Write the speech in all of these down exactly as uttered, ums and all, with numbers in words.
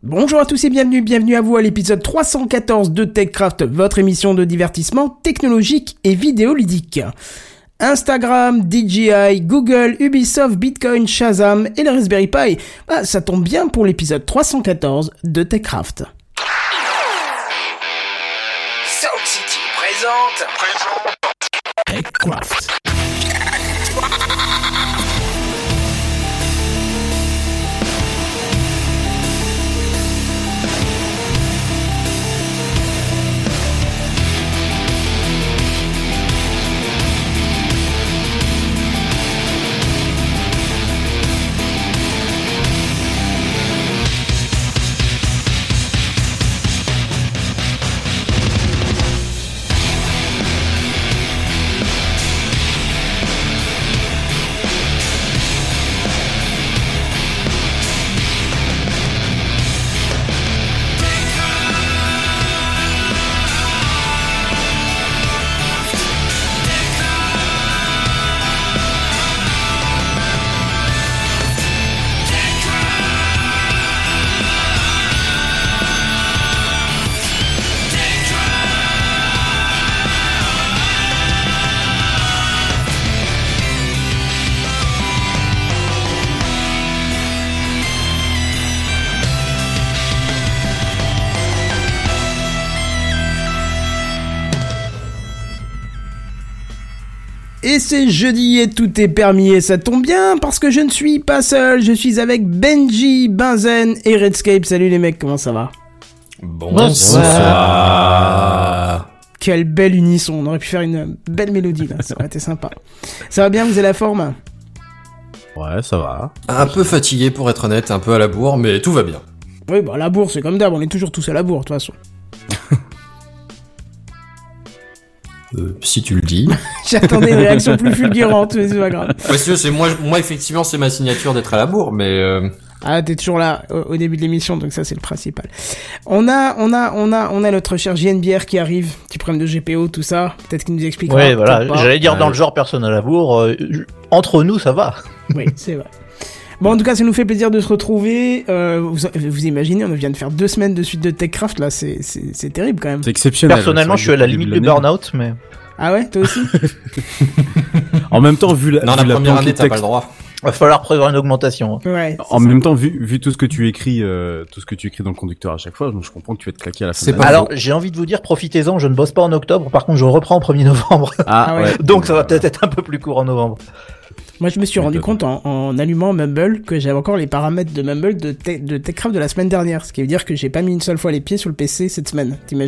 Bonjour à tous et bienvenue, bienvenue à vous à l'épisode trois cent quatorze de TechCraft, votre émission de divertissement technologique et vidéoludique. Instagram, D J I, Google, Ubisoft, Bitcoin, Shazam et le Raspberry Pi, bah, ça tombe bien pour l'épisode trois cent quatorze de TechCraft. Sound City présente, présente TechCraft. Et c'est jeudi et tout est permis et ça tombe bien parce que je ne suis pas seul, je suis avec Benji, Benzen et Redscape. Salut les mecs, comment ça va ? Bonsoir. Quel bel unisson, on aurait pu faire une belle mélodie là, ça aurait été sympa. Ça va bien, vous avez la forme ? Ouais, ça va. Un peu fatigué pour être honnête, un peu à la bourre, mais tout va bien. Oui, bah la bourre c'est comme d'hab, on est toujours tous à la bourre de toute façon. Euh, si tu le dis. J'attendais une réaction plus fulgurante, mais c'est pas grave. Parce que c'est moi, moi effectivement, c'est ma signature d'être à la bourre, mais. Euh... Ah, t'es toujours là au, au début de l'émission, donc ça c'est le principal. On a, on a, on a, on a notre cher J N B R qui arrive, petit problème de G P O, tout ça. Peut-être qu'il nous expliquera. Ouais, voilà. J'allais dire Ouais. dans le genre personne à la bourre. Euh, entre nous, ça va. Oui, c'est vrai. Bon, en tout cas, ça nous fait plaisir de se retrouver. Euh, vous, vous imaginez, on vient de faire deux semaines de suite de TechCraft, là, c'est, c'est, c'est terrible quand même. C'est exceptionnel. Personnellement, je suis à la limite du burn-out, mais. Ah ouais, toi aussi ? En même temps, vu la, Non, vu la la première planquée année, de t'as pas texte- le droit. Va falloir prévoir une augmentation. Ouais. En même temps, vu, vu tout ce que tu écris, euh, tout ce que tu écris dans le conducteur à chaque fois, je comprends que tu vas te claquer à la fin. C'est de pas l'année. Alors, j'ai envie de vous dire, profitez-en, je ne bosse pas en octobre, par contre, je reprends au premier novembre. Ah, Ah ouais. ouais. Donc, ça va peut-être être un peu plus court en novembre. Moi, je me suis rendu compte en, en allumant Mumble que j'avais encore les paramètres de Mumble de, te- de TechCraft de la semaine dernière. Ce qui veut dire que j'ai pas mis une seule fois les pieds sur le P C cette semaine. T'imagines ?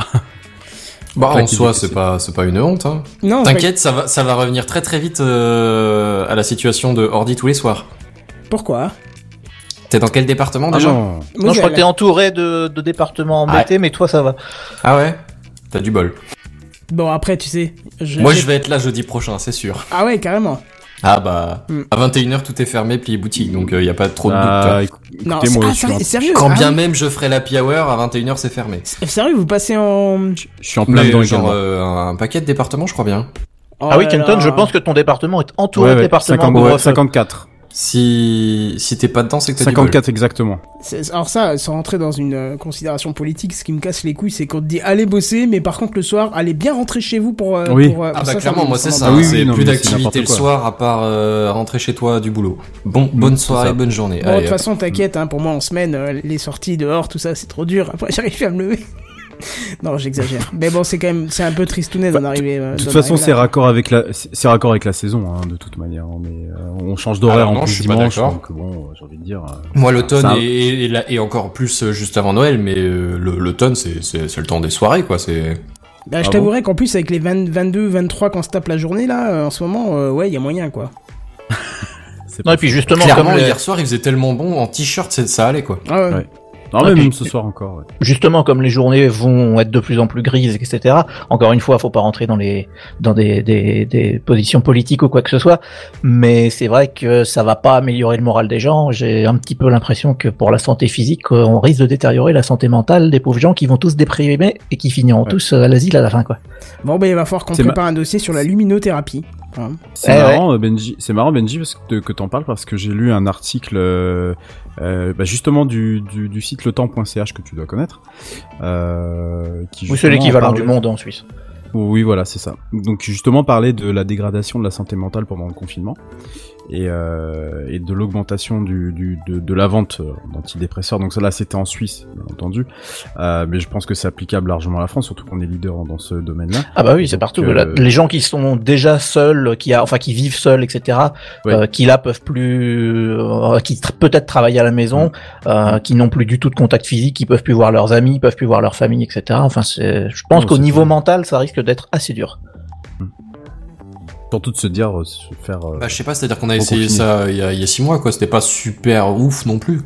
Bah, en Claquer soi, du c'est P C. pas, c'est pas une honte, hein. Non, T'inquiète, ça va, ça va revenir très très vite euh, à la situation de ordi tous les soirs. pas- Pourquoi ? T'es dans quel département Ah déjà? non. Non, je crois que t'es entouré de, de départements embêtés, mais toi, ça va. Ah ouais? T'as du bol. Bon, après, tu sais... Je, Moi, je vais être là jeudi prochain, c'est sûr. Ah ouais, carrément. Ah bah, Hmm. à vingt et une heures, tout est fermé, plié boutique, donc il euh, y a pas trop de Ah, doute. écou- Non, écoutez, moi, ah, je, suis sérieux, en, sérieux Quand ah bien oui. même je ferai l'happy hour, à vingt et une heures, c'est fermé. Sérieux, vous passez en... je suis en plein Mais dedans genre également. euh, un paquet de départements, je crois bien. Oh ah oui, là Kenton, là. je pense que ton département est entouré Ouais, de ouais, départements cinquante, couvre-feu. ouais, cinquante-quatre. Si si t'es pas dedans, c'est que t'as cinquante-quatre exactement. C'est- Alors ça, sans rentrer dans une euh, considération politique, ce qui me casse les couilles, c'est qu'on te dit allez bosser, mais par contre le soir, allez bien rentrer chez vous pour... euh, Oui. pour, euh, du bol. Ah pour bah ça, clairement, ça me- moi c'est ça ça. Ah hein, oui, c'est oui, non, plus mais c'est d'activité n'importe le quoi. soir à part euh, rentrer chez toi du boulot. Bon, bonne c'est soirée, ça. bonne journée. Bon, de Allez, toute hop. façon, t'inquiète, hein, pour moi en semaine, euh, les sorties dehors, tout ça, c'est trop dur. Après, j'arrive plus à me lever. Non, j'exagère. Mais bon, c'est quand même, c'est un peu tristounet d'en arriver. euh, De toute d'en façon, arriver c'est là. raccord avec la, c'est c'est raccord avec la saison, hein, de toute manière. hein, Mais euh, on change d'horaire Alors non, en je plus suis pas dimanche, d'accord. donc bon, euh, j'ai envie de dire. euh, Moi l'automne Ça- et, et, la- et encore plus euh, juste avant Noël, mais euh, le- l'automne c'est c'est c'est le temps des soirées quoi. C'est Bah, je Ah t'avouerais qu'en plus, avec les vingt, vingt-deux, vingt-trois qu'on se tape la journée, là, euh, en ce moment, euh, ouais, il y a moyen, quoi. c'est Non, pas et puis justement, clairement comme les- hier soir il faisait tellement bon en t-shirt, c'est- ça allait quoi. Ah ouais. Ouais. Non, Ouais, mais puis- même ce soir encore. Ouais. justement, comme les journées vont être de plus en plus grises, et cetera. Encore une fois, faut pas rentrer dans les dans des, des, des positions politiques ou quoi que ce soit, mais c'est vrai que ça va pas améliorer le moral des gens. J'ai un petit peu l'impression que pour la santé physique, on risque de détériorer la santé mentale des pauvres gens qui vont tous déprimer et qui finiront Ouais. tous à l'asile à la fin, quoi. Bon, bah, il va falloir qu'on C'est prépare un dossier sur la luminothérapie. Hein. C'est Eh marrant, Benji. C'est marrant, Benji, parce que, que t'en parles parce que j'ai lu un article, euh, euh, bah justement du, du, du site le temps point c h que tu dois connaître, euh, qui Oui, c'est justement l'équivalent parlait- du Monde en Suisse. Oui, voilà, c'est ça. Donc justement parler de la dégradation de la santé mentale pendant le confinement et, euh, et de l'augmentation du, du de, de la vente d'antidépresseurs. Donc ça là, c'était en Suisse, bien entendu, euh, mais je pense que c'est applicable largement à la France, surtout qu'on est leader dans ce domaine-là. Ah bah oui, c'est Donc, partout. euh, Là, les gens qui sont déjà seuls, qui a, enfin qui vivent seuls, et cetera, Ouais. euh, qui là peuvent plus, euh, qui tr- peut-être travaillent à la maison, euh, qui n'ont plus du tout de contact physique, qui peuvent plus voir leurs amis, qui peuvent plus voir leur famille, et cetera. Enfin, c'est, je pense Non, qu'au c'est niveau clair. mental, ça risque d'être assez dur. Surtout de se dire, euh, se faire. euh, Bah, je sais pas, c'est-à-dire qu'on a essayé Reconfiné. ça il y a, il y a six mois, quoi. C'était pas super ouf non plus.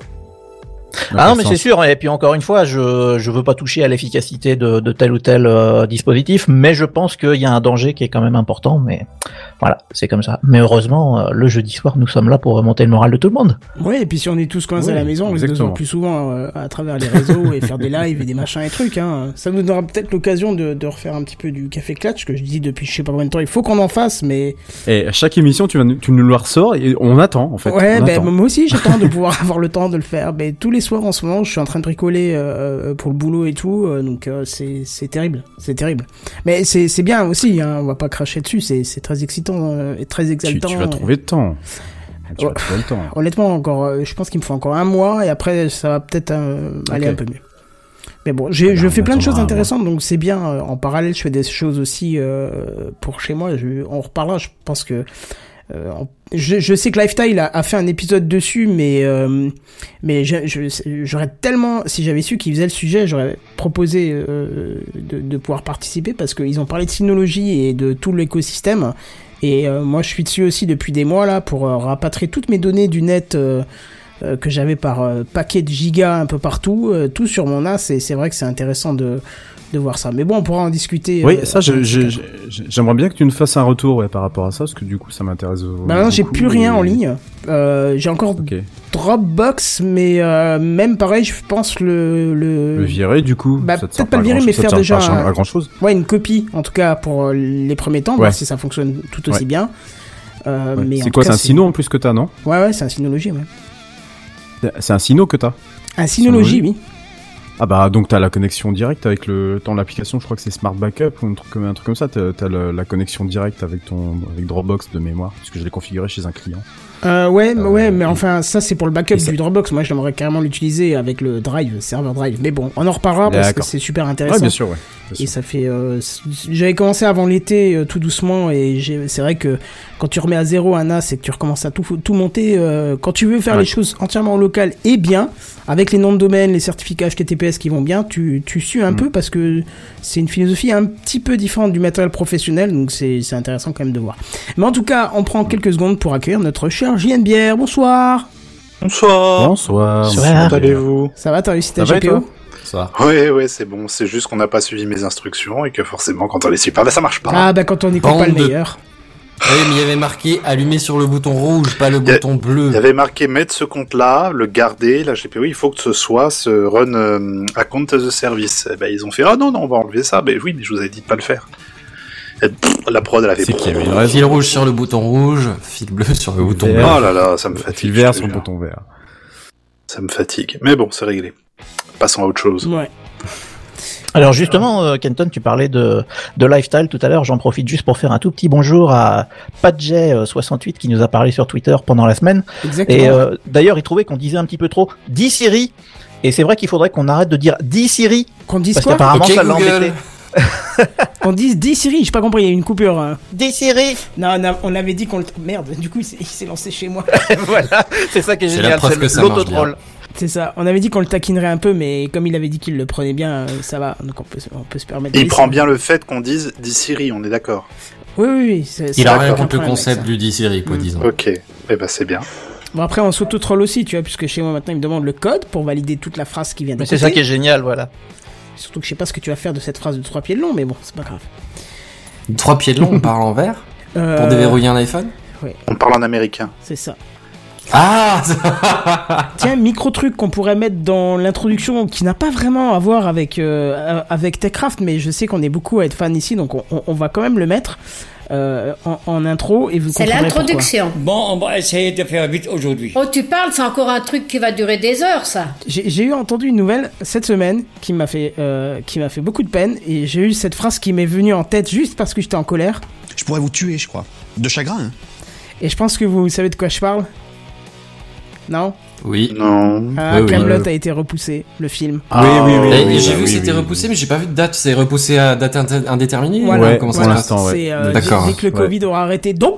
dans Ah non, quel mais sens c'est sûr. Et puis encore une fois, je je veux pas toucher à l'efficacité de, de tel ou tel euh, dispositif, mais je pense qu'il y a un danger qui est quand même important. Mais voilà, c'est comme ça. Mais heureusement, euh, le jeudi soir, nous sommes là pour remonter le moral de tout le monde. Ouais, et puis si on est tous coincés Oui, à la maison, on les exactement. besoin plus souvent euh, à travers les réseaux et faire des lives et des machins et trucs. Hein. Ça nous donnera peut-être l'occasion de, de refaire un petit peu du café clutch, que je dis depuis je sais pas combien de temps. Il faut qu'on en fasse, mais Et à chaque émission, tu, vas, nous- tu nous le ressors et on attend, en fait. ouais, on ben attend. moi aussi j'attends de pouvoir avoir le temps de le faire. Mais tous les soirs en ce moment, je suis en train de bricoler euh, pour le boulot et tout, euh, donc euh, c'est c'est terrible, c'est terrible. Mais c'est c'est bien aussi, hein, on va pas cracher dessus. C'est c'est très excitant euh, et très Tu, exaltant. tu vas trouver le temps. Tu Ouais. vas trouver le temps. Honnêtement, encore, euh, je pense qu'il me faut encore un mois et après ça va peut-être euh, aller Ok. un peu mieux. Mais bon, j'ai, Ah ben, je on fais plein de attendra choses un intéressantes, donc c'est bien. euh, En parallèle, je fais des choses aussi euh, pour chez moi. Je, on reparlera. Je pense que euh, on- je, je sais que Lifestyle a, a fait un épisode dessus, mais euh, mais je, je- j'aurais tellement, si j'avais su qu'ils faisaient le sujet, j'aurais proposé euh, de, de pouvoir participer parce qu'ils ont parlé de synologie et de tout l'écosystème. Et euh, moi, je suis dessus aussi depuis des mois là pour euh, rapatrier toutes mes données du net. Euh, euh, que j'avais par euh, paquet de gigas un peu partout, euh, tout sur mon NAS, et c'est vrai que c'est intéressant de, de voir ça. Mais bon, on pourra en discuter. Oui, euh, ça, je- après, je- c'est je- j'aimerais bien que tu nous fasses un retour ouais, par rapport à ça, parce que du coup, ça m'intéresse. Bah non, j'ai plus rien en ligne. Euh, j'ai encore Ok. Dropbox, mais euh, même pareil, je pense le... Le, Le virer, du coup. Bah, ça te sert peut-être pas le à virer, grand- mais ça te faire sert déjà pas un- à grand chose. Ouais, une copie, en tout cas, pour euh, les premiers temps, Ouais. voir si ça fonctionne tout aussi Ouais. bien. Euh, mais en C'est tout quoi, cas, c'est un sino en plus que t'as, non? Ouais, ouais, c'est un Synology, ouais. C'est un sino que t'as. Un Synology, oui. Ah bah donc t'as la connexion directe avec le dans l'application, je crois que c'est Smart Backup ou un truc comme un truc comme ça. T'as, t'as le- la connexion directe avec ton avec Dropbox de mémoire, puisque je l'ai configuré chez un client. Euh, ouais, mais Euh, ouais, mais et- enfin, ça c'est pour le backup et ça- du Dropbox. Moi, j'aimerais carrément l'utiliser avec le Drive, le serveur Drive. Mais bon, on en reparlera parce que D'accord. c'est super intéressant. Ouais, bien sûr, ouais. Bien Et sûr. ça fait, euh, c- j'avais commencé avant l'été euh, tout doucement et j'ai- c'est vrai que quand tu remets à zéro un NAS et que tu recommences à tout tout monter, euh, quand tu veux faire Ouais. les choses entièrement locales et bien, avec les noms de domaine, les certificats H T T P S qui vont bien, tu tu sues un Mm. peu parce que c'est une philosophie un petit peu différente du matériel professionnel, donc c'est c'est intéressant quand même de voir. Mais en tout cas, on prend quelques secondes pour accueillir notre cher J N Bière. Bonsoir. Bonsoir. Bonsoir. Bonsoir. Comment allez-vous? Ça va, t'as réussi ta Ça va et G P O? toi Ça. Ouais, ouais, c'est bon. C'est juste qu'on n'a pas suivi mes instructions et que forcément, quand on les suit pas, bah, ça marche pas. Ah bah quand on n'y croit pas le Bande de- meilleur. Oui, mais il y avait marqué allumer sur le bouton rouge, pas le Y a- bouton bleu. Il y avait marqué mettre ce compte-là, le garder, la G P O, il faut que ce soit ce run euh, account as a service. Eh ben, ils ont fait, ah non, non, on va enlever ça. Ben oui, mais je vous avais dit de pas le faire. Et, pff, la prod, elle avait C'est qu'il y avait une Fil raison. rouge sur le bouton rouge, fil bleu sur le bouton bleu. vert. Oh là là, ça me Fil fatigue. vert je te sur le jure. bouton vert. Ça me fatigue. Mais bon, c'est réglé. Passons à autre chose. Ouais. Alors justement, euh, Kenton, tu parlais de, de lifestyle tout à l'heure. J'en profite juste pour faire un tout petit bonjour à Padjay soixante-huit qui nous a parlé sur Twitter pendant la semaine. Exactement. Et euh, d'ailleurs, il trouvait qu'on disait un petit peu trop « dis Siri ». Et c'est vrai qu'il faudrait qu'on arrête de dire « dis Siri Qu'on » dise parce quoi? qu'apparemment Ok, ça Google. l'embêtait. Qu'on dise dis Siri, j'ai pas compris, il y a eu une coupure. Hein. « Dis Siri Non, on, a- on avait dit qu'on le... Merde, du coup il s'est, il s'est lancé chez moi. » Voilà, c'est ça qui est C'est la génial, preuve c'est que ça marche l'autotroll. C'est ça, on avait dit qu'on le taquinerait un peu, mais comme il avait dit qu'il le prenait bien, euh, ça va, donc on peut, se- on peut se permettre de Il laisser. prend bien le fait qu'on dise dit Siri, on est d'accord. Oui, oui, oui. c'est- c'est Il a aucun rien contre le problème avec concept ça. du D-Siri, quoi, disons. Ok. Eh ben, c'est bien. Bon, après, on s'auto-troll aussi, tu vois, puisque chez moi maintenant, il me demande le code pour valider toute la phrase qui vient de Mais c'est ça qui est génial, voilà. Surtout que je sais pas ce que tu vas faire de cette phrase de trois pieds de long, mais bon, c'est pas grave. Trois pieds de long, on parle en vert Euh, pour déverrouiller un iPhone. On parle en américain. C'est ça. Ah Tiens, micro truc qu'on pourrait mettre dans l'introduction qui n'a pas vraiment à voir avec euh, avec Techcraft, mais je sais qu'on est beaucoup à être fan ici, donc on, on- on va quand même le mettre. euh, en, en intro et vous C'est comprendrez l'introduction. Bon, on va essayer de faire vite aujourd'hui. Oh, tu parles, c'est encore un truc qui va durer des heures, ça. J'ai, j'ai eu entendu une nouvelle cette semaine qui m'a fait euh, qui m'a fait beaucoup de peine et j'ai eu cette phrase qui m'est venue en tête juste parce que j'étais en colère. Je pourrais vous tuer, je crois. De chagrin, hein. Et je pense que vous savez de quoi je parle. Non? Oui. Non. Ah, Oui, oui. Camelot a été repoussé, le film. Oui, oui, oui. Et oui, j'ai bah vu que oui, c'était oui, repoussé, oui. mais j'ai pas vu de date. C'est repoussé à date inter- indéterminée Voilà, Ouais, Comment ça pour se passe l'instant, ouais. C'est euh, D'accord. dès que le Ouais. Covid aura arrêté. Donc,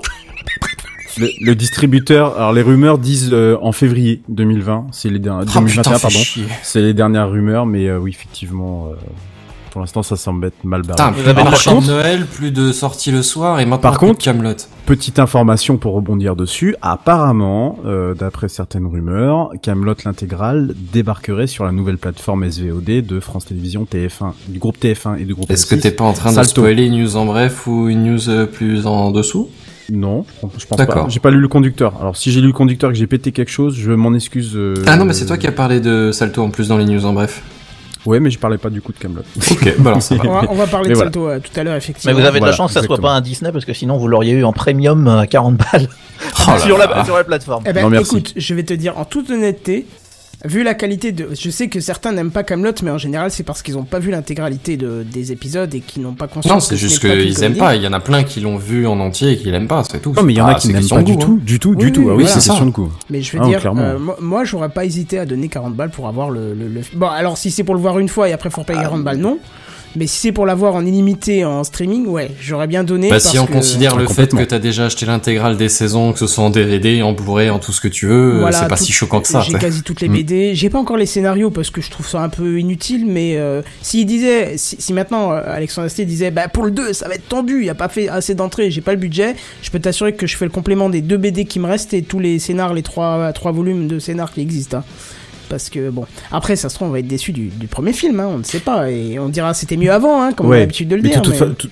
Le, le distributeur, alors les rumeurs disent euh, en février deux mille vingt, c'est les dernières, Oh deux mille vingt et un, putain, fais pardon. chier. C'est les dernières rumeurs, mais euh, oui, effectivement, euh, pour l'instant, ça semble être mal barré. Putain, Vous plus avez de de la marchand de chance. Noël, plus de sorties le soir, et maintenant Par plus de contre- Camelot. Petite information pour rebondir dessus. Apparemment, euh, d'après certaines rumeurs, Camelot l'intégrale débarquerait sur la nouvelle plateforme S V O D de France Télévisions, T F un, du groupe T F un et du groupe Est-ce M que six. t'es pas en train de Salto. spoiler une news en bref ou une news euh, plus en dessous? Non, je pense- je pense D'accord. pas. J'ai pas lu le conducteur. Alors si j'ai lu le conducteur et que j'ai pété quelque chose, je m'en excuse. euh, Ah non, mais c'est toi qui as parlé de Salto en plus dans les news en bref. Ouais, mais je parlais pas du coup de Camelot. Ok, bah alors ça va. on va, on va parler Mais de voilà. Salto euh, tout à l'heure, Mais effectivement. vous avez de Voilà, la chance que ça soit exactement. pas un Disney parce que sinon vous l'auriez eu en premium à quarante balles Oh là sur, là. la, sur la plateforme. Eh ben, Non, merci. écoute, je vais te dire en toute honnêteté, vu la qualité de... Je sais que certains n'aiment pas Camelot, mais en général, c'est parce qu'ils n'ont pas vu l'intégralité de, des épisodes et qu'ils n'ont pas conscience Non, que c'est ce juste n'est pas qu'une qu'ils aiment comédie. pas. Il y en a plein qui l'ont vu en entier et qui l'aiment pas, c'est tout. Non, mais il y en a Ah, qui c'est n'aiment question pas de du goût, tout, du tout, Oui, du tout. oui, Ah oui, voilà. c'est question de coup. Mais je veux Ah, dire, clairement. euh, moi, moi, j'aurais pas hésité à donner quarante balles pour avoir le... le, le- Bon, alors si c'est pour le voir une fois et après faut payer quarante balles, non. Mais si c'est pour l'avoir en illimité en streaming, ouais, j'aurais bien donné. Bah, parce si on que... considère Ah, le fait complètement. que t'as déjà acheté l'intégrale des saisons, que ce soit en D V D, en Blu-ray, en tout ce que tu veux, Voilà, c'est pas tout- si choquant que ça. J'ai t'sais. quasi toutes les Mm. B D. J'ai pas encore les scénarios parce que je trouve ça un peu inutile, mais euh, s'il disait, si, si maintenant euh, Alexandre Astier disait, bah pour le deux, ça va être tendu, il a pas fait assez d'entrées, j'ai pas le budget, je peux t'assurer que je fais le complément des deux B D qui me restent et tous les scénars, les trois, trois volumes de scénars qui existent. Hein. Parce que bon, après ça se trouve on va être déçu du, du premier film, hein, on ne sait pas et on dira c'était mieux avant, hein, comme on a Ouais. l'habitude de le Mais dire. de toute, mais- fa- tout-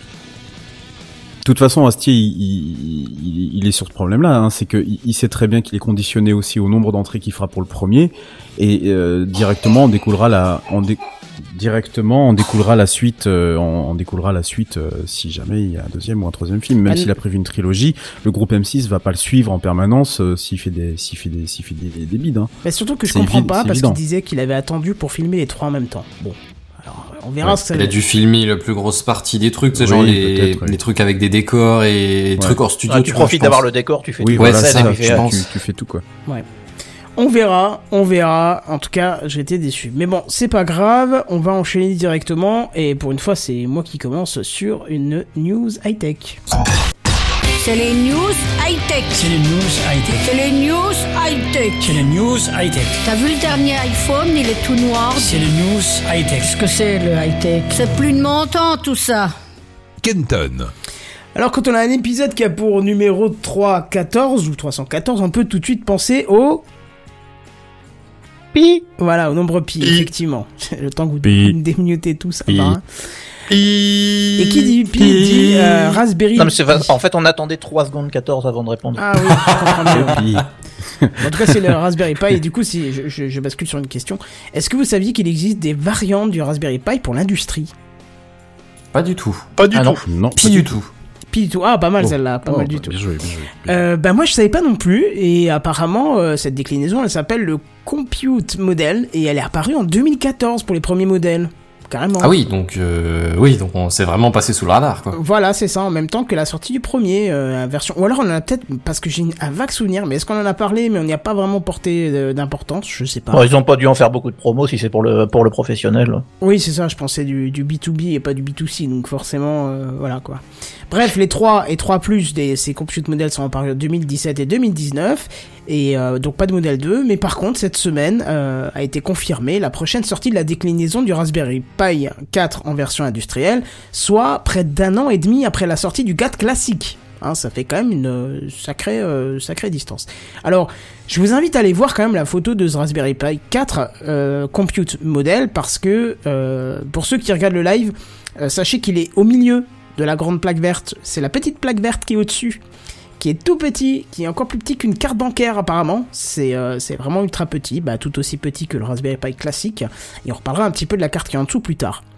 de toute façon, Astier, il, il, il- il est sur ce problème-là. Hein, c'est qu'il il sait très bien qu'il est conditionné aussi au nombre d'entrées qu'il fera pour le premier, et euh, directement, on découlera la, on dé- directement, on découlera la suite, euh, on, on découlera la suite euh, si jamais il y a un deuxième ou un troisième film. Même Ah, s'il a prévu une trilogie, le groupe M six va pas le suivre en permanence euh, s'il fait des, s'il fait des, s'il fait des, des, des bides. Hein. Mais surtout que je C'est comprends évi- pas c'est parce qu'il évident. disait qu'il avait attendu pour filmer les trois en même temps. Bon, alors on verra Ouais, ce que ça Il a dû filmer la plus grosse partie des trucs, tu sais, Oui, genre les, peut-être, ouais. les trucs avec des décors et des trucs hors studio. Ah, tu vois, profites je d'avoir pense. le décor, tu fais Oui, tout. Ouais, voilà, c'est c'est ça, ça. je Tu, pense. tu, tu fais tout quoi. On verra, on verra. En tout cas, j'ai été déçu. Mais bon, c'est pas grave. On va enchaîner directement. Et pour une fois, c'est moi qui commence sur une news high-tech. C'est les news high-tech. C'est les news high-tech. C'est les news high-tech. C'est les news high-tech. T'as vu le dernier iPhone, il est tout noir. C'est les news high-tech. Qu'est-ce que c'est le high-tech? C'est plus de mon temps, tout ça. Kenton. Alors, quand on a un épisode qui a pour numéro trois cent quatorze ou trois cent quatorze, on peut tout de suite penser au... Pi. Voilà, au nombre pi, Pi. effectivement. Le temps que vous Pi. déminutez tout ça Pi. va. Hein. Et qui dit pi dit euh, Raspberry Non mais c'est Pi. en fait on attendait trois secondes quatorze avant de répondre. Ah oui, je comprends mieux. Et puis, En tout cas, c'est le Raspberry Pi. Et du coup, si je, je, je bascule sur une question, est-ce que vous saviez qu'il existe des variantes du Raspberry Pi pour l'industrie? Pas du tout. Pas du Ah non. tout. non. Pas du tout. Pi du tout. Ah, pas mal Oh. celle-là, pas Oh, mal du bah, tout. Bien joué, bien joué. Euh, bah moi je savais pas non plus et apparemment euh, cette déclinaison elle s'appelle le Compute Model et elle est apparue en deux mille quatorze pour les premiers modèles. Carrément. Ah oui, donc euh, oui, donc on s'est vraiment passé sous le radar, quoi. Voilà, c'est ça, en même temps que la sortie du premier euh, version. Ou alors on en a peut-être, parce que j'ai une- un vague souvenir, mais est-ce qu'on en a parlé, mais on n'y a pas vraiment porté euh, d'importance, je sais pas. Bon, ils ont pas dû en faire beaucoup de promos si c'est pour le pour le professionnel. Oui, c'est ça, je pensais du, du B deux B et pas du B deux C, donc forcément, euh, voilà quoi. Bref, les trois et trois plus des ces compute modèles sont apparus en deux mille dix-sept et deux mille dix-neuf, et euh, donc pas de modèle deux, mais par contre, cette semaine euh, a été confirmée la prochaine sortie de la déclinaison du Raspberry Pi quatre en version industrielle, soit près d'un an et demi après la sortie du quatre classique. Hein, ça fait quand même une euh, sacrée, euh, sacrée distance. Alors, je vous invite à aller voir quand même la photo de ce Raspberry Pi quatre euh, Compute Model, parce que euh, pour ceux qui regardent le live, euh, sachez qu'il est au milieu de la grande plaque verte. C'est la petite plaque verte qui est au-dessus, qui est tout petit, qui est encore plus petit qu'une carte bancaire apparemment. C'est euh, c'est vraiment ultra petit, bah, tout aussi petit que le Raspberry Pi classique. Et on reparlera un petit peu de la carte qui est en dessous plus tard.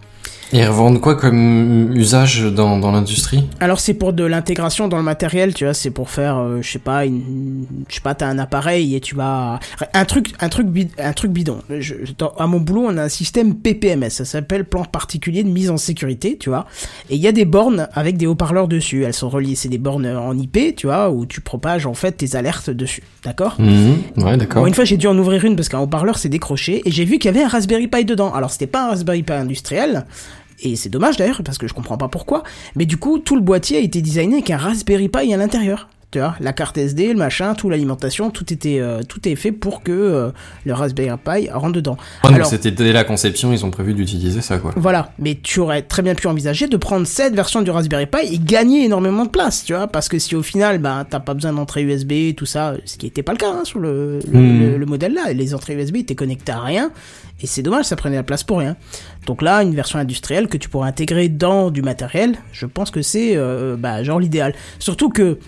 Et ils revendent quoi comme usage dans, dans l'industrie? Alors c'est pour de l'intégration dans le matériel, tu vois, c'est pour faire, euh, je sais pas, une, je sais pas, t'as un appareil et tu vas un truc, un truc, bid... un truc bidon. Je, dans, à mon boulot, on a un système P P M S, ça s'appelle plan particulier de mise en sécurité, tu vois. Et il y a des bornes avec des haut-parleurs dessus. Elles sont reliées, c'est des bornes en I P, tu vois, où tu propages en fait tes alertes dessus, d'accord? Mmh, ouais, d'accord. Bon, une fois, j'ai dû en ouvrir une parce qu'un haut-parleur s'est décroché et j'ai vu qu'il y avait un Raspberry Pi dedans. Alors c'était pas un Raspberry Pi industriel. Et c'est dommage d'ailleurs, parce que je comprends pas pourquoi. Mais du coup, tout le boîtier a été designé avec un Raspberry Pi à l'intérieur. Tu vois, la carte S D, le machin, tout l'alimentation, tout était, euh, tout est fait pour que euh, le Raspberry Pi rentre dedans. Oh, donc Alors, c'était dès la conception, ils ont prévu d'utiliser ça, quoi. Voilà, mais tu aurais très bien pu envisager de prendre cette version du Raspberry Pi et gagner énormément de place, tu vois, parce que si au final, bah, t'as pas besoin d'entrée U S B, tout ça, ce qui était pas le cas hein, sur le, le, mmh. le, le modèle là, les entrées U S B étaient connectées à rien, et c'est dommage, ça prenait la place pour rien. Donc là, une version industrielle que tu pourrais intégrer dans du matériel, je pense que c'est euh, bah, genre l'idéal. Surtout que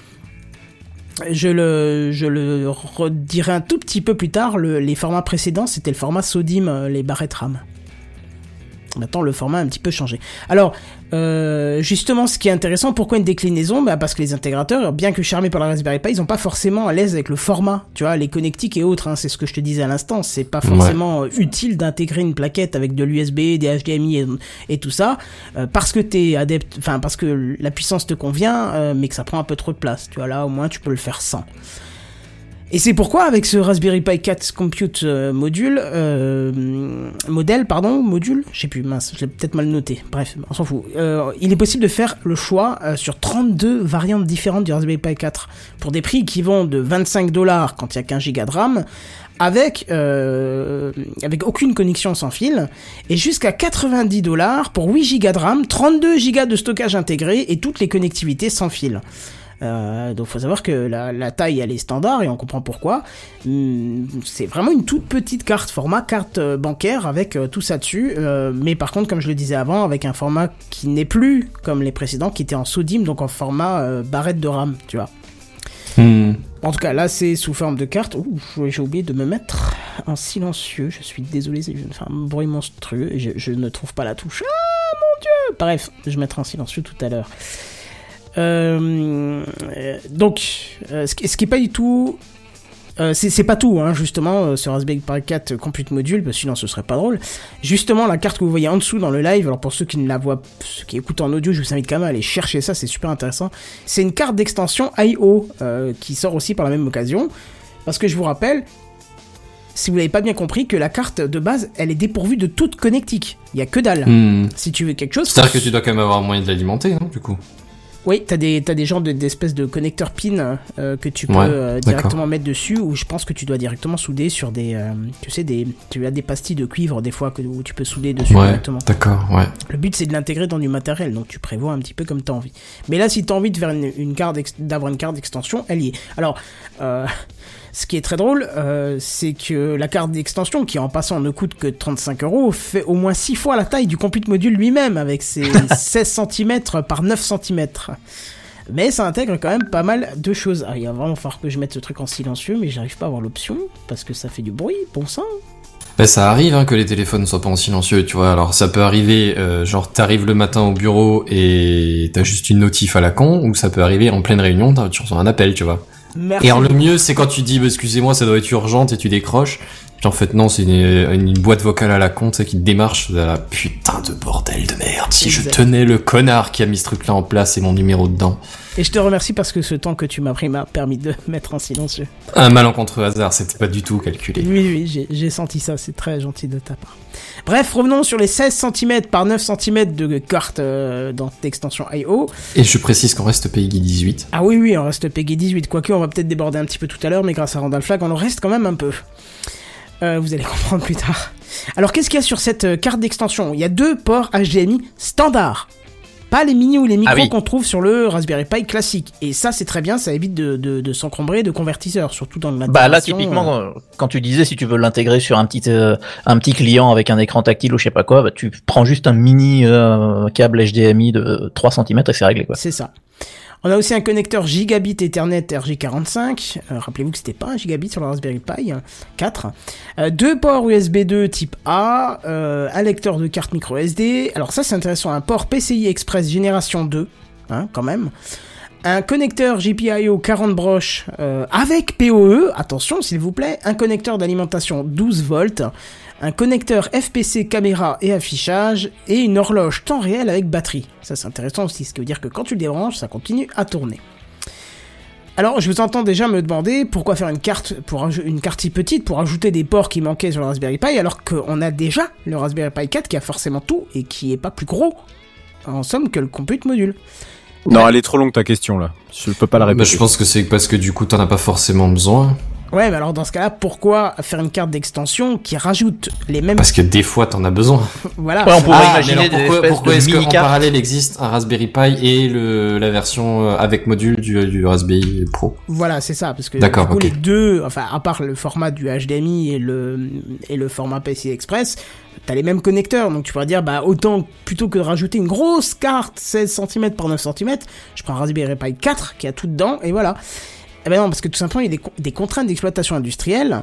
Je le, je le redirai un tout petit peu plus tard, le, les formats précédents, c'était le format SODIMM, les barrettes RAM. Maintenant, le format a un petit peu changé. Alors, euh, justement, ce qui est intéressant, pourquoi une déclinaison? Bah, parce que les intégrateurs, bien que charmés par la Raspberry Pi, ils sont pas forcément à l'aise avec le format, tu vois, les connectiques et autres, hein, c'est ce que je te disais à l'instant, c'est pas forcément ouais. utile d'intégrer une plaquette avec de l'U S B, des H D M I et, et tout ça, euh, parce que t'es adepte, enfin, parce que la puissance te convient, euh, mais que ça prend un peu trop de place, tu vois, là, au moins, tu peux le faire sans. Et c'est pourquoi avec ce Raspberry Pi quatre Compute euh, module, euh, modèle, pardon, module, je sais plus, mince, je l'ai peut-être mal noté, bref, on s'en fout. Euh, il est possible de faire le choix euh, sur trente-deux variantes différentes du Raspberry Pi quatre, pour des prix qui vont de vingt-cinq dollars quand il y a quinze gigas de RAM, avec, euh, avec aucune connexion sans fil, et jusqu'à quatre-vingt-dix dollars pour huit gigas de RAM, trente-deux gigas de stockage intégré et toutes les connectivités sans fil. Euh, donc faut savoir que la, la taille elle est standard et on comprend pourquoi. Hum, c'est vraiment une toute petite carte, format carte euh, bancaire avec euh, tout ça dessus, euh, mais par contre comme je le disais avant avec un format qui n'est plus comme les précédents qui étaient en SODIMM, donc en format euh, barrette de RAM, tu vois. Mmh. En tout cas là c'est sous forme de carte. Ouh, j'ai oublié de me mettre en silencieux, je suis désolé, je vais faire un bruit monstrueux et je, je ne trouve pas la touche. Ah mon dieu. Bref, je mettrai en silencieux tout à l'heure. Euh, donc, euh, ce, qui, ce qui est pas du tout, euh, c'est, c'est pas tout, hein, justement, euh, ce Raspberry Pi quatre Compute Module, parce que sinon ce serait pas drôle. Justement, la carte que vous voyez en dessous dans le live, alors pour ceux qui ne la voient, ceux qui écoutent en audio, je vous invite quand même à aller chercher ça, c'est super intéressant. C'est une carte d'extension I O euh, qui sort aussi par la même occasion, parce que je vous rappelle, si vous l'avez pas bien compris, que la carte de base, elle est dépourvue de toute connectique. Il y a que dalle. Mmh. Si tu veux quelque chose. C'est-à-dire que tu dois quand même avoir un moyen de l'alimenter, non, du coup. Oui, t'as des, t'as des genres de, d'espèces de connecteurs pin euh, que tu peux ouais, euh, directement mettre dessus, ou je pense que tu dois directement souder sur des, euh, tu sais, des, tu as des pastilles de cuivre des fois que, où tu peux souder dessus ouais, directement. D'accord, ouais. Le but c'est de l'intégrer dans du matériel, donc tu prévois un petit peu comme t'as envie. Mais là, si t'as envie de faire une, une carte, d'avoir une carte d'extension, elle y est. Alors, euh, ce qui est très drôle, euh, c'est que la carte d'extension, qui en passant ne coûte que trente-cinq euros, fait au moins six fois la taille du Compute Module lui-même, avec ses seize centimètres par neuf centimètres. Mais ça intègre quand même pas mal de choses. Ah, il va vraiment falloir que je mette ce truc en silencieux, mais j'arrive pas à avoir l'option, parce que ça fait du bruit, bon sang. Ben, ça arrive hein, que les téléphones soient pas en silencieux, tu vois. Alors ça peut arriver, euh, genre t'arrives le matin au bureau et t'as juste une notif à la con, ou ça peut arriver en pleine réunion, tu reçois un appel, tu vois. Merci. Et alors le mieux c'est quand tu dis bah, excusez-moi ça doit être urgent et tu décroches, puis en fait non c'est une, une, une boîte vocale à la con qui te démarche, la putain de bordel de merde, si exact. Je tenais le connard qui a mis ce truc là en place et mon numéro dedans. Et je te remercie parce que ce temps que tu m'as pris m'a permis de mettre en silencieux. Un malencontreux hasard, c'était pas du tout calculé. Oui oui j'ai, j'ai senti ça, c'est très gentil de ta part. Bref, revenons sur les seize centimètres par neuf centimètres de carte euh, dans l'extension I O. Et je précise qu'on reste Peggy dix-huit. Ah oui, oui, on reste Peggy dix-huit. Quoique, on va peut-être déborder un petit peu tout à l'heure, mais grâce à Randall Flagg, on en reste quand même un peu. Euh, vous allez comprendre plus tard. Alors, qu'est-ce qu'il y a sur cette carte d'extension ? Il y a deux ports H D M I standards. Pas les mini ou les micros ah oui. qu'on trouve sur le Raspberry Pi classique. Et ça, c'est très bien, ça évite de, de, de s'encombrer de convertisseurs, surtout dans l'intégration. Bah là, typiquement, euh... quand tu disais si tu veux l'intégrer sur un petit, euh, un petit client avec un écran tactile ou je sais pas quoi, bah tu prends juste un mini euh, câble H D M I de trois centimètres et c'est réglé, quoi. C'est ça. On a aussi un connecteur gigabit Ethernet R J quarante-cinq. Euh, rappelez-vous que c'était pas un gigabit sur le Raspberry Pi quatre. Euh, deux ports U S B deux type A. Euh, un lecteur de carte micro S D. Alors ça c'est intéressant. Un port P C I Express génération deux. Hein, quand même. Un connecteur G P I O quarante broches euh, avec P O E. Attention s'il vous plaît. Un connecteur d'alimentation douze volts. Un connecteur F P C caméra et affichage, et une horloge temps réel avec batterie. Ça c'est intéressant aussi, ce qui veut dire que quand tu le débranches, ça continue à tourner. Alors je vous entends déjà me demander pourquoi faire une carte pour aj- une carte si petite pour ajouter des ports qui manquaient sur le Raspberry Pi, alors qu'on a déjà le Raspberry Pi quatre qui a forcément tout et qui est pas plus gros en somme que le compute module. Non, elle est trop longue ta question là. Je peux pas la répéter. Bah, je pense que c'est parce que du coup t'en as pas forcément besoin. Ouais, mais alors dans ce cas-là, pourquoi faire une carte d'extension qui rajoute les mêmes... Parce que des fois t'en as besoin. Voilà. Ouais, on pourrait Ah, imaginer mais alors des pourquoi, espèces pourquoi de est-ce qu'en mini-cartes. parallèle existe un Raspberry Pi et le, la version euh, avec module du, du Raspberry Pro? Voilà, c'est ça, parce que D'accord, du coup ok. les deux, enfin à part le format du H D M I et le et le format P C I Express, t'as les mêmes connecteurs, donc tu pourrais dire bah autant plutôt que de rajouter une grosse carte seize centimètres par neuf centimètres, je prends un Raspberry Pi quatre qui a tout dedans et voilà. Eh ben non, parce que tout simplement il y a des, co- des contraintes d'exploitation industrielle.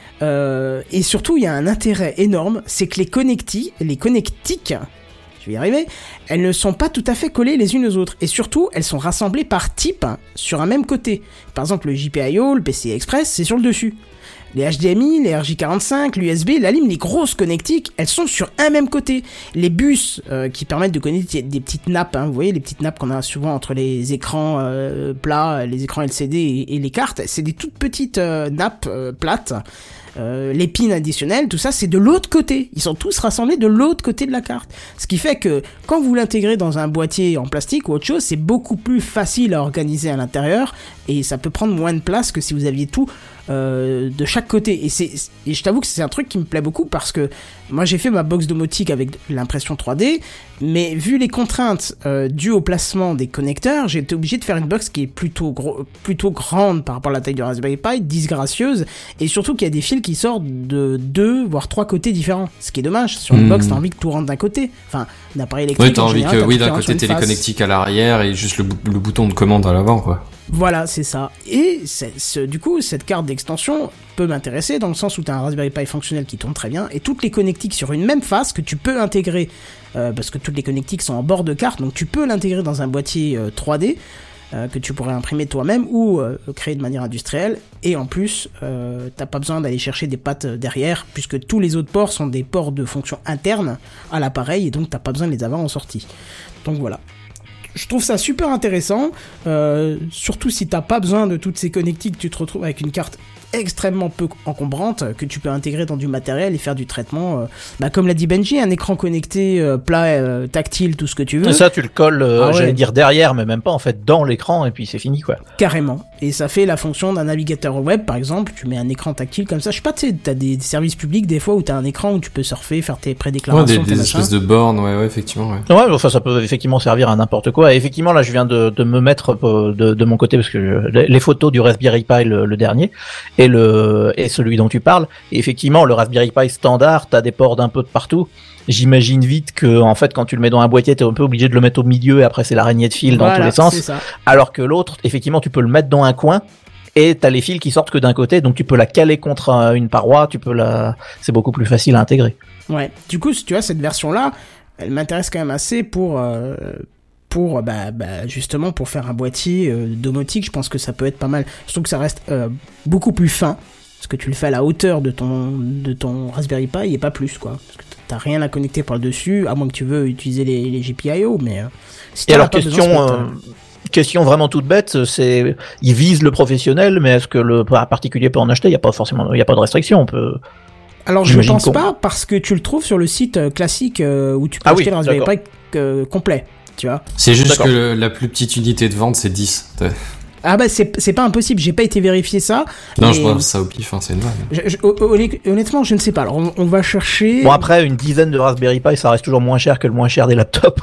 Euh, et surtout, il y a un intérêt énorme, c'est que les connectiques, les connectiques, je vais y arriver, elles ne sont pas tout à fait collées les unes aux autres. Et surtout, elles sont rassemblées par type sur un même côté. Par exemple, le G P I O, le P C I Express, c'est sur le dessus. Les H D M I, les R J quarante-cinq, l'U S B, la lime, les grosses connectiques, elles sont sur un même côté. Les bus euh, qui permettent de connecter des petites nappes, hein, vous voyez les petites nappes qu'on a souvent entre les écrans euh, plats, les écrans L C D et, et les cartes, c'est des toutes petites euh, nappes euh, plates. Euh, les pins additionnels, tout ça, c'est de l'autre côté. Ils sont tous rassemblés de l'autre côté de la carte. Ce qui fait que quand vous l'intégrez dans un boîtier en plastique ou autre chose, c'est beaucoup plus facile à organiser à l'intérieur et ça peut prendre moins de place que si vous aviez tout euh, de chaque côté. Et, c'est, et je t'avoue que c'est un truc qui me plaît beaucoup parce que moi j'ai fait ma box domotique avec l'impression trois D, mais vu les contraintes euh, dues au placement des connecteurs, j'ai été obligé de faire une box qui est plutôt gros, plutôt grande par rapport à la taille du Raspberry Pi, disgracieuse, et surtout qu'il y a des fils qui sortent de deux voire trois côtés différents. Ce qui est dommage, sur une Mmh. box t'as envie que tout rentre d'un côté, enfin un appareil électrique. Oui, t'as en envie général, que, t'as oui, tout qui d'un rentre sur côté une face. téléconnectique à l'arrière et juste le, bou- le bouton de commande à l'avant, quoi. Voilà, c'est ça. Et c'est, ce, du coup, cette carte d'extension peut m'intéresser dans le sens où tu as un Raspberry Pi fonctionnel qui tourne très bien et toutes les connectiques sur une même face que tu peux intégrer, euh, parce que toutes les connectiques sont en bord de carte, donc tu peux l'intégrer dans un boîtier euh, trois D euh, que tu pourrais imprimer toi-même ou euh, créer de manière industrielle. Et en plus, euh, t'as pas besoin d'aller chercher des pattes derrière, puisque tous les autres ports sont des ports de fonction interne à l'appareil et donc t'as pas besoin de les avoir en sortie. Donc voilà. Je trouve ça super intéressant, euh, surtout si t'as pas besoin de toutes ces connectiques, tu te retrouves avec une carte extrêmement peu encombrante que tu peux intégrer dans du matériel et faire du traitement, euh, bah comme l'a dit Benji, un écran connecté euh, plat, euh, tactile, tout ce que tu veux. Et ça, tu le colles, euh, Ah ouais. j'allais dire derrière, mais même pas, en fait, dans l'écran, et puis c'est fini, quoi. Carrément. Et ça fait la fonction d'un navigateur web, par exemple. Tu mets un écran tactile comme ça. Je sais pas, tu sais, t'as des services publics des fois où t'as un écran où tu peux surfer, faire tes Ouais, prédéclarations, des, tes des machins. espèces de bornes, ouais, ouais, effectivement, ouais. Ouais, enfin, ça peut effectivement servir à n'importe quoi. Et effectivement, là, je viens de, de me mettre euh, de, de mon côté, parce que je- les, les photos du Raspberry Pi, le, le dernier, et le et celui dont tu parles, et effectivement, le Raspberry Pi standard, t'as des ports d'un peu de partout. J'imagine vite que, en fait, quand tu le mets dans un boîtier, t'es un peu obligé de le mettre au milieu, et après, c'est l'araignée de fil dans Voilà, tous les sens. c'est ça. Alors que l'autre, effectivement, tu peux le mettre dans un coin, et t'as les fils qui sortent que d'un côté, donc tu peux la caler contre euh, une paroi, tu peux la, c'est beaucoup plus facile à intégrer. Ouais. Du coup, si tu vois, cette version-là, elle m'intéresse quand même assez pour, euh, pour, bah, bah, justement, pour faire un boîtier euh, domotique. Je pense que ça peut être pas mal. Surtout que ça reste euh, beaucoup plus fin. Parce que tu le fais à la hauteur de ton, de ton Raspberry Pi et pas plus, quoi. Parce que t'as rien à connecter par le dessus, à moins que tu veux utiliser les, les G P I O, mais, euh, si Et t'en as alors, pas besoin, question, ça peut être, euh, question vraiment toute bête, c'est, ils visent le professionnel, mais est-ce que le particulier peut en acheter? Il y a pas forcément, il y a pas de restriction, on peut. Alors je J'imagine pense qu'on- pas, parce que tu le trouves sur le site euh, classique euh, où tu peux Ah acheter oui, le Raspberry d'accord. Pi euh, complet, tu vois. C'est juste D'accord. que le- la plus petite unité de vente, c'est dix. T'as- Ah bah c'est c'est pas impossible, j'ai pas été vérifier ça. Non, mais je pense ça au pif, hein, c'est une vanne. je- je- hon- honnêtement, je ne sais pas. Alors on, on va chercher. Bon, après, une dizaine de Raspberry Pi, ça reste toujours moins cher que le moins cher des laptops.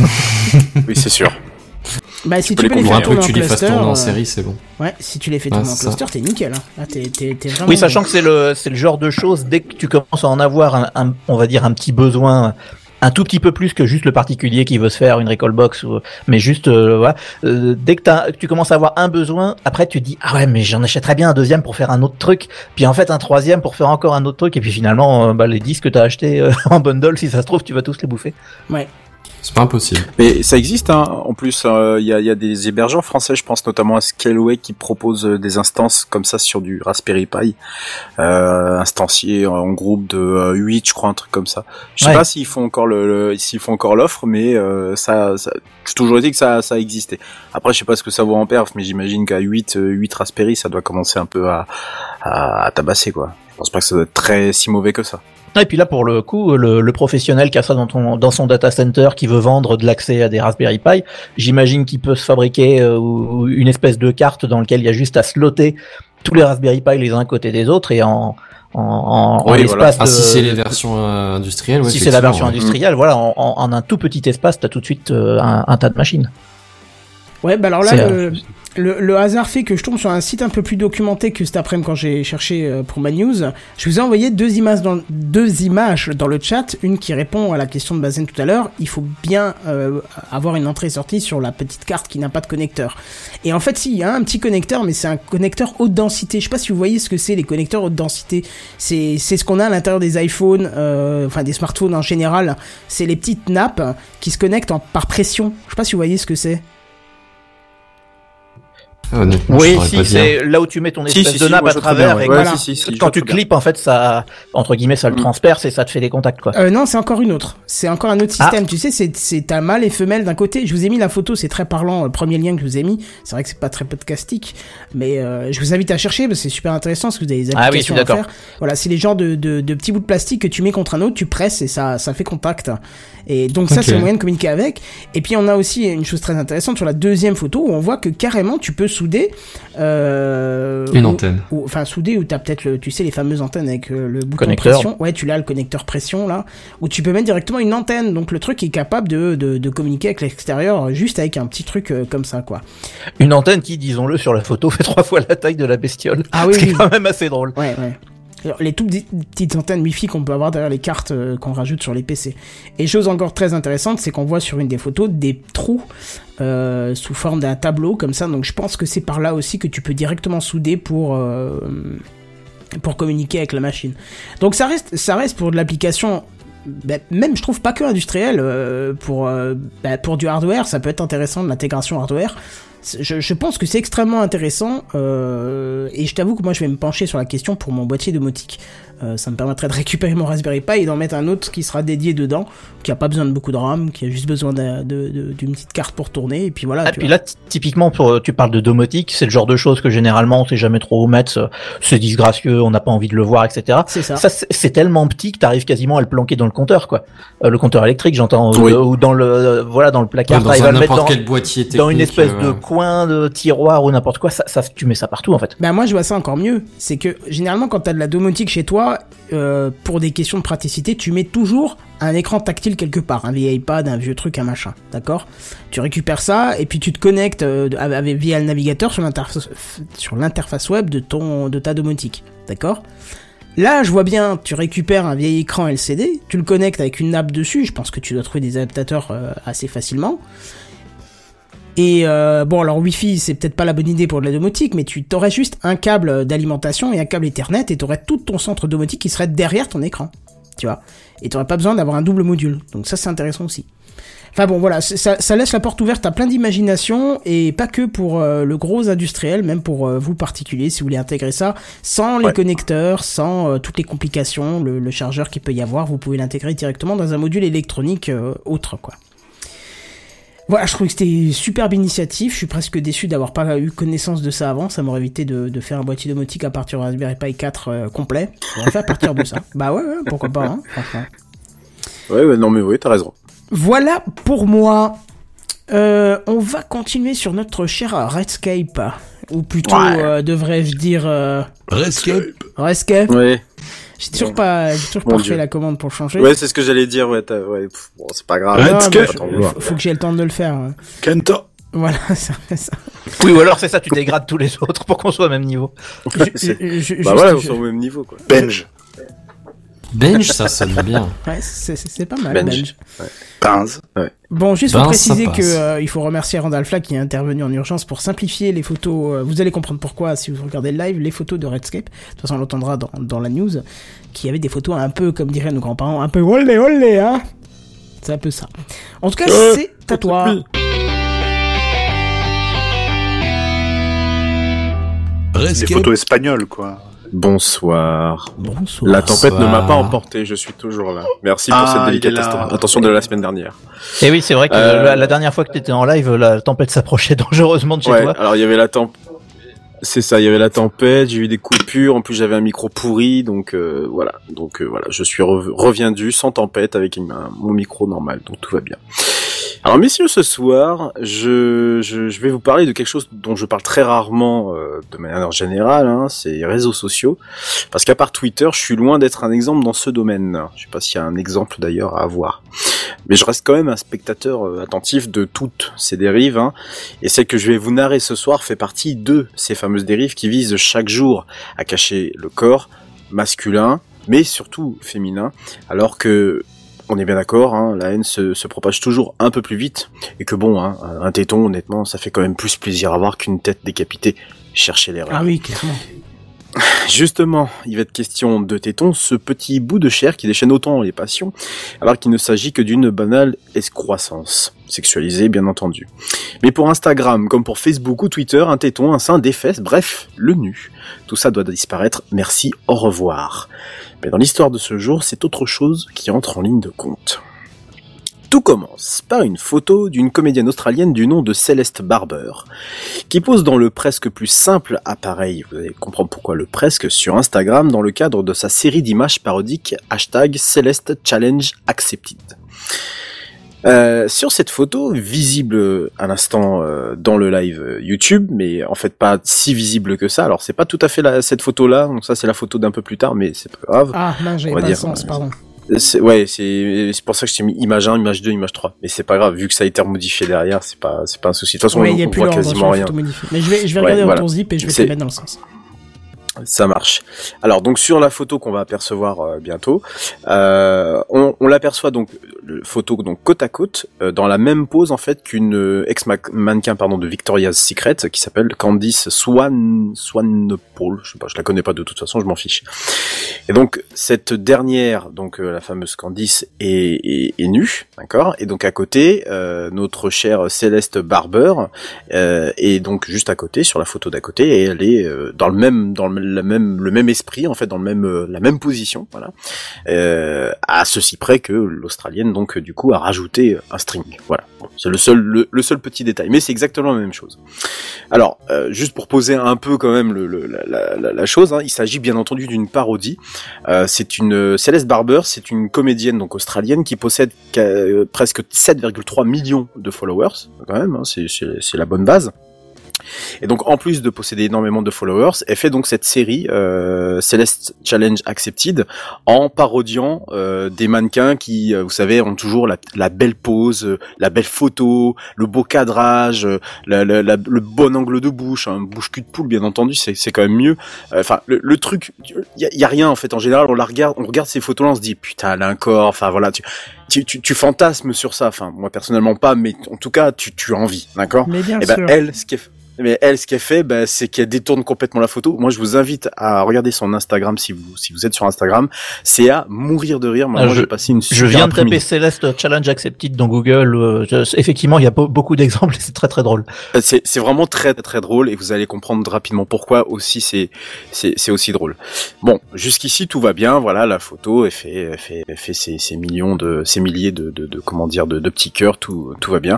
Oui, c'est sûr. Bah si peux tu les peux les Pour faire un peu tourner que en tu les fasses cluster. tourner en euh, série, c'est bon. Ouais, si tu les fais Ouais, tourner en c'est ça. cluster, t'es nickel. Hein. Là, t'es t'es t'es vraiment. Oui, sachant que c'est le, c'est le genre de choses, dès que tu commences à en avoir un, un- on va dire, un petit besoin un tout petit peu plus que juste le particulier qui veut se faire une Recalbox, ou, mais juste, euh, voilà. Euh, dès que, t'as, que tu commences à avoir un besoin, après tu te dis, ah ouais, mais j'en achèterais bien un deuxième pour faire un autre truc, puis en fait un troisième pour faire encore un autre truc, et puis finalement, euh, bah, les disques que t'as achetés euh, en bundle, si ça se trouve, tu vas tous les bouffer. Ouais. C'est pas impossible. Mais ça existe, hein. En plus, il euh, y, a, y a des hébergeurs français, je pense notamment à Scaleway, qui proposent des instances comme ça sur du Raspberry Pi, euh, instanciés en groupe de euh, huit, je crois, un truc comme ça. Je sais Ouais. pas s'ils font encore le, le s'ils font encore l'offre, mais euh, ça, ça, j'ai toujours dit que ça, ça existait. Après, je sais pas ce que ça vaut en perf, mais j'imagine qu'à huit, euh, huit Raspberry, ça doit commencer un peu à, à, à tabasser, quoi. Je pense pas que ça doit être très si mauvais que ça. Et puis là, pour le coup, le, le professionnel qui a ça dans, ton, dans son data center, qui veut vendre de l'accès à des Raspberry Pi, j'imagine qu'il peut se fabriquer euh, une espèce de carte dans laquelle il y a juste à slotter tous les Raspberry Pi les uns à côté des autres, et en, en, en, Oui, en l'espace Ah, de... si c'est les versions euh, industrielles, ouais, si c'est la version effectivement, ouais. industrielle, voilà, en, en, en un tout petit espace, t'as tout de suite euh, un, un tas de machines. Ouais, bah alors là, C'est, le, le, le hasard fait que je tombe sur un site un peu plus documenté que cet après-midi quand j'ai cherché euh, pour ma news. Je vous ai envoyé deux images dans, deux images dans le chat. Une qui répond à la question de Bazen tout à l'heure. Il faut bien euh, avoir une entrée-sortie sur la petite carte qui n'a pas de connecteur. Et en fait, si, il y a un petit connecteur, mais c'est un connecteur haute densité. Je sais pas si vous voyez ce que c'est, les connecteurs haute densité. C'est, c'est ce qu'on a à l'intérieur des iPhones, euh, enfin des smartphones en général. C'est les petites nappes qui se connectent en, par pression. Je sais pas si vous voyez ce que c'est. Ah, honnêtement, je Oui, saurais si, pas dire. c'est là où tu mets ton Si, espèce si, de si, nappe moi, à je vois très travers, bien, et ouais. voilà. Ouais, si, si, si, je Quand vois tu très bien. clips, en fait, ça, entre guillemets, ça le Mm. transperce et ça te fait des contacts, quoi. Euh, non, c'est encore une autre. C'est encore un autre Ah. système. Tu sais, c'est, c'est ta mâle et femelle d'un côté. Je vous ai mis la photo, c'est très parlant. Le premier lien que je vous ai mis, c'est vrai que c'est pas très podcastique, mais euh, je vous invite à chercher parce que c'est super intéressant parce que vous avez des Ah oui, applications je suis à d'accord. faire. Voilà, c'est les genres de, de, de petits bouts de plastique que tu mets contre un autre, tu presses et ça, ça fait contact. Et donc ça, Ok. c'est le moyen de communiquer avec. Et puis on a aussi une chose très intéressante sur la deuxième photo où on voit que carrément tu peux souder euh, Une ou- antenne. ou- enfin souder où t'as peut-être le, tu sais les fameuses antennes avec euh, le bouton Connecteur. pression. Ouais, tu l'as le connecteur pression là, où tu peux mettre directement une antenne. Donc le truc est capable de de, de communiquer avec l'extérieur juste avec un petit truc euh, comme ça quoi. Une antenne qui, disons-le, sur la photo, fait trois fois la taille de la bestiole. Ah oui, Ce qui oui. est quand même assez drôle. Ouais, ouais. Alors, les tout petits- petites antennes Wi-Fi qu'on peut avoir derrière les cartes euh, qu'on rajoute sur les P C. Et chose encore très intéressante, c'est qu'on voit sur une des photos des trous euh, sous forme d'un tableau comme ça. Donc je pense que c'est par là aussi que tu peux directement souder pour euh, pour communiquer avec la machine. Donc ça reste ça reste pour de l'application. Ben, même je trouve pas que industriel euh, pour euh, ben, pour du hardware, ça peut être intéressant de l'intégration hardware. Je, je pense que c'est extrêmement intéressant euh, et je t'avoue que moi je vais me pencher sur la question pour mon boîtier domotique. Euh, ça me permettrait de récupérer mon Raspberry Pi et d'en mettre un autre qui sera dédié dedans, qui a pas besoin de beaucoup de RAM, qui a juste besoin de, de, de, d'une petite carte pour tourner et puis voilà. Ah, tu puis vois. là, t- typiquement, pour, tu parles de domotique, c'est le genre de choses que généralement on sait jamais trop où mettre, c'est- c'est disgracieux, on n'a pas envie de le voir, et cetera. C'est ça. Ça, c'est c'est tellement petit que t'arrives quasiment à le planquer dans le compteur, quoi. Euh, le compteur électrique, j'entends, Oui. ou, ou dans le, euh, voilà, dans le placard, Ouais, dans t'arrives à un le mettre n'importe dans, quel boîtier technique. dans une espèce euh, de ouais. coin de tiroir ou n'importe quoi, ça, ça, tu mets ça partout, en fait. Ben moi je vois ça encore mieux, c'est que généralement quand t'as de la domotique chez toi, euh, pour des questions de praticité, tu mets toujours un écran tactile quelque part, un vieil iPad, un vieux truc, un machin, d'accord? Tu récupères ça et puis tu te connectes euh, avec, via le navigateur sur l'interface, sur l'interface web de ton de ta domotique, d'accord? Là, je vois bien, tu récupères un vieil écran L C D, tu le connectes avec une nappe dessus, je pense que tu dois trouver des adaptateurs euh, assez facilement. Et euh, bon, alors Wi-Fi, c'est peut-être pas la bonne idée pour de la domotique, mais tu t'aurais juste un câble d'alimentation et un câble Ethernet, et t'aurais tout ton centre domotique qui serait derrière ton écran, tu vois. Et t'aurais pas besoin d'avoir un double module, donc ça c'est intéressant aussi. Enfin bon, voilà, ça, ça laisse la porte ouverte à plein d'imagination, et pas que pour euh, le gros industriel, même pour euh, vous particulier, si vous voulez intégrer ça, sans les Ouais. connecteurs, sans euh, toutes les complications, le, le chargeur qu'il peut y avoir, vous pouvez l'intégrer directement dans un module électronique euh, autre, quoi. Voilà, je trouve que c'était superbe initiative. Je suis presque déçu d'avoir pas eu connaissance de ça avant. Ça m'aurait évité de, de faire un boîtier domotique à partir du Raspberry Pi quatre euh, complet. On va faire à partir de ça. Bah ouais, ouais, pourquoi pas, hein, franchement. Ouais, ouais, non mais oui, t'as raison. Voilà pour moi. Euh, on va continuer sur notre cher Redscape. Ou plutôt, Ouais. euh, devrais-je dire... Euh, Redscape. Redscape. Ouais. J'ai toujours pas, j'ai toujours Mon pas Dieu. refait la commande pour changer. Ouais, c'est ce que j'allais dire, ouais, t'as, ouais, pff, bon, c'est pas grave. Ah, non, Redscape. mais Attends, je- voir. faut, faut que j'ai le temps de le faire. hein. Kenta. Voilà, ça fait ça. Oui, ou alors c'est ça, tu dégrades tous les autres pour qu'on soit au même niveau. Je- C'est- je- je- Bah juste, voilà, on je- est au même niveau, quoi. Benj. Benj, ça sonne bien. Ouais, c'est, c'est, c'est pas mal. Benj. Benj. Ouais. Pince. Ouais. Bon, juste Ben, pour préciser ça que passe. euh, il faut remercier Randall Flagg qui est intervenu en urgence pour simplifier les photos. Euh, vous allez comprendre pourquoi si vous regardez le live, les photos de Redscape. De toute façon, on l'entendra dans, dans la news, qui avait des photos un peu, comme diraient nos grands-parents, un peu olé olé, hein. C'est un peu ça. En tout cas, Euh, c'est à toi. Des photos espagnoles, quoi. Bonsoir. Bonsoir. La tempête ne m'a pas Bonsoir. emporté, je suis toujours là. Merci pour Ah, cette il est délicate là. atten- attention de la semaine dernière. Et oui, c'est vrai que Euh, la, la dernière fois que tu étais en live, la tempête s'approchait dangereusement de chez Ouais, toi. alors il y avait la tempête. C'est ça, il y avait la tempête, j'ai eu des coupures, en plus j'avais un micro pourri, donc euh, voilà. Donc euh, voilà, je suis rev- reviendu sans tempête avec une- un- mon micro normal, donc tout va bien. Alors messieurs, ce soir, je, je, je vais vous parler de quelque chose dont je parle très rarement euh, de manière générale, hein, c'est les réseaux sociaux. Parce qu'à part Twitter, je suis loin d'être un exemple dans ce domaine. Je sais pas s'il y a un exemple d'ailleurs à avoir. Mais je reste quand même un spectateur euh, attentif de toutes ces dérives, hein, et celle que je vais vous narrer ce soir fait partie de ces fameuses dérives qui visent chaque jour à cacher le corps masculin, mais surtout féminin, alors que on est bien d'accord, hein, la haine se, se propage toujours un peu plus vite, et que bon, hein, un téton, honnêtement, ça fait quand même plus plaisir à voir qu'une tête décapitée. Cherchez l'erreur. Ah oui, clairement. Justement, il va être question de téton, ce petit bout de chair qui déchaîne autant les passions, alors qu'il ne s'agit que d'une banale excroissance, sexualisée bien entendu. Mais pour Instagram, comme pour Facebook ou Twitter, un téton, un sein, des fesses, bref, le nu. Tout ça doit disparaître, merci, au revoir. Mais dans l'histoire de ce jour, c'est autre chose qui entre en ligne de compte. Tout commence par une photo d'une comédienne australienne du nom de Celeste Barber, qui pose dans le presque plus simple appareil, vous allez comprendre pourquoi le presque, sur Instagram dans le cadre de sa série d'images parodiques hashtag Celeste Challenge Accepted. Euh, sur cette photo, visible à l'instant euh, dans le live YouTube, mais en fait pas si visible que ça, alors c'est pas tout à fait la, cette photo-là, donc ça c'est la photo d'un peu plus tard, mais c'est pas grave. Ah, non, j'avais On va pas le dire, sens, pardon. C'est, ouais, c'est, c'est pour ça que je t'ai mis image un, image deux, image trois. Mais c'est pas grave, vu que ça a été remodifié derrière, c'est pas, c'est pas un souci. De toute façon, Ouais, on, il y a on plus voit l'ordre sur quasiment la rien. photo modifiée. Mais je vais, je vais Ouais, regarder voilà. dans ton zip et je vais te C'est- le mettre dans le sens. Ça marche. Alors donc sur la photo qu'on va apercevoir euh, bientôt, euh, on, on l'aperçoit donc le photo donc côte à côte euh, dans la même pose en fait qu'une euh, ex mannequin pardon de Victoria's Secret qui s'appelle Candice Swan Swanepoel. Je sais pas, je la connais pas de toute façon, je m'en fiche. Et donc cette dernière donc euh, la fameuse Candice est, est, est nue, d'accord. Et donc à côté euh, notre chère Céleste Barber euh, est donc juste à côté sur la photo d'à côté et elle est euh, dans le même dans le, la même le même esprit en fait dans le même euh, la même position voilà euh, à ceci près que l'Australienne donc euh, du coup a rajouté un string voilà bon, c'est le seul le, le seul petit détail mais c'est exactement la même chose. Alors euh, juste pour poser un peu quand même le, le, la, la, la chose hein, il s'agit bien entendu d'une parodie. Euh, c'est une euh, Celeste Barber, c'est une comédienne donc australienne qui possède euh, presque sept virgule trois millions de followers quand même hein, c'est, c'est c'est la bonne base. Et donc en plus de posséder énormément de followers, elle fait donc cette série euh, Celeste Challenge Accepted en parodiant euh, des mannequins qui, euh, vous savez, ont toujours la, la belle pose, euh, la belle photo, le beau cadrage, euh, la, la, la, le bon angle de bouche, un hein, bouche cul de poule bien entendu, c'est, c'est quand même mieux. Enfin, euh, le, le truc, il y a, y a rien en fait. En général, on la regarde, on regarde ces photos-là, on se dit putain, elle a un corps. Enfin voilà, tu, tu, tu, tu fantasmes sur ça. Enfin, moi personnellement pas, mais en tout cas, tu, tu as envie, d'accord. Mais bien Et ben sûr. elle, ce qu'elle Mais elle, ce qu'elle fait, bah, c'est qu'elle détourne complètement la photo. Moi, je vous invite à regarder son Instagram si vous si vous êtes sur Instagram. C'est à mourir de rire. Moi, Ah, moi je- j'ai passé une super Je viens de après-midi. taper Céleste Challenge Accepted dans Google. euh, je- effectivement, il y a beau- beaucoup d'exemples et c'est très très drôle. Euh, C'est c'est vraiment très très drôle et vous allez comprendre rapidement pourquoi aussi c'est c'est c'est aussi drôle. Bon, jusqu'ici tout va bien. Voilà, la photo elle fait elle fait elle fait ses, ses millions de ses milliers de de, de comment dire de, de petits cœurs. Tout tout va bien.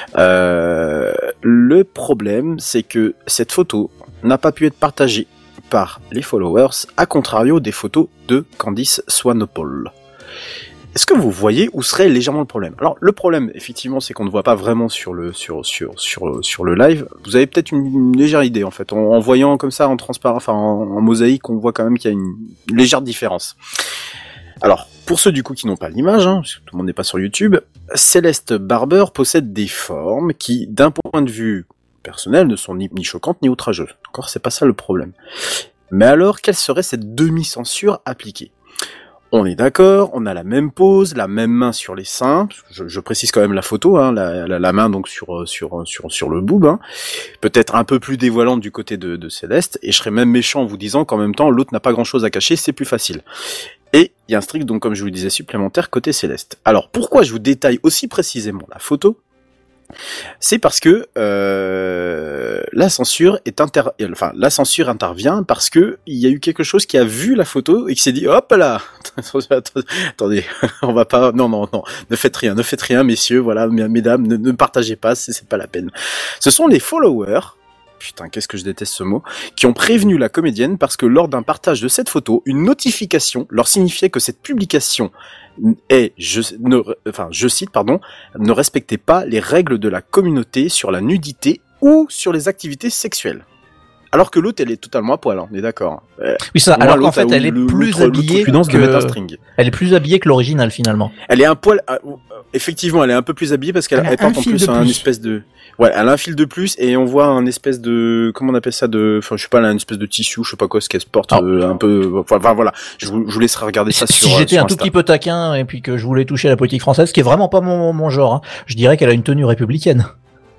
Euh, le problème, c'est que cette photo n'a pas pu être partagée par les followers, à contrario des photos de Candice Swanepoel. Est-ce que vous voyez où serait légèrement le problème? Alors le problème, effectivement, c'est qu'on ne voit pas vraiment sur le sur sur sur sur le live. Vous avez peut-être une, une légère idée en fait, en, en voyant comme ça en transparent, enfin en, en mosaïque, on voit quand même qu'il y a une, une légère différence. Alors, pour ceux du coup qui n'ont pas l'image, hein, parce que tout le monde n'est pas sur YouTube, Céleste Barber possède des formes qui, d'un point de vue personnel, ne sont ni, ni choquantes ni outrageuses. Encore, c'est pas ça le problème. Mais alors, quelle serait cette demi-censure appliquée? On est d'accord, on a la même pose, la même main sur les seins. Je, je précise quand même la photo, hein, la, la, la main donc sur sur sur sur le boob. Hein. Peut-être un peu plus dévoilante du côté de, de Céleste. Et je serais même méchant en vous disant qu'en même temps l'autre n'a pas grand-chose à cacher, c'est plus facile. Et il y a un strict donc comme je vous le disais supplémentaire côté Céleste. Alors pourquoi je vous détaille aussi précisément la photo ? C'est parce que euh, la censure est inter... enfin la censure intervient parce que il y a eu quelque chose qui a vu la photo et qui s'est dit hop là attendez on va pas non non non ne faites rien ne faites rien messieurs voilà mesdames ne, ne partagez pas c'est, c'est pas la peine. Ce sont les followers. Putain, qu'est-ce que je déteste ce mot, qui ont prévenu la comédienne parce que lors d'un partage de cette photo, une notification leur signifiait que cette publication est, je, ne, enfin, je cite, pardon, ne respectait pas les règles de la communauté sur la nudité ou sur les activités sexuelles. Alors que l'autre, elle est totalement à poil, hein, on est d'accord. Euh, oui, ça, alors qu'en fait, elle est plus habillée que... Elle est plus habillée que l'original, finalement. Elle est un poil... Euh, effectivement, elle est un peu plus habillée parce qu'elle elle porte en plus un espèce de... Ouais, elle a un fil de plus et on voit un espèce de... Comment on appelle ça de... Enfin, je sais pas, là, une espèce de tissu, je sais pas quoi, ce qu'elle se porte, oh. euh, un peu... Enfin, voilà, je vous, je vous laisserai regarder ça si sur... Si j'étais sur un tout petit peu taquin et puis que je voulais toucher à la politique française, ce qui est vraiment pas mon, mon genre, hein, je dirais qu'elle a une tenue républicaine.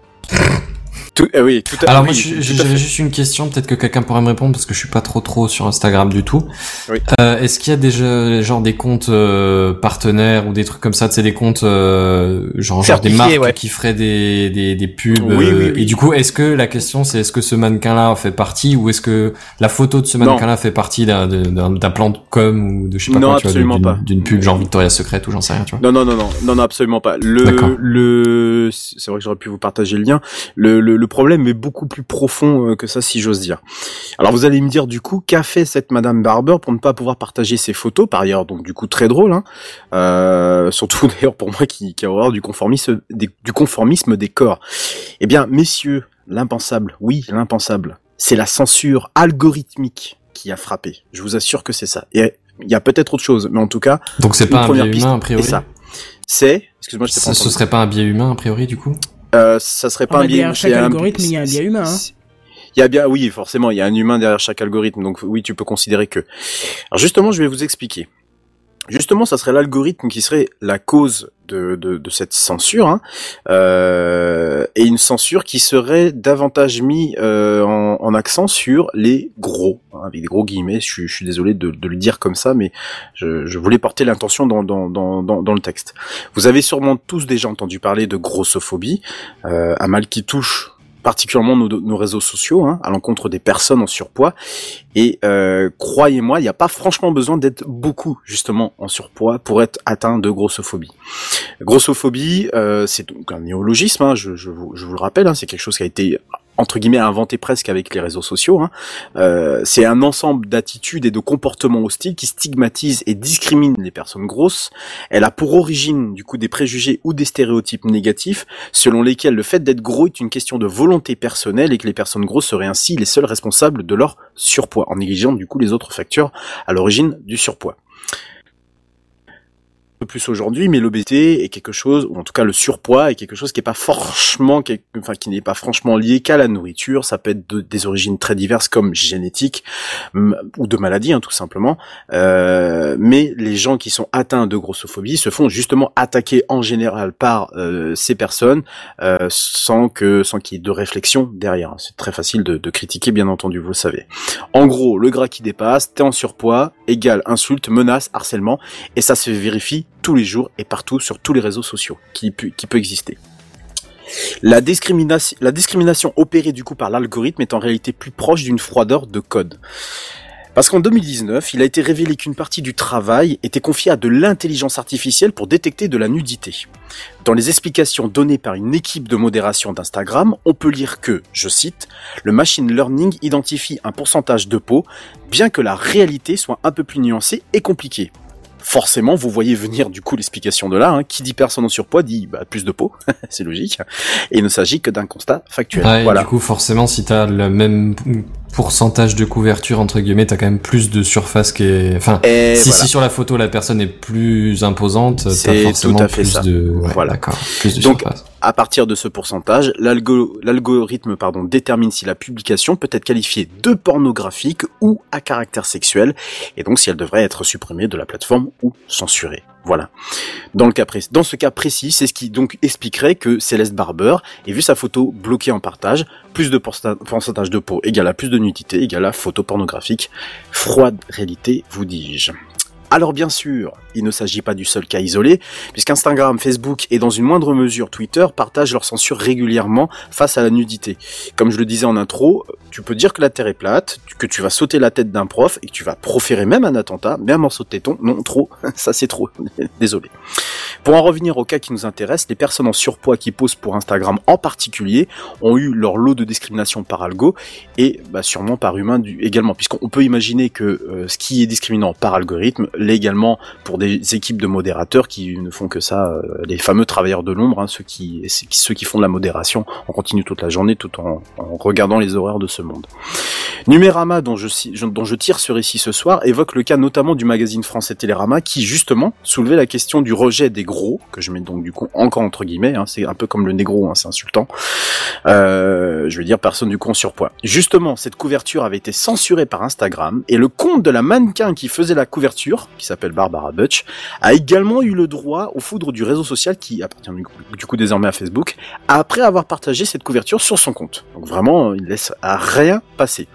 Tout, euh, oui, tout à, Alors oui, moi, je, j'avais juste une question, peut-être que quelqu'un pourrait me répondre parce que je suis pas trop trop sur Instagram du tout. Oui. Euh, est-ce qu'il y a déjà genre des comptes euh, partenaires ou des trucs comme ça, tu sais, des comptes euh, genre, genre des marques ouais. qui feraient des des, des pubs oui, euh, oui, oui. Et du coup, est-ce que la question c'est est-ce que ce mannequin-là fait partie ou est-ce que la photo de ce mannequin-là fait partie d'un, d'un d'un plan de com ou de je sais pas non, quoi, tu absolument vois, d'une, pas. d'une pub genre Victoria's Secret ou j'en sais rien, tu vois. Non non non non non non absolument pas. Le D'accord. le c'est vrai que j'aurais pu vous partager le lien. Le le, le problème est beaucoup plus profond que ça, si j'ose dire. Alors vous allez me dire du coup, qu'a fait cette Madame Barber pour ne pas pouvoir partager ses photos, par ailleurs donc du coup très drôle, hein, euh, surtout d'ailleurs pour moi qui, qui a horreur du conformisme, des, du conformisme des corps. Eh bien messieurs, l'impensable, oui l'impensable, c'est la censure algorithmique qui a frappé. Je vous assure que c'est ça. Et il y a peut-être autre chose, mais en tout cas. Donc c'est pas un biais humain a priori. C'est ça. C'est, excuse-moi, je t'ai pas entendu. Ce serait pas un biais humain a priori du coup. Euh, ça serait pas ah, un biais. Derrière chaque algorithme, il y a un biais humain. Hein. Il y a bien, oui, forcément, il y a un humain derrière chaque algorithme, donc oui, tu peux considérer que. Alors justement, je vais vous expliquer. Justement, ça serait l'algorithme qui serait la cause de, de, de cette censure, hein, euh, et une censure qui serait davantage mise euh, en, en accent sur les gros, hein, avec des gros guillemets. Je suis, je suis désolé de, de le dire comme ça, mais je, je voulais porter l'intention dans, dans, dans, dans, dans le texte. Vous avez sûrement tous déjà entendu parler de grossophobie, euh, un mal qui touche particulièrement nos, nos réseaux sociaux, hein, à l'encontre des personnes en surpoids. Et euh, croyez-moi, il n'y a pas franchement besoin d'être beaucoup justement en surpoids pour être atteint de grossophobie. Grossophobie, euh, c'est donc un néologisme, hein, je, je, vous, je vous le rappelle, hein, c'est quelque chose qui a été entre guillemets inventé presque avec les réseaux sociaux. Hein. Euh, c'est un ensemble d'attitudes et de comportements hostiles qui stigmatisent et discriminent les personnes grosses. Elle a pour origine du coup des préjugés ou des stéréotypes négatifs selon lesquels le fait d'être gros est une question de volonté personnelle et que les personnes grosses seraient ainsi les seules responsables de leur surpoids, en négligeant du coup les autres facteurs à l'origine du surpoids. Peu plus aujourd'hui, mais l'obésité est quelque chose, ou en tout cas le surpoids est quelque chose qui est pas franchement, enfin qui n'est pas franchement lié qu'à la nourriture. Ça peut être de, des origines très diverses comme génétiques ou de maladies, hein, tout simplement. Euh, mais les gens qui sont atteints de grossophobie se font justement attaquer en général par euh, ces personnes euh, sans que sans qu'il y ait de réflexion derrière. C'est très facile de, de critiquer, bien entendu, vous le savez. En gros, le gras qui dépasse, t'es en surpoids, égale insulte, menace, harcèlement, et ça se vérifie tous les jours et partout sur tous les réseaux sociaux qui, qui peut exister. La discrimination, la discrimination opérée du coup par l'algorithme est en réalité plus proche d'une froideur de code. Parce qu'en deux mille dix-neuf, il a été révélé qu'une partie du travail était confiée à de l'intelligence artificielle pour détecter de la nudité. Dans les explications données par une équipe de modération d'Instagram, on peut lire que, je cite, « Le machine learning identifie un pourcentage de peau, bien que la réalité soit un peu plus nuancée et compliquée. » Forcément, vous voyez venir du coup l'explication de là, hein. Qui dit personne en surpoids dit bah, plus de peau, c'est logique, et il ne s'agit que d'un constat factuel. Ah, voilà. Du coup, forcément, si t'as le même pourcentage de couverture, entre guillemets, t'as quand même plus de surface qui est... Enfin, et si, voilà. si sur la photo la personne est plus imposante, c'est t'as forcément tout à fait plus ça. de... Ouais, voilà. D'accord, plus de Donc, surface. À partir de ce pourcentage, l'algo, l'algorithme pardon, détermine si la publication peut être qualifiée de pornographique ou à caractère sexuel, et donc si elle devrait être supprimée de la plateforme ou censurée. Voilà. Dans le cas précis, dans ce cas précis, c'est ce qui donc expliquerait que Céleste Barber ait vu sa photo bloquée en partage, plus de pourcentage de peau égale à plus de nudité égale à photo pornographique. Froide réalité, vous dis-je. Alors bien sûr, il ne s'agit pas du seul cas isolé, puisqu'Instagram, Facebook et dans une moindre mesure Twitter partagent leur censure régulièrement face à la nudité. Comme je le disais en intro, tu peux dire que la Terre est plate, que tu vas sauter la tête d'un prof et que tu vas proférer même un attentat, mais un morceau de téton, non, trop, ça c'est trop, désolé. Pour en revenir au cas qui nous intéresse, les personnes en surpoids qui posent pour Instagram en particulier ont eu leur lot de discrimination par algo et bah, sûrement par humain du, également, puisqu'on peut imaginer que euh, ce qui est discriminant par algorithme l'est également pour des équipes de modérateurs qui ne font que ça, euh, les fameux travailleurs de l'ombre, hein, ceux qui ceux qui font de la modération en continu toute la journée tout en, en regardant les horreurs de ce monde. Numérama, dont je, dont je tire ce récit ce soir, évoque le cas notamment du magazine français Télérama qui justement soulevait la question du rejet des gros, que je mets donc du coup encore entre guillemets, hein, c'est un peu comme le négro, hein, c'est insultant, euh, je veux dire personne du coup en surpoids. Justement, cette couverture avait été censurée par Instagram et le compte de la mannequin qui faisait la couverture, qui s'appelle Barbara Butch, a également eu le droit aux foudres du réseau social qui appartient du coup, du coup désormais à Facebook, après avoir partagé cette couverture sur son compte. Donc vraiment, il laisse à rien passer.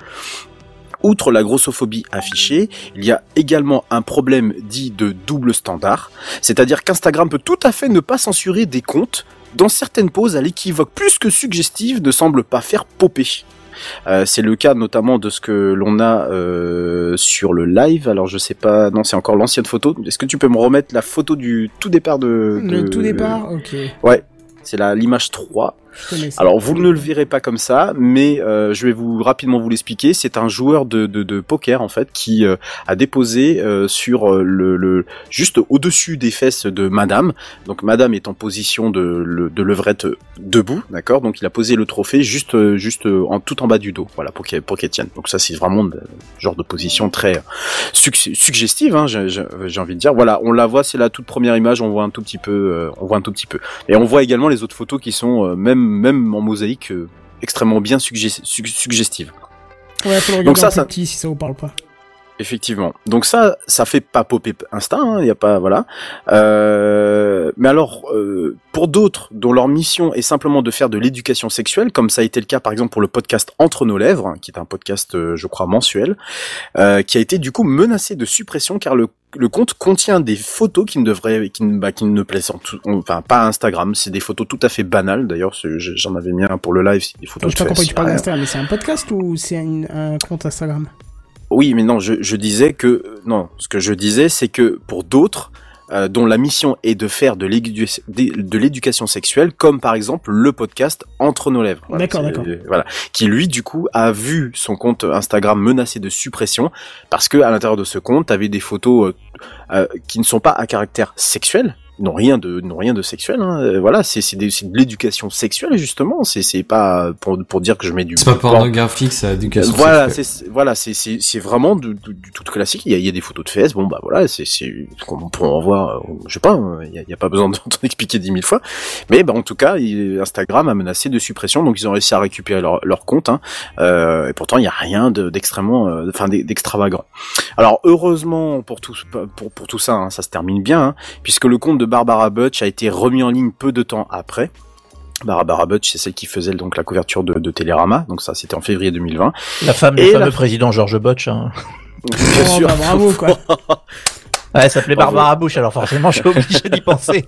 Outre la grossophobie affichée, il y a également un problème dit de double standard, c'est-à-dire qu'Instagram peut tout à fait ne pas censurer des comptes dont certaines poses à l'équivoque plus que suggestive ne semblent pas faire popper. Euh, c'est le cas notamment de ce que l'on a euh, sur le live. Alors je sais pas, non c'est encore l'ancienne photo. Est-ce que tu peux me remettre la photo du tout départ de... de... Le tout départ, ok. Ouais, c'est la l'image trois. Alors vous ne le verrez pas comme ça, mais euh, je vais vous rapidement vous l'expliquer. C'est un joueur de, de, de poker en fait qui euh, a déposé euh, sur le, le juste au-dessus des fesses de Madame. Donc Madame est en position de, le, de levrette debout, d'accord. Donc il a posé le trophée juste juste en tout en bas du dos, voilà pour qu'elle pour qu'elle tienne. Donc ça c'est vraiment le genre de position très su- suggestive, hein, j'ai, j'ai envie de dire. Voilà, on la voit, c'est la toute première image, on voit un tout petit peu, euh, on voit un tout petit peu, et on voit également les autres photos qui sont euh, même même en mosaïque euh, extrêmement bien sugge- sug- suggestives. Ouais, faut le regarder. Donc ça, en plus ça... petit si ça vous parle pas. Effectivement. Donc ça, ça fait pas popper instinct, il hein, y a pas, voilà. Euh, mais alors, euh, pour d'autres dont leur mission est simplement de faire de l'éducation sexuelle, comme ça a été le cas par exemple pour le podcast Entre nos lèvres, hein, qui est un podcast, euh, je crois, mensuel, euh, qui a été du coup menacé de suppression car le le compte contient des photos qui ne devraient, qui ne, bah, qui ne plaisent en tout, enfin pas à Instagram, c'est des photos tout à fait banales. D'ailleurs, j'en avais mis un pour le live, c'est des photos. Je sais pas pourquoi tu parles d'Instagram, mais c'est un podcast ou c'est un, un compte Instagram? Oui, mais non, je, je disais que non. Ce que je disais, c'est que pour d'autres, euh, dont la mission est de faire de, l'édu- de l'éducation sexuelle, comme par exemple le podcast Entre nos lèvres. Voilà, d'accord, d'accord. Euh, voilà, qui lui, du coup, a vu son compte Instagram menacé de suppression parce que à l'intérieur de ce compte, t'avais des photos euh, euh, qui ne sont pas à caractère sexuel. N'ont rien de n'ont rien de sexuel, hein. Euh, voilà, c'est c'est, des, c'est de l'éducation sexuelle justement, c'est c'est pas pour pour dire que je mets du c'est pas pornographique, c'est éducation voilà, sexuelle. c'est voilà, c'est c'est c'est vraiment du, du, du tout classique. Il y a il y a des photos de fesses, bon bah voilà, c'est c'est on peut en voir, je sais pas, il y a, il y a pas besoin de t'en expliquer dix mille fois, mais bah en tout cas, il, Instagram a menacé de suppression, donc ils ont réussi à récupérer leur leur compte, hein, euh, et pourtant il y a rien de, d'extrêmement, enfin euh, d'extravagant. Alors heureusement pour tout pour pour tout ça, hein, ça se termine bien, hein, puisque le compte de Barbara Butch a été remis en ligne peu de temps après. Barbara Butch, c'est celle qui faisait donc la couverture de, de Télérama, donc ça c'était en février deux mille vingt. La femme du fameux la... président George Butch. Hein. Bien sûr. Bah, bravo quoi. Ouais, elle s'appelait Barbara Bush, alors forcément je suis obligé d'y penser.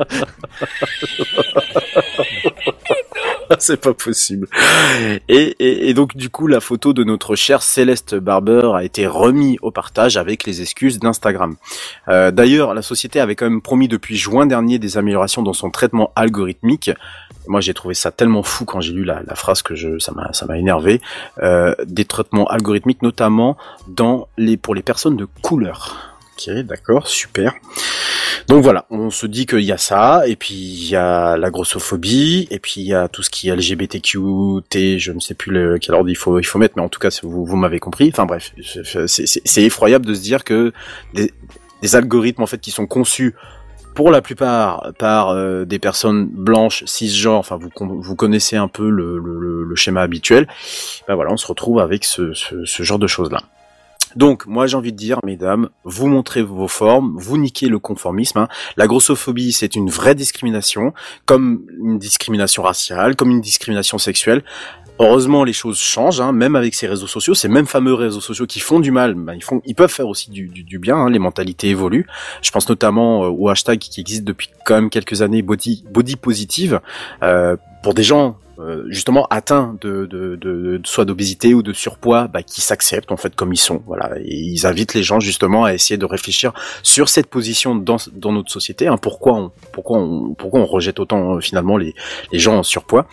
C'est pas possible. Et, et, et donc du coup la photo de notre chère Céleste Barber a été remise au partage avec les excuses d'Instagram. Euh, d'ailleurs la société avait quand même promis depuis juin dernier des améliorations dans son traitement algorithmique. Moi j'ai trouvé ça tellement fou quand j'ai lu la, la phrase que je ça m'a ça m'a énervé. Euh, des traitements algorithmiques notamment dans les pour les personnes de couleur. Ok, d'accord, super. Donc voilà, on se dit qu'il y a ça, et puis il y a la grossophobie, et puis il y a tout ce qui est L G B T Q T, je ne sais plus le, quel ordre il faut, il faut mettre, mais en tout cas, vous, vous m'avez compris. Enfin bref, c'est, c'est, c'est effroyable de se dire que des, des algorithmes en fait qui sont conçus pour la plupart par euh, des personnes blanches, cisgenres, enfin vous vous connaissez un peu le, le, le schéma habituel, ben voilà, on se retrouve avec ce, ce, ce genre de choses-là. Donc, moi, j'ai envie de dire, mesdames, vous montrez vos formes, vous niquez le conformisme. Hein. La grossophobie, c'est une vraie discrimination, comme une discrimination raciale, comme une discrimination sexuelle. Heureusement, les choses changent, hein, même avec ces réseaux sociaux, ces mêmes fameux réseaux sociaux qui font du mal, ben, ils font, ils peuvent faire aussi du, du, du bien. Hein, les mentalités évoluent. Je pense notamment euh, au hashtag qui existe depuis quand même quelques années, body, body positive, euh, pour des gens euh, justement atteints de, de, de, de soit d'obésité ou de surpoids, bah, qui s'acceptent en fait comme ils sont. Voilà, et ils invitent les gens justement à essayer de réfléchir sur cette position dans, dans notre société. Hein, pourquoi on, pourquoi on, pourquoi on rejette autant euh, finalement les, les gens en surpoids.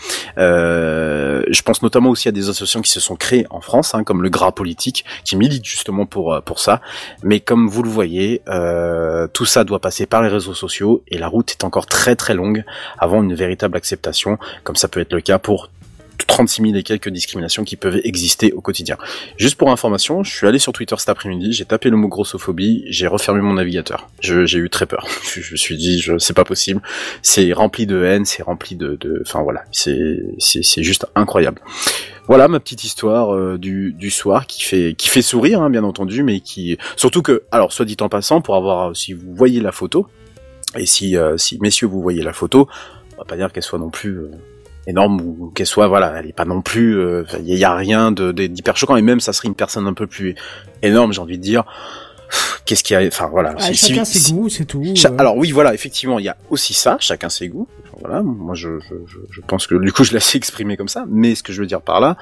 Euh, je pense notamment aussi à des associations qui se sont créées en France, hein, comme le Gras Politique, qui milite justement pour pour ça. Mais comme vous le voyez, euh, tout ça doit passer par les réseaux sociaux et la route est encore très très longue avant une véritable acceptation, comme ça peut être le cas pour trente-six mille et quelques discriminations qui peuvent exister au quotidien. Juste pour information, je suis allé sur Twitter cet après-midi, j'ai tapé le mot grossophobie, j'ai refermé mon navigateur. Je, j'ai eu très peur. Je, je me suis dit, je, c'est pas possible. C'est rempli de haine, c'est rempli de, de, enfin voilà, c'est, c'est, c'est juste incroyable. Voilà ma petite histoire euh, du, du soir qui fait, qui fait sourire, hein, bien entendu, mais qui, surtout que, alors soit dit en passant, pour avoir, si vous voyez la photo, et si, euh, si messieurs vous voyez la photo, on va pas dire qu'elle soit non plus euh, énorme ou qu'elle soit, voilà, elle est pas non plus, il euh, y, y a rien de, de d'hyper choquant, et même ça serait une personne un peu plus énorme, j'ai envie de dire. Qu'est-ce qu'il y a, enfin voilà. Ah, si, chacun si, ses si, goûts, c'est tout. Cha- euh. Alors oui, voilà, effectivement, il y a aussi ça, chacun ses goûts. Voilà, moi je, je, je, je pense que du coup je l'ai assez exprimé comme ça, mais ce que je veux dire par là,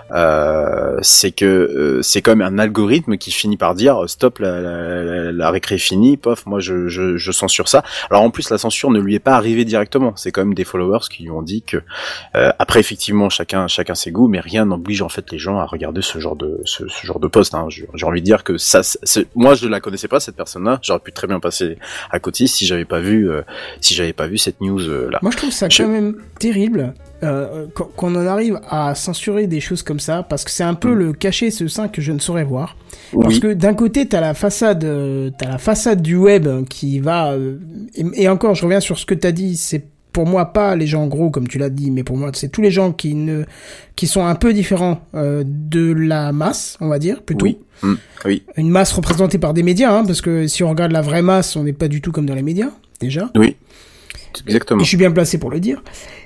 euh, c'est que euh, c'est quand même un algorithme qui finit par dire stop, la, la, la, la récré est finie, pof, moi je, je, je censure ça. Alors en plus la censure ne lui est pas arrivée directement, c'est quand même des followers qui lui ont dit que euh, après effectivement chacun chacun ses goûts, mais rien n'oblige en fait les gens à regarder ce genre de ce, ce genre de post. Hein. J'ai, j'ai envie de dire que ça, c'est, moi je la connaissais pas cette personne-là, j'aurais pu très bien passer à côté si j'avais pas vu euh, si j'avais pas vu cette news euh, là. Moi je trouve ça je... quand même terrible euh, qu'on en arrive à censurer des choses comme ça, parce que c'est un peu mmh. le cachet ce sein que je ne saurais voir. Parce oui. que d'un côté t'as la façade, euh, t'as la façade du web qui va euh, et, et encore je reviens sur ce que t'as dit, c'est pour moi pas les gens gros comme tu l'as dit, mais pour moi c'est tous les gens qui ne qui sont un peu différents euh, de la masse, on va dire plutôt. Oui. Mmh. Oui. Une masse représentée par des médias, hein, parce que si on regarde la vraie masse, on n'est pas du tout comme dans les médias déjà. Oui. Exactement. Et je suis bien placé pour le dire.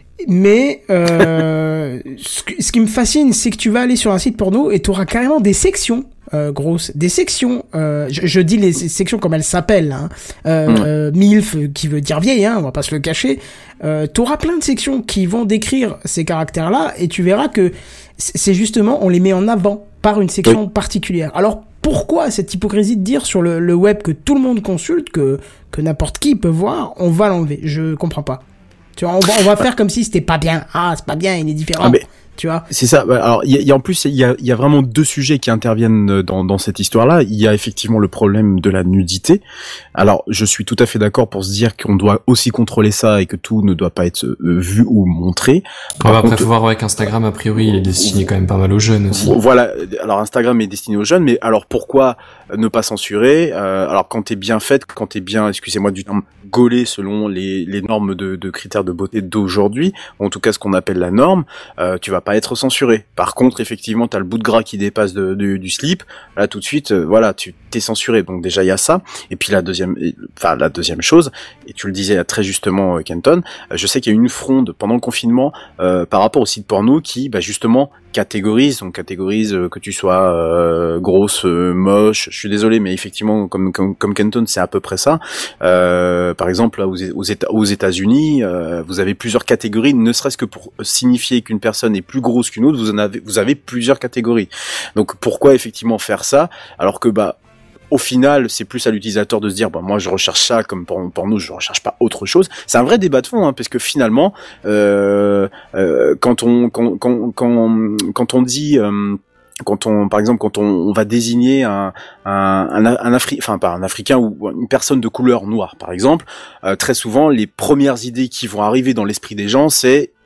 Mais euh, ce, ce qui me fascine, c'est que tu vas aller sur un site porno et tu auras carrément des sections euh, grosses, des sections. Euh, je, je dis les sections comme elles s'appellent. Hein. Euh, mmh. euh, MILF, qui veut dire vieille, hein, on va pas se le cacher. Euh, tu auras plein de sections qui vont décrire ces caractères-là, et tu verras que c'est justement, on les met en avant par une section oui. particulière. Alors pourquoi cette hypocrisie de dire sur le, le web que tout le monde consulte, que que n'importe qui peut voir, on va l'enlever? Je comprends pas. Tu vois, on va, on va faire comme si c'était pas bien. Ah, c'est pas bien, il est différent. Ah, mais tu vois. C'est ça. Alors, il y a, y a en plus, il y a, il y a vraiment deux sujets qui interviennent dans, dans cette histoire-là. Il y a effectivement le problème de la nudité. Alors, je suis tout à fait d'accord pour se dire qu'on doit aussi contrôler ça et que tout ne doit pas être euh, vu ou montré. Par ouais, contre, après, faut voir avec Instagram, a priori, il est destiné quand même pas mal aux jeunes aussi. Voilà. Alors, Instagram est destiné aux jeunes, mais alors pourquoi ne pas censurer? euh, Alors, quand t'es bien faite, quand t'es bien, excusez-moi du terme, gaulé selon les, les normes de, de critères de beauté d'aujourd'hui, ou en tout cas ce qu'on appelle la norme, euh, tu vas pas être censuré. Par contre, effectivement, t'as le bout de gras qui dépasse de, de, du slip, là tout de suite, euh, voilà, tu t'es censuré. Donc déjà il y a ça. Et puis la deuxième, enfin la deuxième chose, et tu le disais très justement, Kenton, euh, je sais qu'il y a eu une fronde pendant le confinement euh, par rapport au site porno qui, bah justement, catégorise, donc catégorise euh, que tu sois euh, grosse, euh, moche. Je suis désolé, mais effectivement, comme comme, comme Kenton, c'est à peu près ça. Euh, par exemple, là, aux, aux, États, aux États-Unis, euh, vous avez plusieurs catégories, ne serait-ce que pour signifier qu'une personne est plus grosse qu'une autre, vous en avez, vous avez plusieurs catégories. Donc, pourquoi effectivement faire ça, alors que bah au final, c'est plus à l'utilisateur de se dire, bah, moi, je recherche ça comme pour, pour nous, je recherche pas autre chose. C'est un vrai débat de fond, hein, parce que finalement, euh, euh, quand on, quand, quand, quand, quand on dit, euh, quand on, par exemple, quand on, on va désigner un, un, un, un Afri, enfin pas un Africain ou une personne de couleur noire, par exemple, euh, très souvent, les premières idées qui vont arriver dans l'esprit des gens, c'est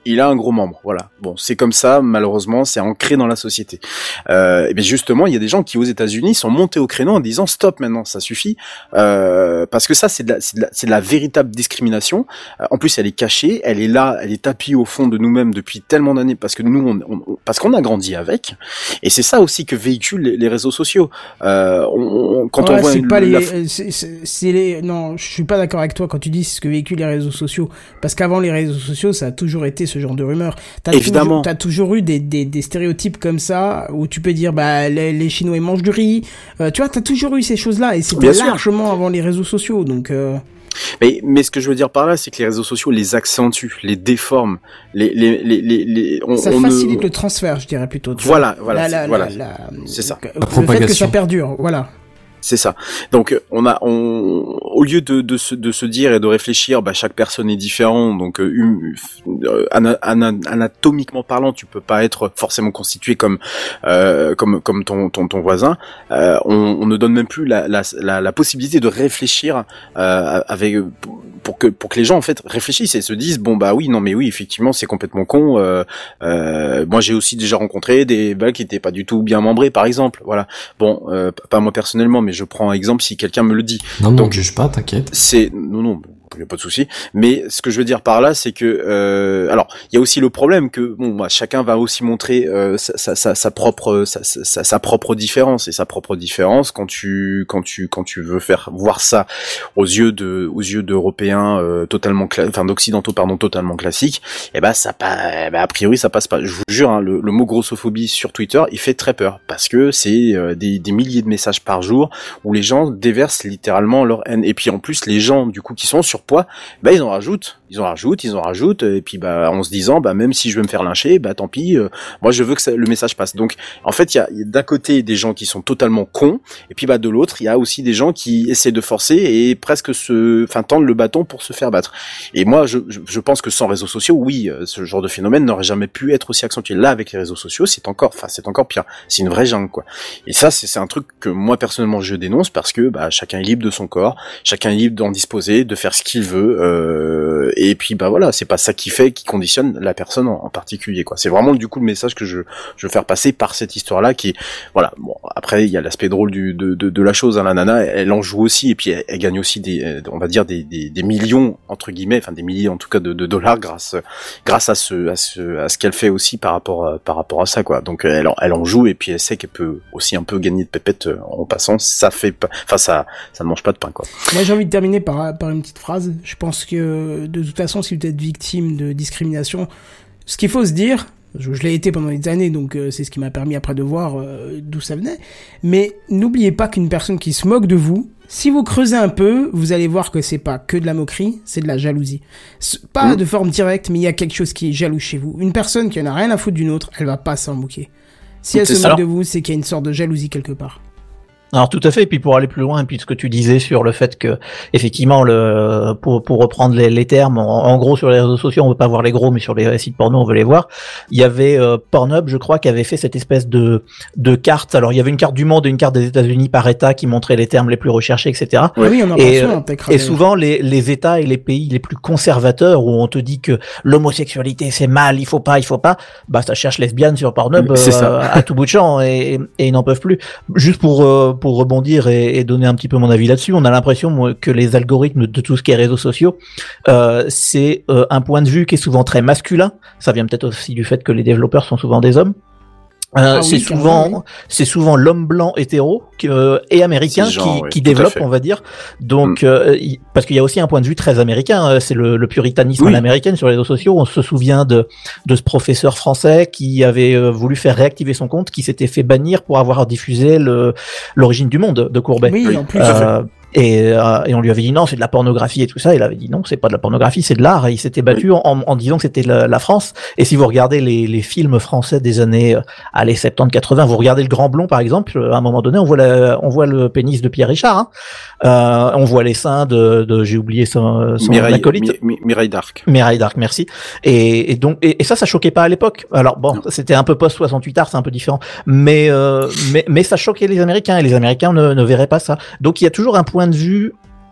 il a un gros membre. Voilà. Bon, c'est comme ça, malheureusement, c'est ancré dans la société. Euh, et bien justement, il y a des gens qui aux États-Unis sont montés au créneau en disant stop maintenant, ça suffit, euh, parce que ça c'est de la, c'est de la, c'est de la véritable discrimination. Euh, en plus, elle est cachée, elle est là, elle est tapie au fond de nous-mêmes depuis tellement d'années, parce que nous, on, on, parce qu'on a grandi avec. Et c'est ça aussi que véhiculent les, les réseaux sociaux. Euh, on, on, quand ouais, on voit c'est une, pas la... les, c'est, c'est, c'est les, non, je suis pas d'accord avec toi quand tu dis ce que véhiculent les réseaux sociaux, parce qu'avant les réseaux sociaux, ça a toujours été ce genre de rumeurs. T'as Évidemment. Toujours, t'as toujours eu des, des, des stéréotypes comme ça où tu peux dire bah les, les Chinois ils mangent du riz. Euh, tu vois, t'as toujours eu ces choses-là et c'était Bien largement sûr. avant les réseaux sociaux, donc. Euh... Mais, mais ce que je veux dire par là, c'est que les réseaux sociaux les accentuent, les déforment, les, les, les, les, les on, ça on facilite ne... le transfert, je dirais plutôt. Voilà, voilà, la, la, c'est, voilà, la, la, c'est ça. Le, le fait que ça perdure, voilà. C'est ça. Donc on a, on, au lieu de, de, se, de se dire et de réfléchir, bah chaque personne est différente. Donc euh, ana, ana, anatomiquement parlant, tu peux pas être forcément constitué comme euh, comme comme ton ton, ton voisin. Euh, on, on ne donne même plus la la, la, la possibilité de réfléchir euh, avec pour que pour que les gens en fait réfléchissent et se disent bon bah oui non mais oui effectivement c'est complètement con. Euh, euh, moi j'ai aussi déjà rencontré des balles qui étaient pas du tout bien membrés par exemple. Voilà. Bon euh, pas moi personnellement mais je prends un exemple si quelqu'un me le dit. Non, donc, non, juge pas, t'inquiète. C'est non, non, il y a pas de souci. Mais ce que je veux dire par là, c'est que, euh, alors, il y a aussi le problème que, bon, bah, chacun va aussi montrer euh, sa, sa, sa, sa propre, sa, sa, sa propre différence et sa propre différence quand tu, quand tu, quand tu veux faire voir ça aux yeux de, aux yeux d'Européens euh, totalement, cla- enfin d'occidentaux, pardon, totalement classiques. Et ben, ça pas, ben, a priori, ça passe pas. Je vous jure, hein, le, le mot grossophobie sur Twitter, il fait très peur parce que c'est euh, des, des milliers de messages par jour où les gens déversent littéralement leur haine. Et puis en plus, les gens du coup qui sont sur poids, bah ils en rajoutent, ils en rajoutent, ils en rajoutent, et puis bah en se disant bah même si je veux me faire lyncher, bah tant pis, euh, moi je veux que ça, le message passe. Donc en fait il y a, y a d'un côté des gens qui sont totalement cons, et puis bah de l'autre il y a aussi des gens qui essaient de forcer et presque se, enfin tendent le bâton pour se faire battre. Et moi je, je, je pense que sans réseaux sociaux, oui, ce genre de phénomène n'aurait jamais pu être aussi accentué. Là avec les réseaux sociaux, c'est encore, enfin c'est encore pire, c'est une vraie jungle quoi. Et ça c'est, c'est un truc que moi personnellement je dénonce parce que bah chacun est libre de son corps, chacun est libre d'en disposer, de faire ce qu'il veut, euh, et puis bah voilà, c'est pas ça qui fait, qui conditionne la personne en, en particulier quoi. C'est vraiment du coup le message que je, je veux faire passer par cette histoire-là qui, voilà. Bon après il y a l'aspect drôle du, de, de, de la chose, hein, la nana, elle, elle en joue aussi et puis elle, elle gagne aussi des, on va dire des, des, des millions entre guillemets, enfin des milliers en tout cas de, de dollars grâce, grâce à ce, à ce, à ce qu'elle fait aussi par rapport, à, par rapport à ça quoi. Donc elle, elle en joue et puis elle sait qu'elle peut aussi un peu gagner de pépette en passant. Ça fait pas, enfin ça, ça ne mange pas de pain quoi. Moi j'ai envie de terminer par, par une petite phrase. Je pense que de toute façon si vous êtes victime de discrimination, ce qu'il faut se dire, je, je l'ai été pendant des années donc euh, c'est ce qui m'a permis après de voir euh, d'où ça venait, mais n'oubliez pas qu'une personne qui se moque de vous, si vous creusez un peu, vous allez voir que c'est pas que de la moquerie, c'est de la jalousie. C'est pas mmh. de forme directe, mais il y a quelque chose qui est jaloux chez vous. Une personne qui en a rien à foutre d'une autre, elle va pas s'en moquer. Si elle c'est se moque alors... de vous, c'est qu'il y a une sorte de jalousie quelque part. Alors tout à fait, et puis pour aller plus loin, et puis ce que tu disais sur le fait que effectivement le pour pour reprendre les, les termes, en, en gros sur les réseaux sociaux on veut pas voir les gros, mais sur les sites porno on veut les voir. Il y avait euh, Pornhub, je crois, qui avait fait cette espèce de de carte. Alors il y avait une carte du monde et une carte des États-Unis par État qui montrait les termes les plus recherchés, et cetera. Oui, oui on en et, euh, et souvent les les États et les pays les plus conservateurs où on te dit que l'homosexualité c'est mal, il faut pas, il faut pas, bah ça cherche lesbienne sur Pornhub euh, à tout bout de champ et, et ils n'en peuvent plus. Juste pour euh, pour rebondir et, et donner un petit peu mon avis là-dessus, on a l'impression moi, que les algorithmes de tout ce qui est réseaux sociaux, euh, c'est euh, un point de vue qui est souvent très masculin. Ça vient peut-être aussi du fait que les développeurs sont souvent des hommes. Euh, ah c'est oui, souvent, oui. c'est souvent l'homme blanc hétéro euh, et américain genre, qui, oui, qui développe, on va dire. Donc, mm. euh, y, parce qu'il y a aussi un point de vue très américain. Euh, c'est le, le puritanisme oui. à l'américaine sur les réseaux sociaux. On se souvient de de ce professeur français qui avait euh, voulu faire réactiver son compte, qui s'était fait bannir pour avoir diffusé le l'origine du monde de Courbet. Oui, en plus. Euh, Et, euh, et on lui avait dit non, c'est de la pornographie et tout ça. Il avait dit non, c'est pas de la pornographie, c'est de l'art. Et il s'était battu oui. en, en disant que c'était la, la France. Et si vous regardez les, les films français des années euh, allez soixante-dix quatre-vingts, vous regardez Le Grand Blond par exemple. À un moment donné, on voit la, on voit le pénis de Pierre Richard. Hein. Euh, on voit les seins de, de j'ai oublié son, son Mireille, acolyte. Mi, Mireille d'Arc. Mireille d'Arc, merci. Et, et donc et, et ça, ça choquait pas à l'époque. Alors bon, non. c'était un peu post soixante-huit art, c'est un peu différent. Mais euh, mais mais ça choquait les Américains et les Américains ne, ne verraient pas ça. Donc il y a toujours un point de vue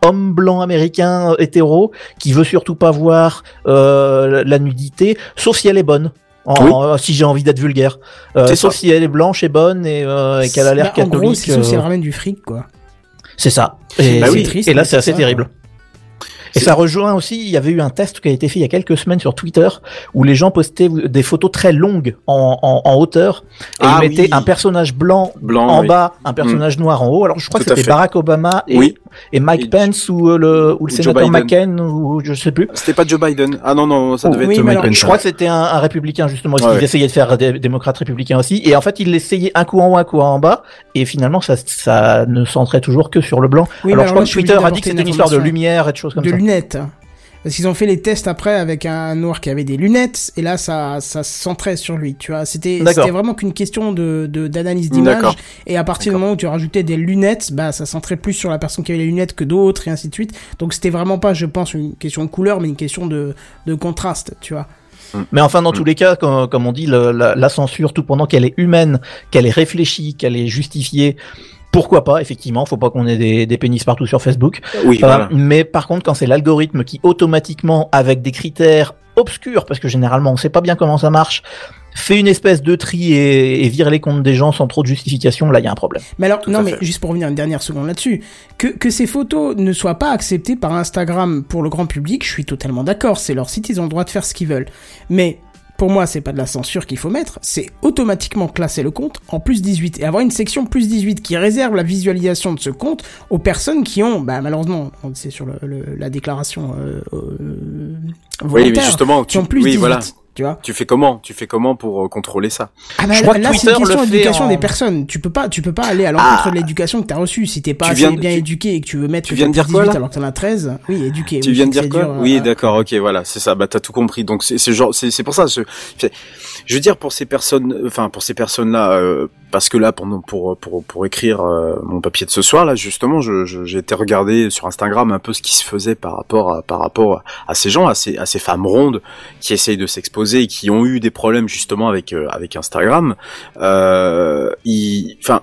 homme blanc américain euh, hétéro qui veut surtout pas voir euh, la nudité, sauf si elle est bonne. En, Oui. en- si j'ai envie d'être vulgaire, euh, C'est sauf ça. si elle est blanche et bonne et, euh, et qu'elle a l'air Bah, en catholique. gros, c'est sauf si euh, elle ramène du fric, quoi. c'est ça. Et, Bah oui. et triste, là, mais c'est c'est assez ça, terrible. Et ça rejoint aussi, il y avait eu un test qui a été fait il y a quelques semaines sur Twitter où les gens postaient des photos très longues en, en, en hauteur et Ah ils mettaient oui. un personnage blanc, Blanc, en oui. bas, un personnage noir en haut. Alors je crois Tout que à c'était fait. Barack Obama et, Oui. et Mike Et- Pence ou euh, le, ou le ou Joe sénateur Biden. McCain ou je sais plus. C'était pas Joe Biden. Ah non, non, ça Oh, devait oui, être mais Mike alors, Pence. Je crois que c'était un, un républicain justement, parce Ouais, qu'ils ouais. essayaient de faire des démocrates républicains aussi. Et en fait, ils l'essayaient un coup en haut, un coup en bas, et finalement, ça, ça ne centrait toujours que sur le blanc. Oui, mais alors, alors je crois là, que je suis Twitter obligé a dit que d'apporter c'était une une histoire de information. lumière et de choses comme De ça. lunettes. Parce qu'ils ont fait les tests après avec un noir qui avait des lunettes, et là, ça, ça se centrait sur lui, tu vois. C'était, D'accord. c'était vraiment qu'une question de, de, d'analyse d'image. D'accord. Et à partir du moment où tu rajoutais des lunettes, bah, ça centrait plus sur la personne qui avait les lunettes que d'autres, et ainsi de suite. Donc c'était vraiment pas, je pense, une question de couleur, mais une question de, de contraste, tu vois. Mais enfin, dans tous les cas, comme, comme on dit, le- la, la censure, tout pendant qu'elle est humaine, qu'elle est réfléchie, qu'elle est justifiée, pourquoi pas, effectivement, faut pas qu'on ait des, des pénis partout sur Facebook. Oui, Euh, voilà. Mais par contre, quand c'est l'algorithme qui automatiquement, avec des critères obscurs, parce que généralement on sait pas bien comment ça marche, fait une espèce de tri et, et vire les comptes des gens sans trop de justification, là il y a un problème. Mais alors, Tout non, à mais fait. juste pour revenir une dernière seconde là-dessus, que, que ces photos ne soient pas acceptées par Instagram pour le grand public, je suis totalement d'accord, c'est leur site, ils ont le droit de faire ce qu'ils veulent. Mais, pour moi, c'est pas de la censure qu'il faut mettre, c'est automatiquement classer le compte en plus dix-huit, et avoir une section plus dix-huit qui réserve la visualisation de ce compte aux personnes qui ont, bah, malheureusement, c'est sur le, le, la déclaration, euh, euh, Oui, volontaire, mais justement, qui tu, ont plus oui, dix-huit, voilà. tu vois. Tu fais comment Tu fais comment pour euh, contrôler ça Ah bah, Je crois là, que c'est une Twitter question le fait d'éducation en- des personnes. Tu peux pas, tu peux pas aller à l'encontre Ah. de l'éducation que t'as reçue. Si t'es pas Tu assez viens de- bien tu- éduqué et que tu veux mettre tu viens de dire quoi, dix-huit là alors que t'en as treize, oui, éduqué. Tu oui, viens de c'est dire quoi dur, Oui, euh, d'accord, ok, voilà, c'est ça. Bah, t'as tout compris. Donc, c'est c'est genre, c'est c'est pour ça. Je, je veux dire pour ces personnes, enfin pour ces personnes-là, euh, parce que là, pour pour pour pour écrire euh, mon papier de ce soir, là, justement, je je- j'ai été regarder sur Instagram un peu ce qui se faisait par rapport à par rapport à ces gens, à ces à ces femmes rondes qui essayent de s'exposer et qui ont eu des problèmes justement avec euh, avec Instagram. Euh, ils, enfin.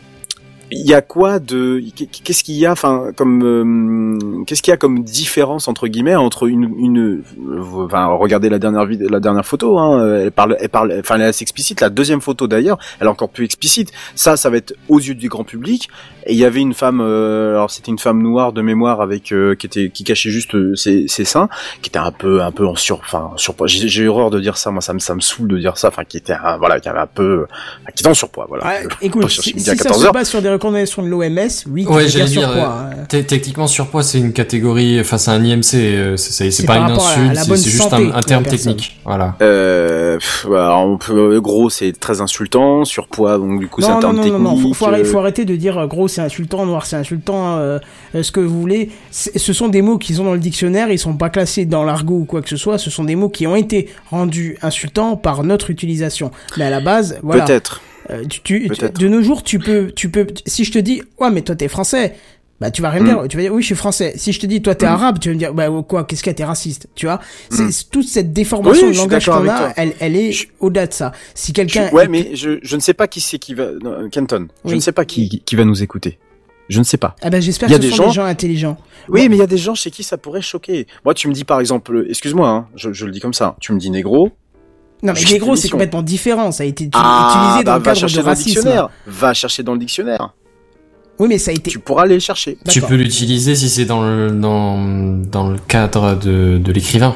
Il y a quoi de qu'est-ce qu'il y a enfin comme euh, qu'est-ce qu'il y a comme différence entre guillemets entre une une euh, enfin regardez la dernière vidéo la dernière photo hein, elle parle elle parle enfin elle est assez explicite, la deuxième photo d'ailleurs elle est encore plus explicite, ça ça va être aux yeux du grand public. Et il y avait une femme euh, alors c'était une femme noire de mémoire avec euh, qui était qui cachait juste euh, ses, ses seins, qui était un peu un peu en sur enfin surpoids, j'ai j'ai horreur de dire ça, moi ça me ça me saoule de dire ça, enfin qui était un, voilà qui avait un peu enfin, qui était en surpoids, voilà. Ouais, Je- écoute, pas chercher si, midi à si ça quatorze se heures. base sur des recommandations de l'O M S, oui, tu Ouais, peux j'allais dire dire, surpoids. euh, hein. t- techniquement surpoids c'est une catégorie, enfin c'est un I M C, euh, c'est c'est- c'est C'est pas par une rapport à la- insulte, à la c'est bonne c'est juste santé un, un de la terme personne. technique, voilà. Euh, pff, bah, on peut, gros, c'est très insultant, surpoids, donc du coup, c'est un Non, non, terme non, technique. non, non, faut, faut, arrêter, euh, faut arrêter de dire euh, gros c'est insultant, noir c'est insultant, euh, euh, ce que vous voulez. C'est- Ce sont des mots qui sont dans le dictionnaire, ils sont pas classés dans l'argot ou quoi que ce soit, ce sont des mots qui ont été rendus insultants par notre utilisation. Mais à la base, voilà. Peut-être. Euh, tu, tu, tu- Peut-être. de nos jours, tu peux, tu peux, si je te dis, ouais, mais toi t'es français, bah tu vas rien me Mm. dire, tu vas dire, oui, je suis français. Si je te dis, toi t'es Mm. arabe, tu vas me dire, bah quoi, qu'est-ce qu'il y a, t'es raciste, tu vois. C'est Mm. toute cette déformation Oui, de je suis langage d'accord qu'on avec a, toi. elle, elle est Je- au-delà de ça. Si quelqu'un, Je- ouais, mais je, je ne sais pas qui c'est qui va, non, Kenton. Je Oui. ne sais pas qui, qui va nous écouter. Je ne sais pas. ah ben j'espère Il y que a ce des sont gens- des gens intelligents. Oui, Ouais. mais il y a des gens chez qui ça pourrait choquer. Moi, tu me dis par exemple, excuse-moi, hein, je, je le dis comme ça, tu me dis négro. Non, mais Juste négro, c'est l'émission. complètement différent. Ça a été tu- Ah, utilisé dans bah, le va cadre chercher de dans le racisme. dictionnaire. Va chercher dans le dictionnaire. Oui, mais ça a été. Tu pourras aller chercher. Tu D'accord. peux l'utiliser si c'est dans le dans dans le cadre de de l'écrivain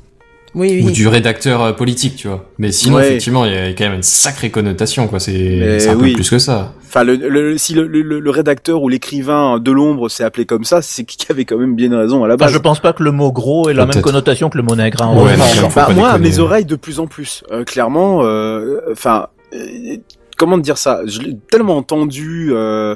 Oui, ou oui. du rédacteur euh, politique, tu vois. Mais sinon Ouais. effectivement, il y a quand même une sacrée connotation, quoi. C'est Mais c'est un oui. peu plus que ça. Enfin, le, le, si le, le, le rédacteur ou l'écrivain de l'ombre s'est appelé comme ça, c'est qu'il avait quand même bien raison à la Enfin, base. je pense pas que le mot gros ait la même Peut-être. connotation que le mot nègre. Hein, Ouais, heureusement. non, clairement, faut Bah, pas moi, à déconner. mes oreilles, de plus en plus. Euh, clairement, euh, enfin, euh, comment te dire ça Je l'ai tellement entendu, euh,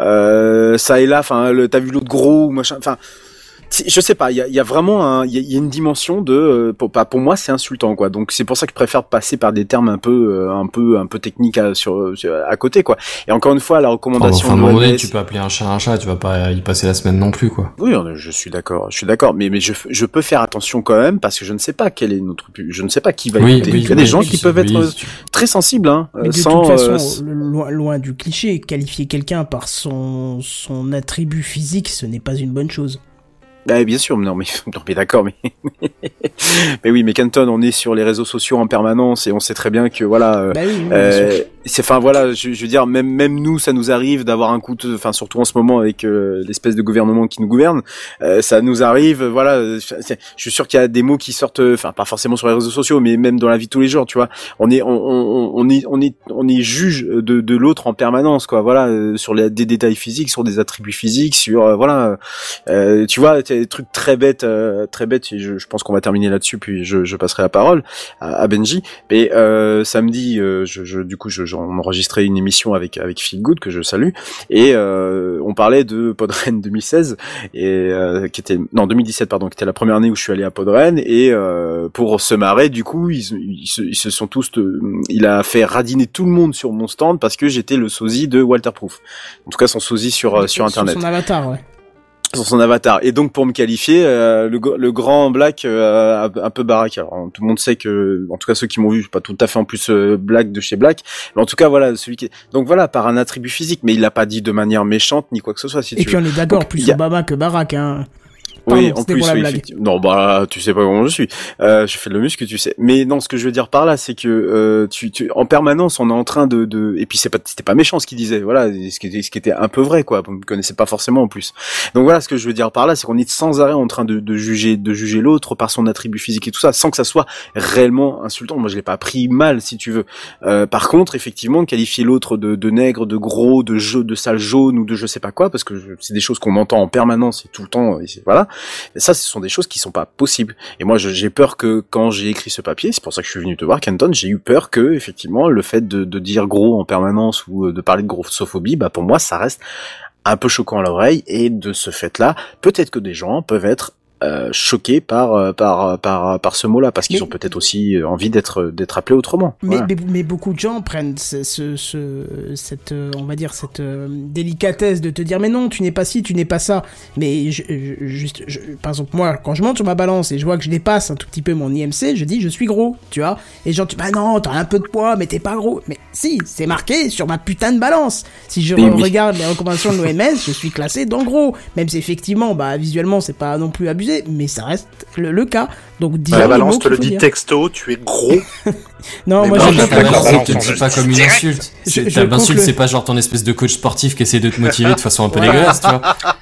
euh, ça et là. Enfin, le- t'as vu l'autre gros ou machin. Enfin, si- je sais pas. Il y a, il y a vraiment, un- il y, a- il y a une dimension de, euh, pour, pas- pour moi, c'est insultant, quoi. Donc c'est pour ça que je préfère passer par des termes un peu, euh, un peu, un peu techniques à, sur, sur- à côté, quoi. Et encore une fois, la Enfin, recommandation enfin, à un de moment l'O M S. donné, tu peux appeler un chat un chat, tu vas pas y passer la semaine non plus, quoi. Oui, on- je suis d'accord, je suis d'accord, mais mais je je peux faire attention quand même parce que je ne sais pas quel est notre pu- je ne sais pas qui va Oui, écouter. oui, Il y a des oui, gens oui, qui c'est- peuvent être oui, euh, tu- très sensibles, hein, Mais de sans. toute façon, euh, s- le- loin, loin du cliché, qualifier quelqu'un par son, son attribut physique, ce n'est pas une bonne chose. Bah, bien sûr, non mais, non, mais d'accord, mais mais oui, mais Kenton, on est sur les réseaux sociaux en permanence et on sait très bien que voilà, euh, bah oui, oui, euh, c'est, enfin voilà, je, je veux dire, même même nous, ça nous arrive d'avoir un coup, de, enfin surtout en ce moment avec euh, l'espèce de gouvernement qui nous gouverne, euh, ça nous arrive, voilà, je suis sûr qu'il y a des mots qui sortent, enfin pas forcément sur les réseaux sociaux, mais même dans la vie de tous les jours, tu vois, on est on on, on est on est on est juge de de l'autre en permanence, quoi, voilà, euh, sur les, des détails physiques, sur des attributs physiques, sur euh, voilà, euh, tu vois. Des trucs très bêtes, euh, très bêtes. Et je, je pense qu'on va terminer là-dessus, puis je, je passerai la parole à, à Benji. Mais euh, samedi, euh, je, je, du coup, je, je, on enregistrait une émission avec avec Feel Good que je salue, et euh, on parlait de Podren deux mille seize et euh, qui était non deux mille dix-sept pardon, qui était la première année où je suis allé à Podren, et euh, pour se marrer, du coup, ils, ils, se, ils se sont tous, euh, il a fait radiner tout le monde sur mon stand parce que j'étais le sosie de Walter Proof. En tout cas, son sosie sur euh, sur internet. Sur son avatar, ouais. Sur son avatar. Et donc pour me qualifier, euh, le, le grand Black euh, un peu baraque. Alors tout le monde sait que, en tout cas ceux qui m'ont vu, pas tout à fait en plus euh, Black de chez Black, mais en tout cas voilà celui qui. Est... Donc voilà, par un attribut physique, mais il l'a pas dit de manière méchante ni quoi que ce soit. Si Et tu puis veux. on est d'accord, donc, plus a... Obama que Barack, hein. Pardon, oui, en plus, oui, effectivement. Non, bah, tu sais pas comment je suis. Euh, je fais le muscle, tu sais. Mais non, ce que je veux dire par là, c'est que euh, tu, tu, en permanence, on est en train de, de, et puis c'est pas, c'était pas méchant ce qu'il disait. Voilà, ce qui était, ce qui était un peu vrai, quoi. Vous me connaissez pas forcément en plus. Donc voilà, ce que je veux dire par là, c'est qu'on est sans arrêt en train de, de juger, de juger l'autre par son attribut physique et tout ça, sans que ça soit réellement insultant. Moi, je l'ai pas pris mal, si tu veux. Euh, par contre, effectivement, qualifier l'autre de, de nègre, de gros, de jeu, de sale jaune ou de je sais pas quoi, parce que je, c'est des choses qu'on entend en permanence et tout le temps. Et c'est, voilà. Et ça, ce sont des choses qui sont pas possibles. Et moi, je, j'ai peur que quand j'ai écrit ce papier, c'est pour ça que je suis venu te voir, Kenton, j'ai eu peur que, effectivement, le fait de, de dire gros en permanence ou de parler de grossophobie, bah pour moi, ça reste un peu choquant à l'oreille. Et de ce fait-là, peut-être que des gens peuvent être Euh, choqués par par par par ce mot-là, parce qu'ils mais, ont peut-être aussi envie d'être d'être appelés autrement. Mais, voilà. mais mais beaucoup de gens prennent ce, ce, ce cette on va dire cette euh, délicatesse de te dire mais non, tu n'es pas ci, tu n'es pas ça. Mais je, je, juste je, par exemple moi quand je monte sur ma balance et je vois que je dépasse un tout petit peu mon I M C, je dis je suis gros, tu vois. Et gens tu bah non, t'as un peu de poids mais t'es pas gros. Mais si, c'est marqué sur ma putain de balance. Si je re- regarde les recommandations de l'O M S, je suis classé dans gros. Même si effectivement bah visuellement c'est pas non plus abusé, mais ça reste le, le cas. Donc bah, la balance te le dit dire. Texto, tu es gros. Non, mais moi non, je mais ta balance elle te dit pas comme une insulte. Je, je ta insulte le... c'est pas genre ton espèce de coach sportif qui essaie de te motiver de façon un peu dégueulasse, tu vois.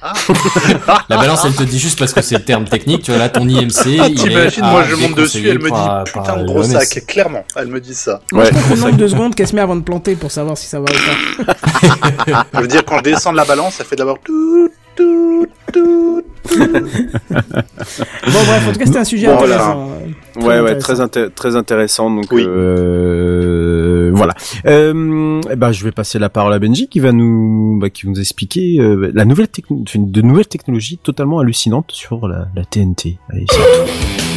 La balance elle te dit juste parce que c'est le terme technique, tu vois là ton I M C. Ah, il t'imagines, est moi je monte dessus, elle me par, dit par, putain par de gros sac, clairement, elle me dit ça. Moi, ouais, je compte le nombre de secondes qu'elle se met avant de planter pour savoir si ça va ou pas. Je veux dire, quand je descends de la balance, ça fait d'abord tout, tout, tout. Bon bref, en tout cas c'était un sujet bon, intéressant. Très ouais intéressant. ouais très inté- très intéressant donc oui. euh, voilà. Euh, eh ben je vais passer la parole à Benji qui va nous bah, qui va nous expliquer euh, la nouvelle techno- de nouvelles technologies totalement hallucinantes sur la, la T N T. Allez, c'est tout.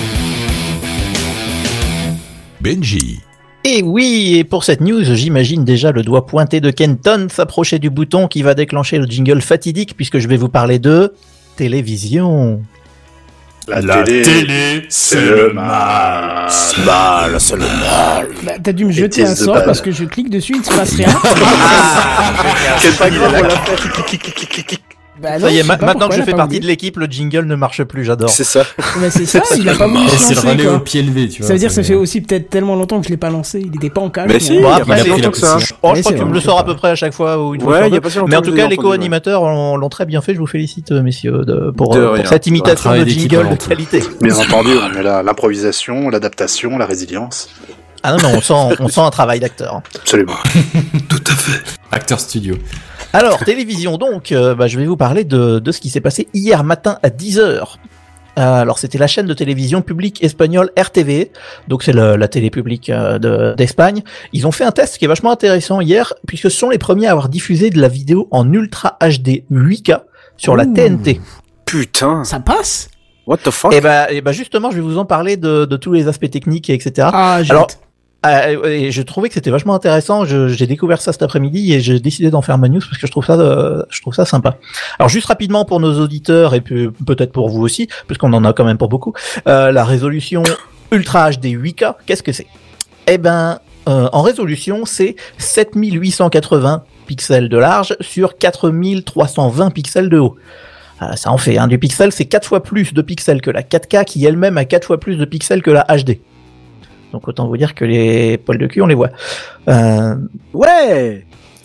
Benji. Et oui, et pour cette news, j'imagine déjà le doigt pointé de Kenton s'approcher du bouton qui va déclencher le jingle fatidique puisque je vais vous parler de télévision. La, la télé, télé, c'est le mal. C'est mal, c'est le mal. Bah, t'as dû me jeter un sort parce que je clique dessus, il ne se passe rien. C'est pas grave, on l'a fait. Bah non, ça y est, ma- maintenant que je fais partie de l'équipe, le jingle ne marche plus, j'adore. C'est ça. Mais c'est ça, il a pas voulu se lancer. C'est le relais au pied levé, tu vois. Ça veut dire que ça fait aussi peut-être tellement longtemps que je l'ai pas lancé, il était pas en cage. Mais si, bon, après, il a pris longtemps que ça. Oh, je crois que tu me le sors à peu près à chaque fois ou une fois. Ouais, il y a pas si longtemps. Mais en tout cas, les co-animateurs l'ont très bien fait, je vous félicite, messieurs, de, pour, de euh, pour cette imitation de jingle de qualité. Bien entendu, on est là, l'improvisation, l'adaptation, la résilience. Ah non, non, on sent, on sent un travail d'acteur. Absolument. Tout à fait. Acteur studio. Alors, télévision donc, euh, bah, je vais vous parler de, de ce qui s'est passé hier matin à dix heures. Euh, alors, c'était la chaîne de télévision publique espagnole R T V, donc c'est le, la télé publique euh, de, d'Espagne. Ils ont fait un test qui est vachement intéressant hier, puisque ce sont les premiers à avoir diffusé de la vidéo en Ultra H D huit K sur Ouh. la T N T. Putain. Ça passe? What the fuck? Et bah, et bah justement, je vais vous en parler de, de tous les aspects techniques, et cetera. Ah, j'ai alors, Euh, et je trouvais que c'était vachement intéressant. Je, j'ai découvert ça cet après-midi et j'ai décidé d'en faire ma news parce que je trouve ça, euh, je trouve ça sympa. Alors juste rapidement pour nos auditeurs et puis peut-être pour vous aussi, puisqu'on en a quand même pour beaucoup. Euh, la résolution Ultra H D huit K, qu'est-ce que c'est? Eh ben, euh, en résolution, c'est sept mille huit cent quatre-vingts pixels de large sur quatre mille trois cent vingt pixels de haut. Euh, ça en fait, hein, du pixel, c'est quatre fois plus de pixels que la quatre K, qui elle-même a quatre fois plus de pixels que la H D. Donc autant vous dire que les poils de cul, on les voit. Euh... Ouais.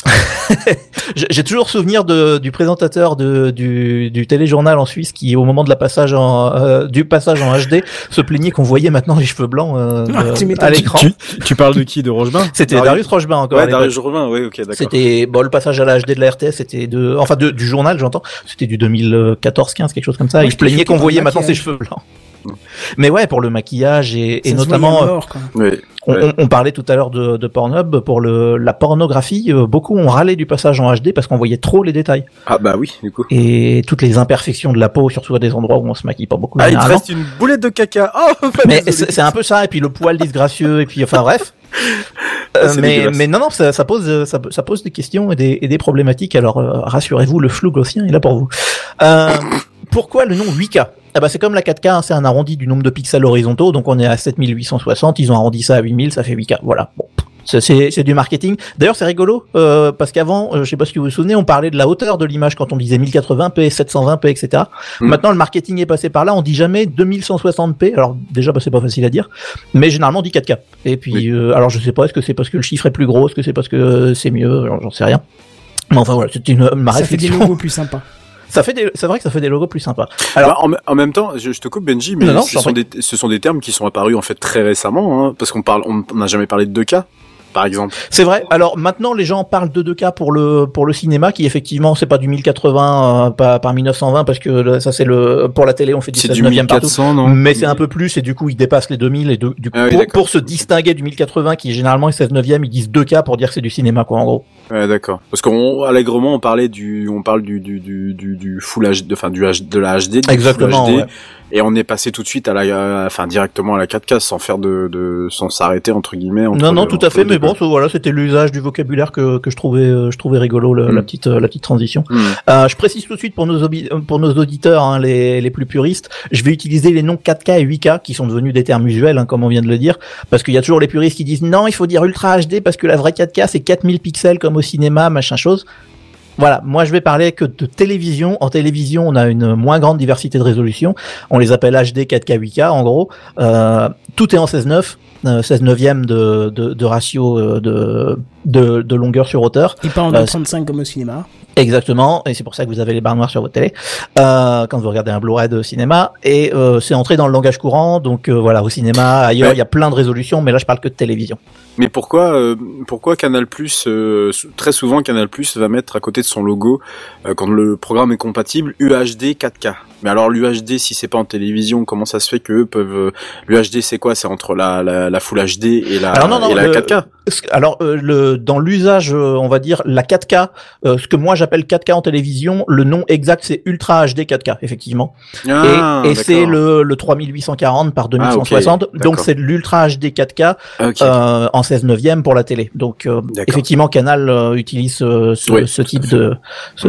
J'ai toujours souvenir de, du présentateur de, du, du téléjournal en Suisse qui, au moment de la passage en, euh, du passage en H D, se plaignait qu'on voyait maintenant les cheveux blancs euh, Ah, de- tu m'étonnes. à l'écran. Tu, tu parles de qui? De Rochebain? C'était Darius Rochebain encore. à Ouais, l'époque. Darius Rochebain, ouais, ok, d'accord. C'était bon, le passage à la H D de la R T S, c'était de, enfin de, du journal, j'entends. C'était du deux mille quatorze quinze, quelque chose comme ça. Ouais, Il se j'étais plaignait choqué qu'on par voyait le maintenant ses maquillage. cheveux blancs. Mais ouais, pour le maquillage et, et Ça se notamment, voyait à mort, quoi. Ouais. on, Ouais. on, on parlait tout à l'heure de, de Pornhub pour le, la pornographie. euh, Beaucoup ont râlé du passage en H D parce qu'on voyait trop les détails Ah bah oui, du coup. et toutes les imperfections de la peau, surtout à des endroits où on se maquille pas beaucoup. Ah, il te généralement. reste une boulette de caca. Oh, Mais désolé. c'est c'est un peu ça, et puis le poil disgracieux, et puis enfin bref. Euh, c'est mais, dégueulasse. mais non, non, ça, ça pose, ça, ça pose des questions et des, et des problématiques. Alors euh, rassurez-vous, le flou gaussien est là pour vous. Euh, pourquoi le nom huit K? Ah bah c'est comme la quatre K, hein, c'est un arrondi du nombre de pixels horizontaux, donc on est à sept mille huit cent soixante, ils ont arrondi ça à huit mille, ça fait huit K. Voilà. Bon. C'est- C'est c'est du marketing. D'ailleurs, c'est rigolo euh, parce qu'avant, euh, je sais pas si vous vous souvenez, on parlait de la hauteur de l'image quand on disait mille quatre-vingts p, sept cent vingt p, et cetera. Mm. Maintenant, le marketing est passé par là. On dit jamais deux mille cent soixante p. Alors déjà, bah, c'est pas facile à dire, mais généralement on dit quatre K. Et puis, Oui. euh, alors je sais pas, est-ce que c'est parce que le chiffre est plus gros, est-ce que c'est parce que euh, c'est mieux, alors, j'en sais rien. Mais enfin voilà, c'était une ma Ça fait des réflexion. logos plus sympas. Ça fait des, c'est vrai que ça fait des logos plus sympas. Alors, Bah, en, me- en même temps, je, je te coupe Benji, mais Non, non, ce, je t'en sont prie. des, ce sont des termes qui sont apparus en fait très récemment, hein, parce qu'on parle, on on n'a jamais parlé de deux K, par exemple. c'est vrai. Alors maintenant, les gens parlent de deux K pour le pour le cinéma, qui effectivement c'est pas du mille quatre-vingts euh, pas par mille neuf cent vingt, parce que là, ça c'est le pour la télé on fait du C'est seize du neuvième partout. mille quatre cents, non? Mais c'est un peu plus et du coup ils dépassent les deux mille et de- du coup Ah oui, pour, d'accord. pour se distinguer du mille quatre-vingts qui généralement est seize neuvième, ils disent deux K pour dire que c'est du cinéma quoi en gros. Ouais, d'accord. Parce qu'on allègrement on parlait du, on parle du du du du, du full H D, enfin du H, de la H D, du Exactement, full H D, ouais. et on est passé tout de suite à la, enfin directement à la quatre K sans faire de, de sans s'arrêter entre guillemets. Entre Non non le- tout à entre fait, les mais deux, bon ça, voilà, c'était l'usage du vocabulaire que que je trouvais euh, je trouvais rigolo le- Mm. la petite euh, la petite transition. quoi. Hmm. Euh, je précise tout de suite pour nos obi- euh, pour nos auditeurs hein, les les plus puristes, je vais utiliser les noms quatre K et huit K qui sont devenus des termes usuels hein, comme on vient de le dire, parce qu'il y a toujours les puristes qui disent non, il faut dire ultra H D parce que la vraie quatre K c'est quatre mille pixels comme au cinéma, machin chose. Voilà, moi je vais parler que de télévision. En télévision, on a une moins grande diversité de résolution. On les appelle H D, quatre K, huit K en gros. Euh, tout est en seize neuf, euh, seize neuvième de, de, de ratio euh, de, de, de longueur sur hauteur. Et pas en Euh, deux trente-cinq comme au cinéma. Exactement, et c'est pour ça que vous avez les barres noires sur votre télé euh, quand vous regardez un Blu-ray de cinéma. Et euh, c'est entré dans le langage courant, donc euh, voilà, au cinéma, ailleurs, il Ouais. y a plein de résolutions, mais là je parle que de télévision. Mais pourquoi, euh, pourquoi Canal+, euh, très souvent Canal+ va mettre à côté de son logo, euh, quand le programme est compatible, U H D quatre K. Mais alors l'U H D, si c'est pas en télévision, comment ça se fait que eux peuvent, euh, l'U H D c'est quoi? C'est entre la, la, la Full H D et la, Alors non, non, et la le- quatre K. Alors euh, le, dans l'usage, euh, on va dire la quatre K, euh, ce que moi j'appelle quatre K en télévision, le nom exact c'est Ultra H D quatre K, effectivement. Ah, et et d'accord. c'est le, le trois mille huit cent quarante par deux mille cent soixante, Ah, ok, donc d'accord. c'est de l'Ultra H D quatre K Ah, ok. euh, en seize neuvième pour la télé. Donc euh, D'accord. effectivement Canal euh, utilise euh, ce, Oui, ce tout à type fait. de ce,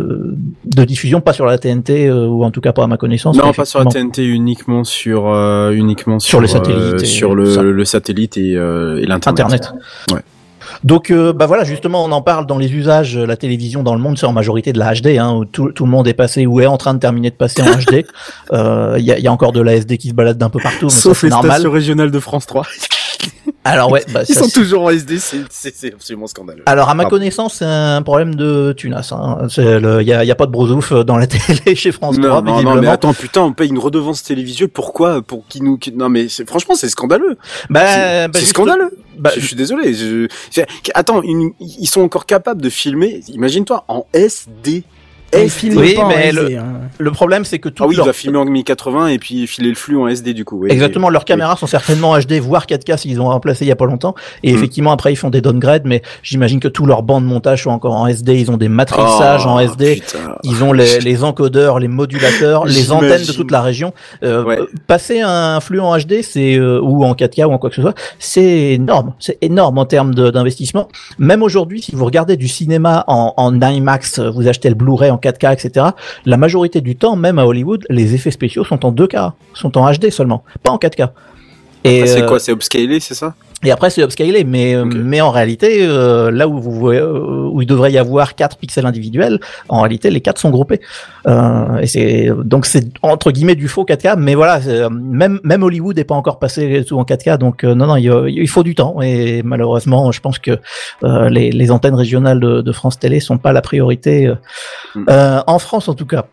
de diffusion, pas sur la T N T euh, ou en tout cas pas à ma connaissance. Non, mais pas sur la effectivement. T N T, uniquement sur, euh, uniquement Sur sur, les satellites euh, et sur ça. le, le satellite et, euh, et l'internet. Internet. Ouais. Donc euh, bah voilà, justement on en parle dans les usages, la télévision dans le monde c'est en majorité de la H D, hein, où tout, tout le monde est passé ou est en train de terminer de passer en H D. Il euh, y, a, y a encore de la S D qui se balade d'un peu partout, mais Sauf ça, c'est les normal. stations régionales de France trois. Alors ouais, bah, Ils ça, sont c'est- toujours en S D, c'est, c'est, c'est absolument scandaleux. Alors à ma Pardon. connaissance c'est un problème de tunas. Hein. C'est le, y a, y a pas de brosouf dans la télé chez France trois Non, non, visiblement. non, mais attends, putain, on paye une redevance télévisuelle, pourquoi? Pour qui nous, qui- non, mais c'est, franchement, c'est scandaleux. Bah, c'est, bah, c'est juste- scandaleux. bah, je, je suis désolé. Je, c'est- attends, une- ils sont encore capables de filmer, imagine-toi, en S D. Ils S D. filment oui, pas en mais S D, le- hein. Le problème c'est que tout Ah oui, il leur... va filmer en mille quatre-vingts et puis filer le flux en S D du coup. Oui, Exactement, oui. leurs caméras sont certainement H D, voire quatre K s'ils ont remplacé il y a pas longtemps. Et Mm. effectivement, après, ils font des downgrades, mais j'imagine que tous leurs bancs de montage sont encore en S D. Ils ont des matriçages Oh, en S D. putain. Ils ont les, les encodeurs, les modulateurs, les J'imagine. antennes de toute la région. Euh, Ouais. Passer un flux en H D, c'est euh, ou en quatre K ou en quoi que ce soit, c'est énorme. C'est énorme en termes de- d'investissement. Même aujourd'hui, si vous regardez du cinéma en, en IMAX, vous achetez le Blu-ray en quatre K, et cetera. La majorité du temps, même à Hollywood, les effets spéciaux sont en deux K, sont en H D seulement, pas en quatre K. Et c'est euh, quoi, c'est upscalé, c'est ça? Et après c'est upscalé, mais okay. mais en réalité euh, là où vous voyez, euh, où il devrait y avoir quatre pixels individuels, en réalité les quatre sont groupés. Euh, et c'est donc c'est entre guillemets du faux quatre K, mais voilà, même même Hollywood n'est pas encore passé tout en quatre K, donc euh, non non il, il faut du temps et malheureusement je pense que euh, les les antennes régionales de, de France Télé sont pas la priorité euh, euh, en France en tout cas.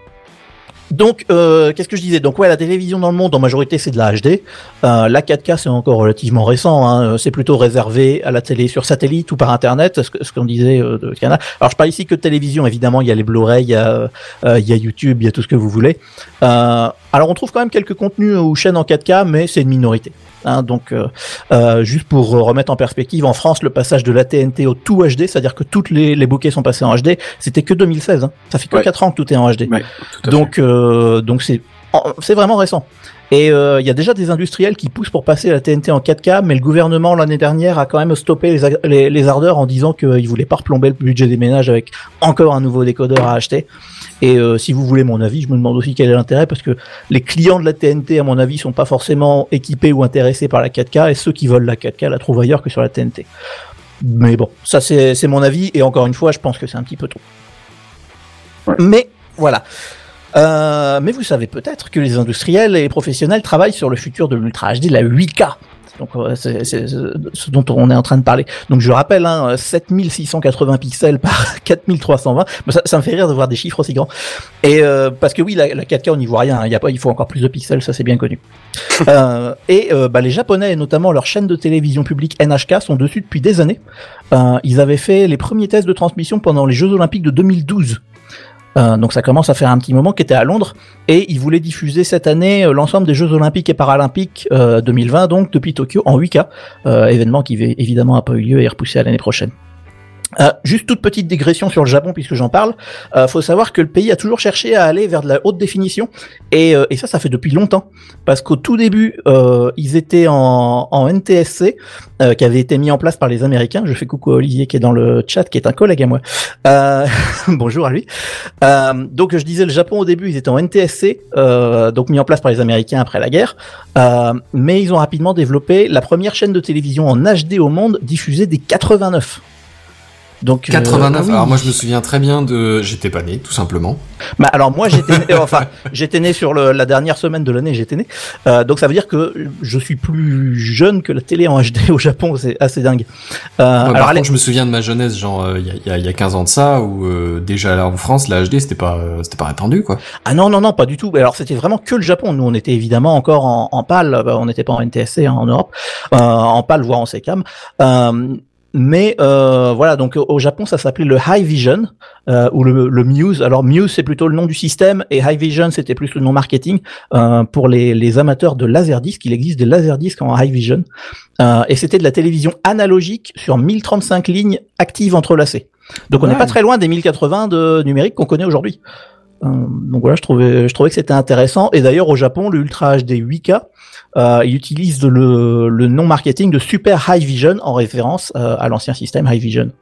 Donc, euh, qu'est-ce que je disais? Donc, ouais, la télévision dans le monde, en majorité, c'est de la H D. Euh, la quatre K, c'est encore relativement récent. Hein. C'est plutôt réservé à la télé sur satellite ou par Internet, ce, que, ce qu'on disait euh, de Canal. Alors, je parle ici que de télévision, évidemment. Il y a les Blu-ray, il y a, euh, il y a YouTube, il y a tout ce que vous voulez. Euh, alors, on trouve quand même quelques contenus ou chaînes en quatre K, mais c'est une minorité. Hein, donc, euh, euh, juste pour remettre en perspective, en France, le passage de la T N T au tout H D, c'est-à-dire que toutes les, les bouquets sont passés en H D, c'était que deux mille seize. Hein. Ça fait que ouais. quatre ans que tout est en H D. Ouais, donc, euh, donc c'est c'est vraiment récent. Et il euh, y a déjà des industriels qui poussent pour passer la T N T en quatre K, mais le gouvernement l'année dernière a quand même stoppé les, les, les ardeurs en disant qu'il voulait pas replomber le budget des ménages avec encore un nouveau décodeur à acheter. Et euh, si vous voulez mon avis, je me demande aussi quel est l'intérêt, parce que les clients de la T N T, à mon avis, sont pas forcément équipés ou intéressés par la quatre K, et ceux qui veulent la quatre K la trouvent ailleurs que sur la T N T. Mais bon, ça c'est, c'est mon avis, et encore une fois, je pense que c'est un petit peu tôt. Ouais. Mais voilà. Euh, mais vous savez peut-être que les industriels et les professionnels travaillent sur le futur de l'Ultra H D, la huit K. Donc c'est, c'est, c'est ce dont on est en train de parler. Donc je rappelle, hein, sept mille six cent quatre-vingts pixels par quatre mille trois cent vingt. Ça, ça me fait rire de voir des chiffres aussi grands. Et euh, parce que oui, la, la quatre K on n'y voit rien. Hein. Il y a pas, il faut encore plus de pixels, ça c'est bien connu. euh, et euh, bah, les Japonais, et notamment leur chaîne de télévision publique N H K, sont dessus depuis des années. Euh, ils avaient fait les premiers tests de transmission pendant les Jeux Olympiques de deux mille douze. Euh, donc ça commence à faire un petit moment, qui était à Londres, et ils voulaient diffuser cette année euh, l'ensemble des Jeux Olympiques et Paralympiques euh, deux mille vingt, donc depuis Tokyo en huit K, euh, événement qui évidemment n'a pas eu lieu et est repoussé à l'année prochaine. Euh, juste toute petite digression sur le Japon puisque j'en parle. Euh, faut savoir que le pays a toujours cherché à aller vers de la haute définition et, euh, et ça, ça fait depuis longtemps parce qu'au tout début, euh, ils étaient en, en N T S C euh, qui avait été mis en place par les Américains. Je fais coucou à Olivier qui est dans le chat, qui est un collègue à moi. Euh, bonjour à lui. Euh, donc je disais le Japon au début, ils étaient en N T S C, euh, donc mis en place par les Américains après la guerre. Euh, mais ils ont rapidement développé la première chaîne de télévision en H D au monde diffusée dès quatre-vingt-neuf. Donc, quatre-vingt-neuf. Euh, oui. Alors moi je me souviens très bien de, j'étais pas né tout simplement. Bah alors moi j'étais, né, enfin j'étais né sur le, la dernière semaine de l'année, j'étais né. Euh, donc ça veut dire que je suis plus jeune que la télé en H D au Japon, c'est assez dingue. Euh, ouais, alors, par allez... contre je me souviens de ma jeunesse, genre il euh, y, a, y a quinze ans de ça, où euh, déjà là en France la H D c'était pas, euh, c'était pas répandu quoi. Ah non non non pas du tout. Alors c'était vraiment que le Japon. Nous on était évidemment encore en, en PAL, on n'était pas en N T S C hein, en Europe, euh, en PAL voire en C C A M. Euh, Mais euh, voilà, donc au Japon, ça s'appelait le High Vision euh, ou le, le Muse. Alors Muse, c'est plutôt le nom du système et High Vision, c'était plus le nom marketing euh, pour les, les amateurs de laserdisc. Il existe des laserdiscs en High Vision euh, et c'était de la télévision analogique sur mille trente-cinq lignes actives entrelacées. Donc on n'est ouais. pas très loin des mille quatre-vingts de numérique qu'on connaît aujourd'hui. Euh, donc voilà, je trouvais, je trouvais que c'était intéressant. Et d'ailleurs au Japon, le Ultra H D huit K. Euh, il utilise le, le nom marketing de Super High Vision en référence euh, à l'ancien système High Vision.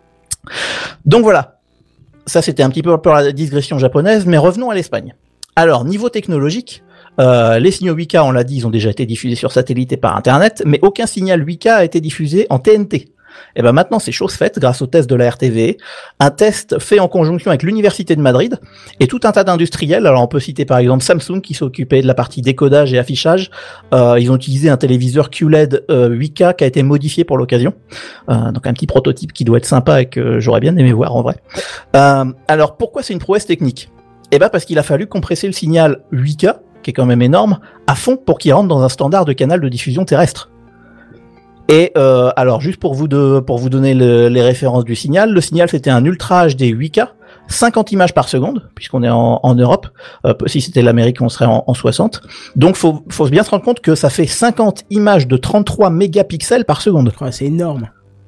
Donc voilà, ça c'était un petit peu pour la digression japonaise, mais revenons à l'Espagne. Alors, niveau technologique, euh, les signaux huit K, on l'a dit, ils ont déjà été diffusés sur satellite et par Internet, mais aucun signal huit K a été diffusé en T N T. Et ben maintenant c'est chose faite grâce au test de la R T V, un test fait en conjonction avec l'Université de Madrid et tout un tas d'industriels. Alors on peut citer par exemple Samsung qui s'occupait de la partie décodage et affichage. Euh, ils ont utilisé un téléviseur Q L E D euh, huit K qui a été modifié pour l'occasion. Euh, donc un petit prototype qui doit être sympa et que j'aurais bien aimé voir en vrai. Euh, alors pourquoi c'est une prouesse technique ? Eh ben parce qu'il a fallu compresser le signal huit K, qui est quand même énorme, à fond pour qu'il rentre dans un standard de canal de diffusion terrestre. Et euh, alors juste pour vous de, pour vous donner le, les références du signal, le signal c'était un Ultra H D huit K, cinquante images par seconde puisqu'on est en, en Europe. Euh, si c'était l'Amérique, on serait en, en soixante. Donc faut faut bien se rendre compte que ça fait cinquante images de trente-trois mégapixels par seconde. Ouais, c'est énorme.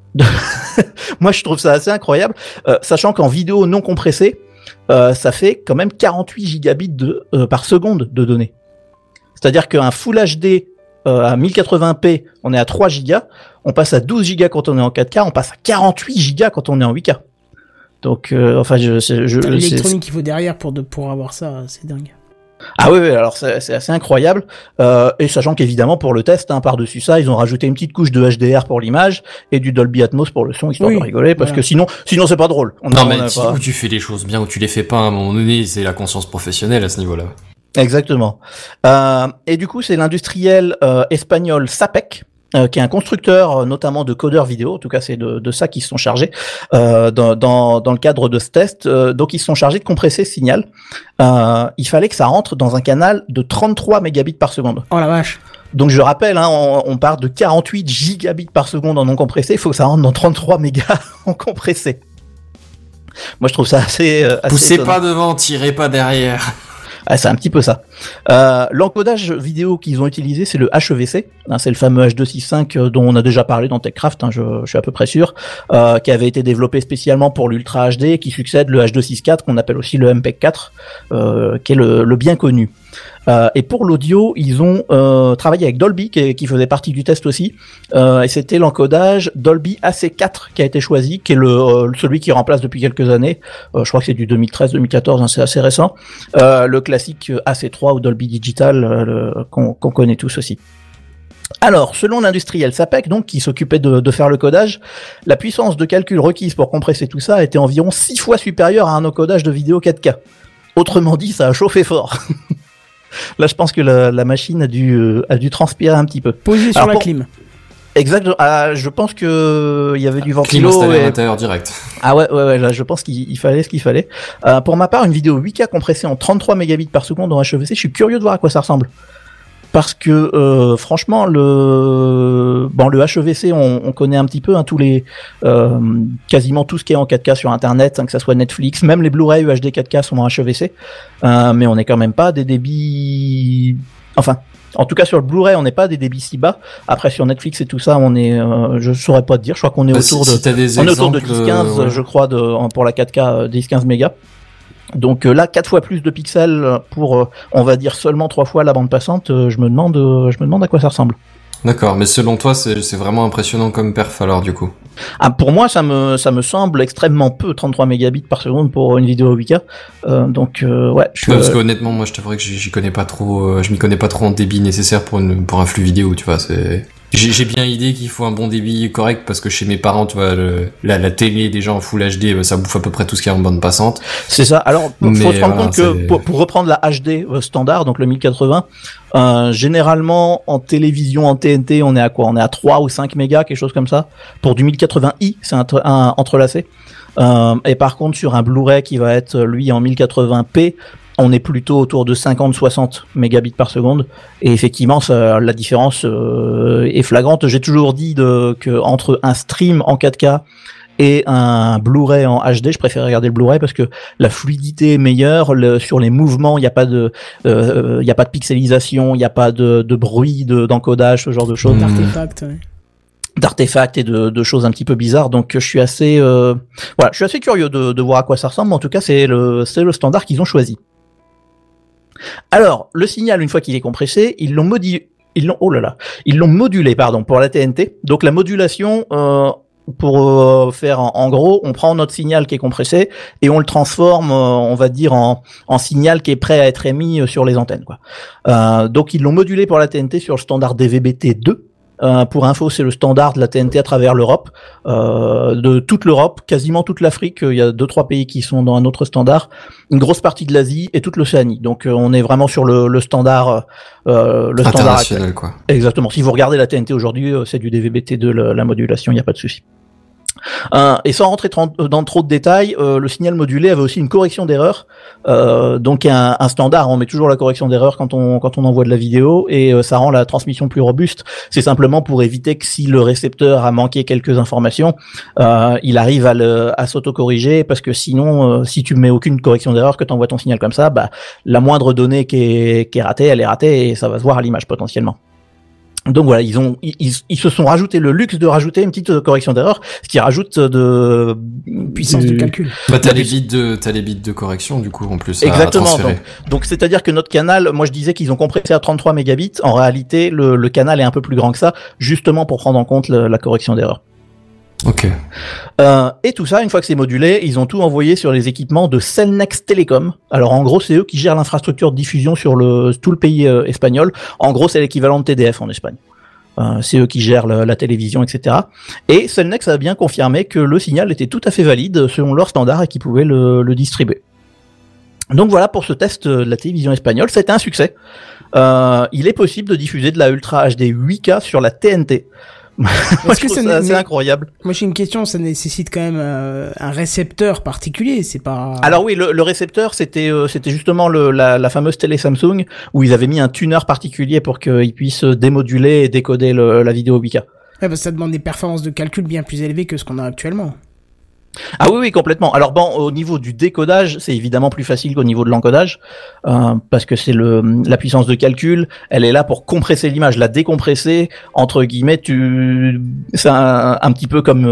Moi je trouve ça assez incroyable, euh, sachant qu'en vidéo non compressée, euh, ça fait quand même quarante-huit gigabits de euh, par seconde de données. C'est-à-dire qu'un Full H D Euh, à mille quatre-vingts p, on est à trois gigas, on passe à douze gigas quand on est en quatre K, on passe à quarante-huit gigas quand on est en huit K. Donc, euh, enfin, je, je, je l'électronique qu'il faut derrière pour de, pour avoir ça, c'est dingue. Ah oui, oui, alors c'est, c'est assez incroyable. Euh, et sachant qu'évidemment pour le test, hein, par-dessus ça, ils ont rajouté une petite couche de H D R pour l'image et du Dolby Atmos pour le son, histoire Oui, de rigoler, parce voilà. que sinon, sinon c'est pas drôle. On Non, a- mais on a tu, pas- ou tu fais les choses bien ou tu les fais pas à un moment donné, c'est la conscience professionnelle à ce niveau-là. Exactement. Euh, et du coup, c'est l'industriel euh, espagnol Sapec, euh, qui est un constructeur euh, notamment de codeurs vidéo. En tout cas, c'est de, de ça qu'ils se sont chargés euh, dans, dans, dans le cadre de ce test. Euh, donc, ils se sont chargés de compresser ce signal. Euh, il fallait que ça rentre dans un canal de trente-trois mégabits par seconde. Oh la vache. Donc, je rappelle, hein, on, on part de quarante-huit gigabits par seconde en non compressé. Il faut que ça rentre dans trente-trois mégas en compressé. Moi, je trouve ça assez... euh, assez Poussez étonnant. pas devant, tirez pas derrière. Ah, c'est un petit peu ça. Euh, l'encodage vidéo qu'ils ont utilisé, c'est le H E V C. Hein, c'est le fameux H deux cent soixante-cinq euh, dont on a déjà parlé dans TechCraft, hein, je, je suis à peu près sûr, euh, qui avait été développé spécialement pour l'Ultra H D, qui succède le H deux cent soixante-quatre, qu'on appelle aussi le M P E G quatre, euh, qui est le, le bien connu. Euh, et pour l'audio, ils ont euh, travaillé avec Dolby, qui, qui faisait partie du test aussi, euh, et c'était l'encodage Dolby A C quatre qui a été choisi, qui est le euh, celui qui remplace depuis quelques années. Euh, je crois que c'est du deux mille treize deux mille quatorze, hein, c'est assez récent. Euh, le classique A C trois ou Dolby Digital euh, le, qu'on, qu'on connaît tous aussi. Alors, selon l'industriel Sapec, donc, qui s'occupait de, de faire le codage, la puissance de calcul requise pour compresser tout ça était environ six fois supérieure à un encodage de vidéo quatre K. Autrement dit, ça a chauffé fort. Là, je pense que la, la machine a dû, euh, a dû transpirer un petit peu. Posé sur Alors, la pour- clim. Exactement. Ah, je pense que il y avait du Clim ventilo. installé à et- l'intérieur direct. Ah ouais, ouais, ouais. Là, je pense qu'il il fallait ce qu'il fallait. Euh, pour ma part, une vidéo huit K compressée en trente-trois mégabits par seconde en H E V C, je suis curieux de voir à quoi ça ressemble. Parce que euh, franchement, le bon, le H E V C, on, on connaît un petit peu hein, tous les euh, quasiment tout ce qui est en quatre K sur Internet, hein, que ça soit Netflix, même les Blu-ray U H D quatre K sont en H E V C, euh, mais on n'est quand même pas des débits. Enfin, en tout cas sur le Blu-ray, on n'est pas à des débits si bas. Après sur Netflix et tout ça, on est, euh, je saurais pas te dire. Je crois qu'on est Bah, autour si- de, si t'as des on est autour de exemples, dix quinze, euh, ouais. je crois, de pour la quatre K, euh, dix quinze mégas. Donc euh, là, quatre fois plus de pixels pour, euh, on va dire seulement trois fois la bande passante. euh, je me demande, euh, je me demande à quoi ça ressemble. D'accord, mais selon toi, c'est, c'est vraiment impressionnant comme perf alors du coup. Ah, pour moi, ça me, ça me semble extrêmement peu, trente-trois mégabits par seconde pour une vidéo huit K. Euh, donc euh, ouais, je suis. Ouais, parce euh, qu'honnêtement, moi, je t'avouerais que j'y, j'y connais pas trop, euh, je m'y connais pas trop en débit nécessaire pour une, pour un flux vidéo, tu vois. C'est, j'ai, j'ai bien idée qu'il faut un bon débit correct parce que chez mes parents, tu vois, le, la, la télé déjà en Full H D, ça bouffe à peu près tout ce qu'il y a en bande passante. C'est ça. Alors, faut Mais se rendre voilà, compte que c'est- pour, pour reprendre la H D euh, standard, donc le mille quatre-vingts, euh, généralement en télévision, en T N T, on est à quoi? On est à trois ou cinq mégas, quelque chose comme ça. Pour du mille quatre-vingts i, c'est un, un entrelacé. Euh, et par contre, sur un Blu-ray qui va être lui en mille quatre-vingts p, on est plutôt autour de cinquante à soixante mégabits par seconde. Et effectivement, ça, la différence euh, est flagrante. J'ai toujours dit de, que entre un stream en quatre K et un Blu-ray en H D, je préfère regarder le Blu-ray parce que la fluidité est meilleure. Le, sur les mouvements, il n'y a pas de, euh, il y a pas de pixelisation, il n'y a pas de, de bruit de, d'encodage, ce genre de choses, D'artefacts, ouais. d'artefacts et de, de choses un petit peu bizarres. Donc, je suis assez, euh, voilà, je suis assez curieux de, de voir à quoi ça ressemble. Mais en tout cas, c'est le, c'est le standard qu'ils ont choisi. Alors, le signal, une fois qu'il est compressé, ils l'ont modi- ils l'ont, oh là là, ils l'ont modulé, pardon, pour la T N T. Donc, la modulation, euh, pour euh, faire en, en gros, on prend notre signal qui est compressé et on le transforme, euh, on va dire, en, en signal qui est prêt à être émis euh, sur les antennes, quoi. Euh, donc, ils l'ont modulé pour la T N T sur le standard D V B T deux. Euh, pour info, c'est le standard de la T N T à travers l'Europe, euh, de toute l'Europe, quasiment toute l'Afrique. Il y a deux trois pays qui sont dans un autre standard, une grosse partie de l'Asie et toute l'Océanie. Donc, euh, on est vraiment sur le, le standard, euh, le standard International, actuel. quoi. Exactement. Si vous regardez la T N T aujourd'hui, euh, c'est du D V B T deux, la, la modulation, il n'y a pas de souci. Euh, et sans rentrer tran- dans trop de détails, euh, le signal modulé avait aussi une correction d'erreur. Euh, donc un, un standard, on met toujours la correction d'erreur quand on quand on envoie de la vidéo et euh, ça rend la transmission plus robuste. C'est simplement pour éviter que si le récepteur a manqué quelques informations, euh, il arrive à le à s'auto-corriger parce que sinon, euh, si tu mets aucune correction d'erreur, que tu envoies ton signal comme ça, bah la moindre donnée qui est qui est ratée, elle est ratée et ça va se voir à l'image potentiellement. Donc voilà, ils ont, ils, ils se sont rajouté le luxe de rajouter une petite correction d'erreur, ce qui rajoute de puissance du... de calcul. Bah t'as les bits de, t'as les bits de correction du coup en plus. à Exactement. transférer. Donc, donc c'est-à-dire que notre canal, moi je disais qu'ils ont compressé à trente-trois mégabits. En réalité, le, le canal est un peu plus grand que ça, justement pour prendre en compte le, la correction d'erreur. Ok. Euh, et tout ça, une fois que c'est modulé, ils ont tout envoyé sur les équipements de Cellnex Telecom. Alors en gros, c'est eux qui gèrent l'infrastructure de diffusion sur le tout le pays euh, espagnol. En gros, c'est l'équivalent de T D F en Espagne. Euh, c'est eux qui gèrent le, la télévision, et cetera. Et Cellnex a bien confirmé que le signal était tout à fait valide selon leurs standards et qu'ils pouvaient le, le distribuer. Donc voilà pour ce test de la télévision espagnole, c'était un succès. Euh, il est possible de diffuser de la Ultra H D huit K sur la T N T. Moi, je trouve ça assez incroyable. Moi, j'ai une question, ça nécessite quand même euh, un récepteur particulier, c'est pas... Alors oui, le, le récepteur, c'était euh, c'était justement le, la, la fameuse télé Samsung, où ils avaient mis un tuner particulier pour qu'ils puissent démoduler et décoder le, la vidéo huit K. Ouais, parce que ça demande des performances de calcul bien plus élevées que ce qu'on a actuellement. Ah oui, oui, complètement. Alors bon, au niveau du décodage, c'est évidemment plus facile qu'au niveau de l'encodage, euh, parce que c'est le la puissance de calcul, elle est là pour compresser l'image, la décompresser, entre guillemets, tu, c'est un, un petit peu comme,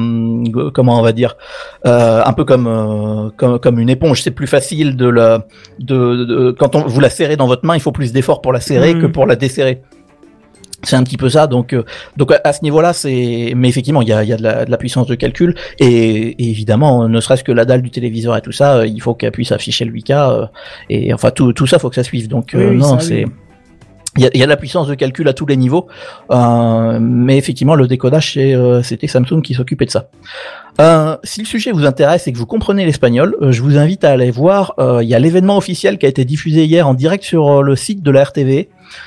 euh, comment on va dire, euh, un peu comme, euh, comme comme une éponge. C'est plus facile de la, de, de quand on vous la serrez dans votre main, il faut plus d'efforts pour la serrer mmh. que pour la desserrer. C'est un petit peu ça, donc euh, donc à, à ce niveau-là, c'est, mais effectivement, il y a, il y a de la, de la puissance de calcul et, et évidemment, ne serait-ce que la dalle du téléviseur et tout ça, euh, il faut qu'elle puisse afficher le huit K euh, et enfin tout tout ça, faut que ça suive. Donc euh, oui, non, ça, c'est oui. Il y a, il y a de la puissance de calcul à tous les niveaux, euh, mais effectivement, le décodage, c'est, euh, c'était Samsung qui s'occupait de ça. Euh, si le sujet vous intéresse et que vous comprenez l'espagnol, euh, je vous invite à aller voir. Euh, il y a l'événement officiel qui a été diffusé hier en direct sur euh, le site de la R T V.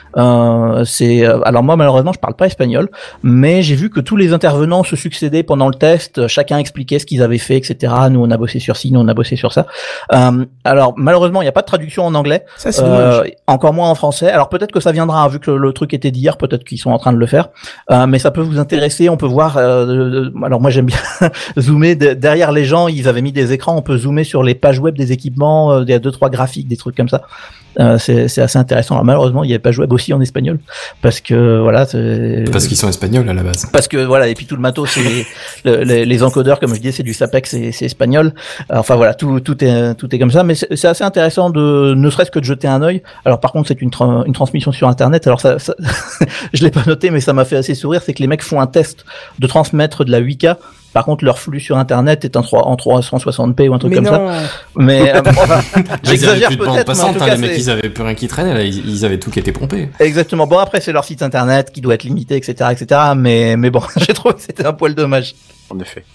Euh, c'est euh, alors moi malheureusement je parle pas espagnol, mais j'ai vu que tous les intervenants se succédaient pendant le test, chacun expliquait ce qu'ils avaient fait, et cetera. Nous on a bossé sur ci, nous on a bossé sur ça. Euh, alors malheureusement il n'y a pas de traduction en anglais, ça, c'est euh, encore moins en français. Alors peut-être que ça viendra, hein, vu que le, le truc était d'hier, peut-être qu'ils sont en train de le faire, euh, mais ça peut vous intéresser. On peut voir. Euh, alors moi j'aime bien zoomer de, derrière les gens, ils avaient mis des écrans, on peut zoomer sur les pages web des équipements, euh, il y a deux trois graphiques, des trucs comme ça. Euh, c'est, c'est assez intéressant. Alors, malheureusement, il y avait pas web aussi en espagnol parce que voilà. C'est... Parce qu'ils sont espagnols à la base. Parce que voilà, et puis tout le matos, c'est le, les, les encodeurs, comme je disais, c'est du SAPEX, c'est, c'est espagnol. Enfin voilà, tout tout est tout est comme ça. Mais c'est, c'est assez intéressant de, ne serait-ce que de jeter un œil. Alors par contre, c'est une tra- une transmission sur Internet. Alors ça, ça je l'ai pas noté, mais ça m'a fait assez sourire. C'est que les mecs font un test de transmettre de la huit K. Par contre, leur flux sur Internet est en trois cent soixante p ou un truc mais comme non. ça. Mais euh, enfin, j'exagère plus de peut-être. Passante, mais en tout hein, cas, les mecs, c'est... ils avaient plus rien qui traînait, là, ils, ils avaient tout qui était pompé. Exactement. Bon, après, c'est leur site Internet qui doit être limité, et cetera, et cetera. Mais, mais bon, j'ai trouvé que c'était un poil dommage. En effet.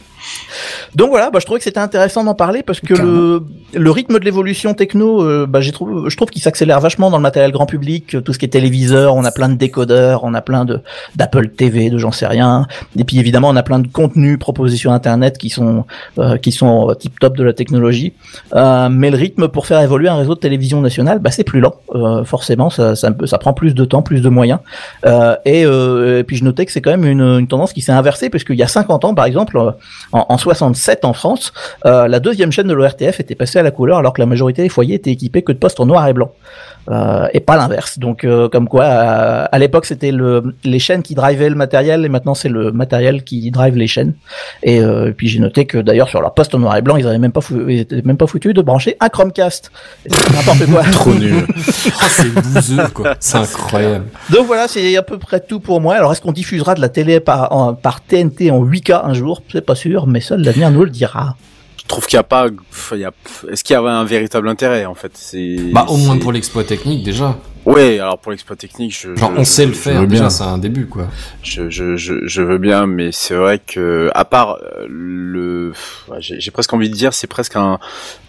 Donc voilà, bah, je trouvais que c'était intéressant d'en parler parce que le, le rythme de l'évolution techno, euh, bah, j'ai trouvé, je trouve qu'il s'accélère vachement dans le matériel grand public, tout ce qui est téléviseur, on a plein de décodeurs, on a plein de d'Apple T V, de j'en sais rien, et puis évidemment on a plein de contenus proposés sur Internet qui sont euh, qui sont tip top de la technologie, euh, mais le rythme pour faire évoluer un réseau de télévision nationale, bah c'est plus lent, euh, forcément, ça, ça ça prend plus de temps, plus de moyens, euh, et, euh, et puis je notais que c'est quand même une, une tendance qui s'est inversée parce qu'il y a cinquante ans par exemple, en, en soixante-sept en France, euh, la deuxième chaîne de l'O R T F était passée à la couleur alors que la majorité des foyers étaient équipés que de postes en noir et blanc. Euh, et pas l'inverse. Donc euh, comme quoi, à, à l'époque c'était le, les chaînes qui drivaient le matériel et maintenant c'est le matériel qui drive les chaînes. Et, euh, et puis j'ai noté que d'ailleurs sur leur poste en noir et blanc, ils avaient même pas, fou- ils étaient même pas foutus de brancher un Chromecast. Et c'est n'importe quoi. Trop nul. Oh, c'est bouseux, quoi. C'est incroyable. Donc voilà, c'est à peu près tout pour moi. Alors est-ce qu'on diffusera de la télé par, en, par T N T en huit K un jour ? C'est pas sûr, mais seul l'avenir nous le dira. Je trouve qu'il y a pas, il y a, est-ce qu'il y avait un véritable intérêt en fait? C'est bah au moins c'est... pour l'exploit technique déjà. Ouais, alors pour l'exploit technique, je, genre je, on sait je, le faire déjà, bien. C'est un début quoi. Je, je je je veux bien, mais c'est vrai que à part le, j'ai, j'ai presque envie de dire, c'est presque un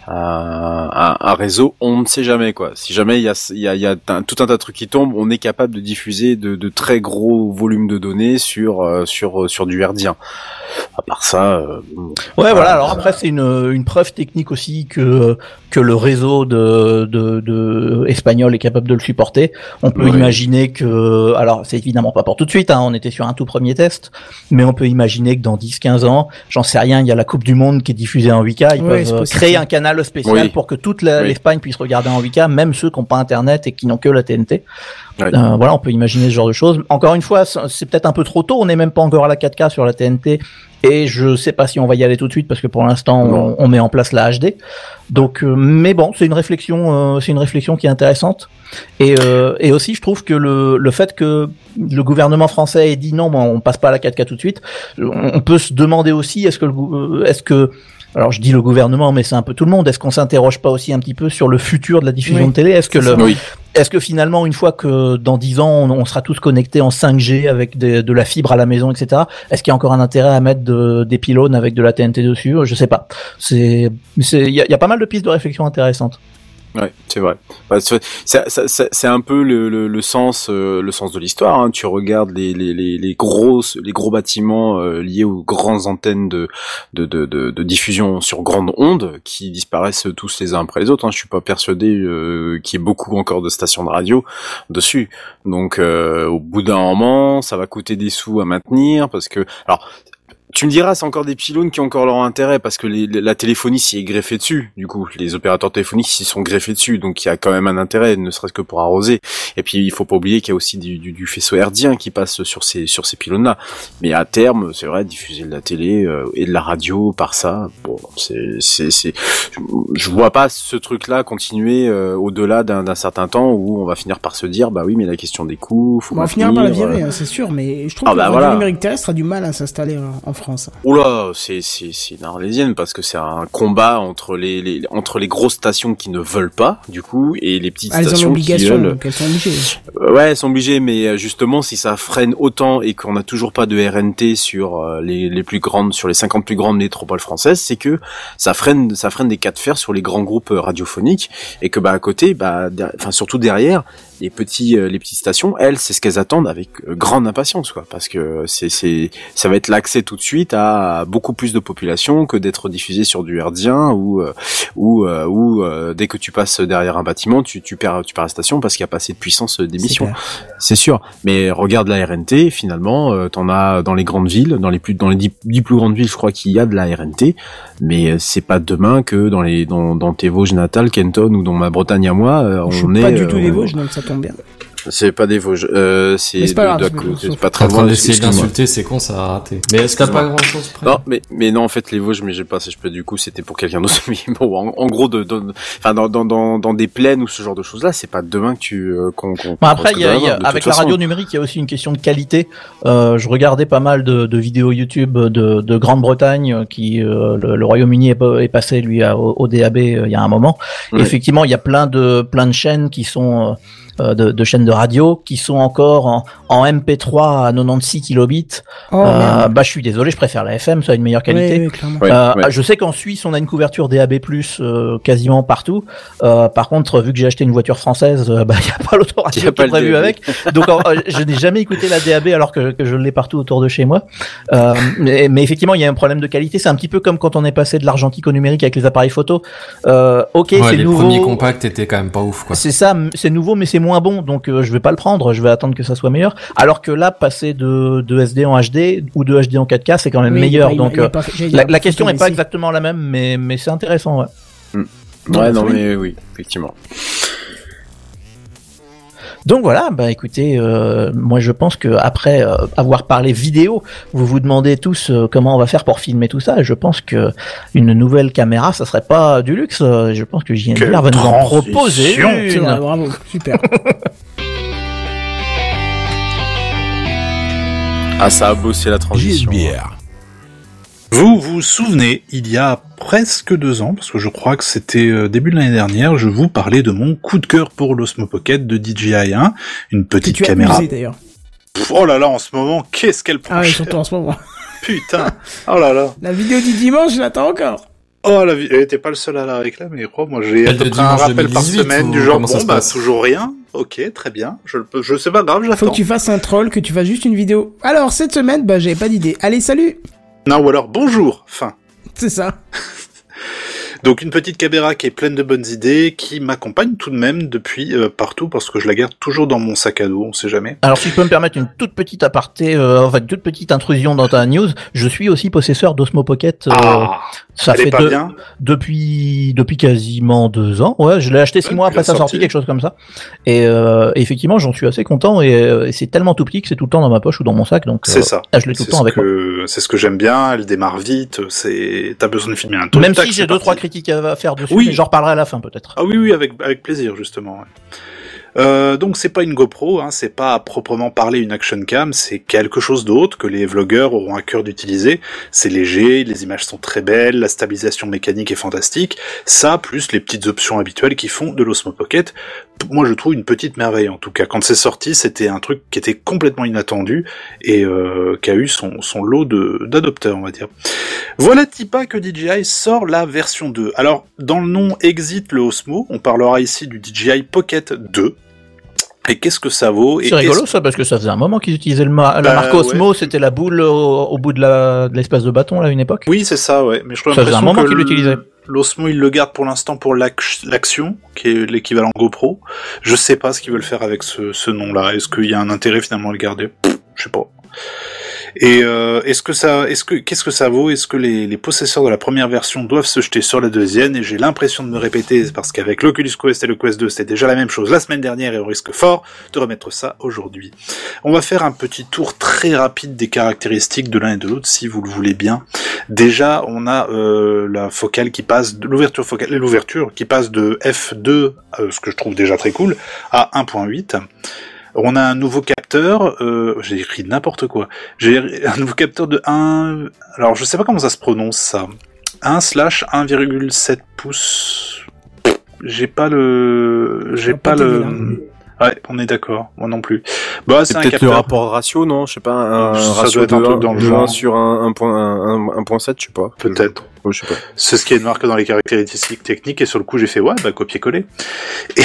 un, un, un réseau, on ne sait jamais quoi. Si jamais il y a il y a il y a un, tout un tas de trucs qui tombent, on est capable de diffuser de, de très gros volumes de données sur euh, sur sur du herdien. À part ça. Euh, ouais, voilà. Alors après, c'est une une preuve technique aussi que que le réseau de de, de espagnol est capable de le supporter. On peut ouais. imaginer que, alors c'est évidemment pas pour tout de suite, hein, on était sur un tout premier test, mais on peut imaginer que dans dix quinze ans, j'en sais rien, il y a la Coupe du Monde qui est diffusée en huit K, ils ouais, peuvent créer un canal spécial oui. pour que toute la, oui. l'Espagne puisse regarder en huit K, même ceux qui n'ont pas Internet et qui n'ont que la T N T. Ouais. Euh, voilà, on peut imaginer ce genre de choses. Encore une fois, c'est peut-être un peu trop tôt. On n'est même pas encore à la quatre K sur la T N T. Et je sais pas si on va y aller tout de suite parce que pour l'instant on, on met en place la H D. Donc, euh, mais bon, c'est une réflexion, euh, c'est une réflexion qui est intéressante. Et, euh, et aussi, je trouve que le, le fait que le gouvernement français ait dit non, bon, on passe pas à la quatre K tout de suite, on, on peut se demander aussi est-ce que, le, est-ce que alors je dis le gouvernement, mais c'est un peu tout le monde. Est-ce qu'on s'interroge pas aussi un petit peu sur le futur de la diffusion oui, de télé ? Est-ce que le, oui. est-ce que finalement, une fois que dans dix ans, on, on sera tous connectés en cinq G avec des, de la fibre à la maison, et cetera. Est-ce qu'il y a encore un intérêt à mettre de, des pylônes avec de la T N T dessus ? Je sais pas. C'est, c'est, il y a, y a pas mal de pistes de réflexion intéressantes. Ouais, c'est vrai. Bah, c'est, c'est, c'est, c'est un peu le, le, le sens, euh, le sens de l'histoire. Hein. Tu regardes les, les, les, les grosses, les gros bâtiments euh, liés aux grandes antennes de, de, de, de, de diffusion sur grande onde qui disparaissent tous les uns après les autres. Hein. Je suis pas persuadé euh, qu'il y ait beaucoup encore de stations de radio dessus. Donc, euh, au bout d'un moment, ça va coûter des sous à maintenir parce que, alors. Tu me diras, c'est encore des pylônes qui ont encore leur intérêt parce que les, la téléphonie s'y est greffée dessus. Du coup, les opérateurs téléphoniques s'y sont greffés dessus, donc il y a quand même un intérêt, ne serait-ce que pour arroser. Et puis, il faut pas oublier qu'il y a aussi du, du, du faisceau herdien qui passe sur ces sur ces pylônes-là. Mais à terme, c'est vrai, diffuser de la télé euh, et de la radio par ça, bon, c'est c'est c'est, je vois pas ce truc-là continuer euh, au-delà d'un, d'un certain temps où on va finir par se dire, bah oui, mais la question des coûts, faut. On va finir par la virer, euh... hein, c'est sûr. Mais je trouve ah, que bah, le voilà. numérique terrestre a du mal à s'installer en France. Oula, c'est c'est c'est une arlésienne parce que c'est un combat entre les, les entre les grosses stations qui ne veulent pas du coup et les petites ah, stations qui veulent. Donc elles sont obligées. Euh, ouais, elles sont obligées, mais justement si ça freine autant et qu'on n'a toujours pas de R N T sur euh, les les plus grandes, sur les cinquante plus grandes métropoles françaises, c'est que ça freine ça freine des cas de fer sur les grands groupes radiophoniques et que bah à côté, bah der- enfin surtout derrière. Les petits, euh, les petites stations, elles, c'est ce qu'elles attendent avec euh, grande impatience, quoi, parce que c'est, c'est, ça va être l'accès tout de suite à beaucoup plus de population que d'être diffusé sur du herdien ou, euh, ou, euh, ou euh, dès que tu passes derrière un bâtiment, tu, tu perds, tu perds la station parce qu'il y a pas assez de puissance d'émission. C'est, c'est sûr. Mais regarde la R N T, finalement, euh, t'en as dans les grandes villes, dans les plus, dans les dix, dix plus grandes villes, je crois qu'il y a de la R N T, mais c'est pas demain que dans les, dans, dans tes Vosges natales, Kenton ou dans ma Bretagne à moi, euh, je on suis est. Pas du tout euh, des Vosges, donc ça tombe bien. C'est pas des Vosges, euh, c'est, c'est pas, de, grave, de, c'est, c'est pas très loin. En train d'essayer d'insulter, c'est con, ça a raté. Mais est-ce que t'as pas grand chose près? Non, mais, mais non, en fait, les Vosges, mais j'ai pas, je peux, du coup, c'était pour quelqu'un d'autre. Mais bon, en, en gros, de, de, enfin, dans, dans, dans, dans des plaines ou ce genre de choses-là, c'est pas demain que tu, euh, qu'on, qu'on, bon, après, il y a, y a avec la radio numérique, il y a aussi une question de qualité. Euh, je regardais pas mal de, de vidéos YouTube de, de Grande-Bretagne, qui, euh, le, le Royaume-Uni est, est passé, lui, à, au, au D A B, euh, il y a un moment. Ouais. Effectivement, il y a plein de, plein de chaînes qui sont, euh, De, de chaînes de radio qui sont encore en, en M P trois à quatre-vingt-seize kilobits. Oh, euh, bah, je suis désolé, je préfère la F M, ça a une meilleure qualité. Oui, oui, clairement. Euh, ouais, ouais. Je sais qu'en Suisse, on a une couverture D A B plus, euh, quasiment partout. Euh, par contre, vu que j'ai acheté une voiture française, euh, bah, il n'y a pas l'autoradio qui est prévu avec. Donc, euh, je n'ai jamais écouté la D A B alors que, que je l'ai partout autour de chez moi. Euh, mais, mais effectivement, il y a un problème de qualité. C'est un petit peu comme quand on est passé de l'argentique au numérique avec les appareils photo. Euh, ok, ouais, c'est les nouveau. Les premiers compacts étaient quand même pas ouf, quoi. C'est ça, c'est nouveau, mais c'est moins bon. Donc, euh, je vais pas le prendre. Je vais attendre que ça soit meilleur. Alors que là, passer de, de S D en H D ou de H D en quatre K, c'est quand même oui, meilleur. Pas, donc, euh, pas, la, la question n'est pas exactement la même, mais, mais c'est intéressant, ouais. Mmh. Ouais, non, mais oui, effectivement. Donc voilà, bah écoutez, euh, moi je pense que après euh, avoir parlé vidéo, vous vous demandez tous euh, comment on va faire pour filmer tout ça. Et je pense que une nouvelle caméra, ça serait pas du luxe. Je pense que J N D R va nous en proposer une. C'est vrai, bravo, super. Ah, ça a bossé la transition. J N D R. Vous vous souvenez, il y a presque deux ans, parce que je crois que c'était euh, début de l'année dernière, je vous parlais de mon coup de cœur pour l'Osmo Pocket de D J I un, une petite tu caméra. As abusé, d'ailleurs. Pff, oh là là, en ce moment, qu'est-ce qu'elle prend Ah oui, cher. surtout en ce moment. Putain, oh là là. La vidéo du dimanche, je l'attends encore. Oh, la vidéo, t'es pas le seul à la réclamer, crois. Moi, j'ai à peu près un rappel par semaine du genre, bon, bah, toujours rien. Ok, très bien. Je le peux, je sais pas grave, j'attends. Faut que tu fasses un troll, que tu fasses juste une vidéo. Alors, cette semaine, bah, j'avais pas d'idée. Allez, salut! Non, ou alors, bonjour, fin. C'est ça. Donc une petite caméra qui est pleine de bonnes idées, qui m'accompagne tout de même depuis euh, partout, parce que je la garde toujours dans mon sac à dos, on sait jamais. Alors si je peux me permettre une toute petite aparté, euh, enfin une toute petite intrusion dans ta news, je suis aussi possesseur d'Osmo Pocket. Euh, Ah, ça elle est fait pas deux- bien depuis depuis quasiment deux ans. Ouais, je l'ai acheté six Ouais, mois depuis après la sa sortie, sortie. quelque chose comme ça. Et euh, effectivement, j'en suis assez content et, euh, et c'est tellement tout petit que c'est tout le temps dans ma poche ou dans mon sac. Donc C'est euh, ça. ah, je l'ai tout C'est le temps ce avec moi. que c'est ce que j'aime bien. Elle démarre vite. C'est t'as besoin de filmer un truc. Même tac, si c'est j'ai deux parti. trois critiques à faire dessus, Oui. mais j'en reparlerai à la fin peut-être. Ah oui, oui, avec avec plaisir justement. Ouais. Euh, donc c'est pas une GoPro, hein, c'est pas à proprement parler une action cam, c'est quelque chose d'autre que les vlogueurs auront à cœur d'utiliser. C'est léger, les images sont très belles, la stabilisation mécanique est fantastique. Ça, plus les petites options habituelles qui font de l'Osmo Pocket, moi je trouve une petite merveille en tout cas. Quand c'est sorti, c'était un truc qui était complètement inattendu et euh, qui a eu son, son lot de d'adopteurs, on va dire. Voilà Tipa que D J I sort la version deux. Alors, dans le nom Exit le Osmo, on parlera ici du D J I Pocket deux. Et qu'est-ce que ça vaut? Et C'est rigolo est-ce- ça parce que ça faisait un moment qu'ils utilisaient le ma- la Bah, marque Osmo, ouais. c'était la boule au, au bout de la de l'espèce de bâton là à une époque. Oui, c'est ça, ouais. Mais je trouve Ça faisait un l'impression moment que qu'il l'utilisait. l'Osmo, il le garde pour l'instant pour l'ac- l'action, qui est l'équivalent GoPro. Je sais pas ce qu'ils veulent faire avec ce, ce nom-là. Est-ce qu'il y a un intérêt finalement à le garder? Pff, je sais pas. Et euh, est-ce que ça, est-ce que, qu'est-ce que ça vaut? Est-ce que les, les possesseurs de la première version doivent se jeter sur la deuxième? Et j'ai l'impression de me répéter, parce qu'avec l'Oculus Quest et le Quest deux, c'était déjà la même chose la semaine dernière, et on risque fort de remettre ça aujourd'hui. On va faire un petit tour très rapide des caractéristiques de l'un et de l'autre, si vous le voulez bien. Déjà, on a euh, la focale qui passe, de l'ouverture focale, l'ouverture qui passe de F deux, euh, ce que je trouve déjà très cool, à un point huit. On a un nouveau capteur, euh, j'ai écrit n'importe quoi. J'ai un nouveau capteur de un, alors je sais pas comment ça se prononce ça. un slash un virgule sept pouces. J'ai pas le, j'ai pas le, ouais, on est d'accord, moi non plus. Bah, c'est, C'est un peut-être capteur. le rapport ratio, non? Je sais pas, un Ça ratio doit être de un truc un, dans le de genre. un sur un, un point, un, un point sept, je sais pas. Peut-être. Ouais, je sais pas. C'est ce qui est marqué dans les caractéristiques techniques, et sur le coup j'ai fait ouais, bah copier-coller. Et...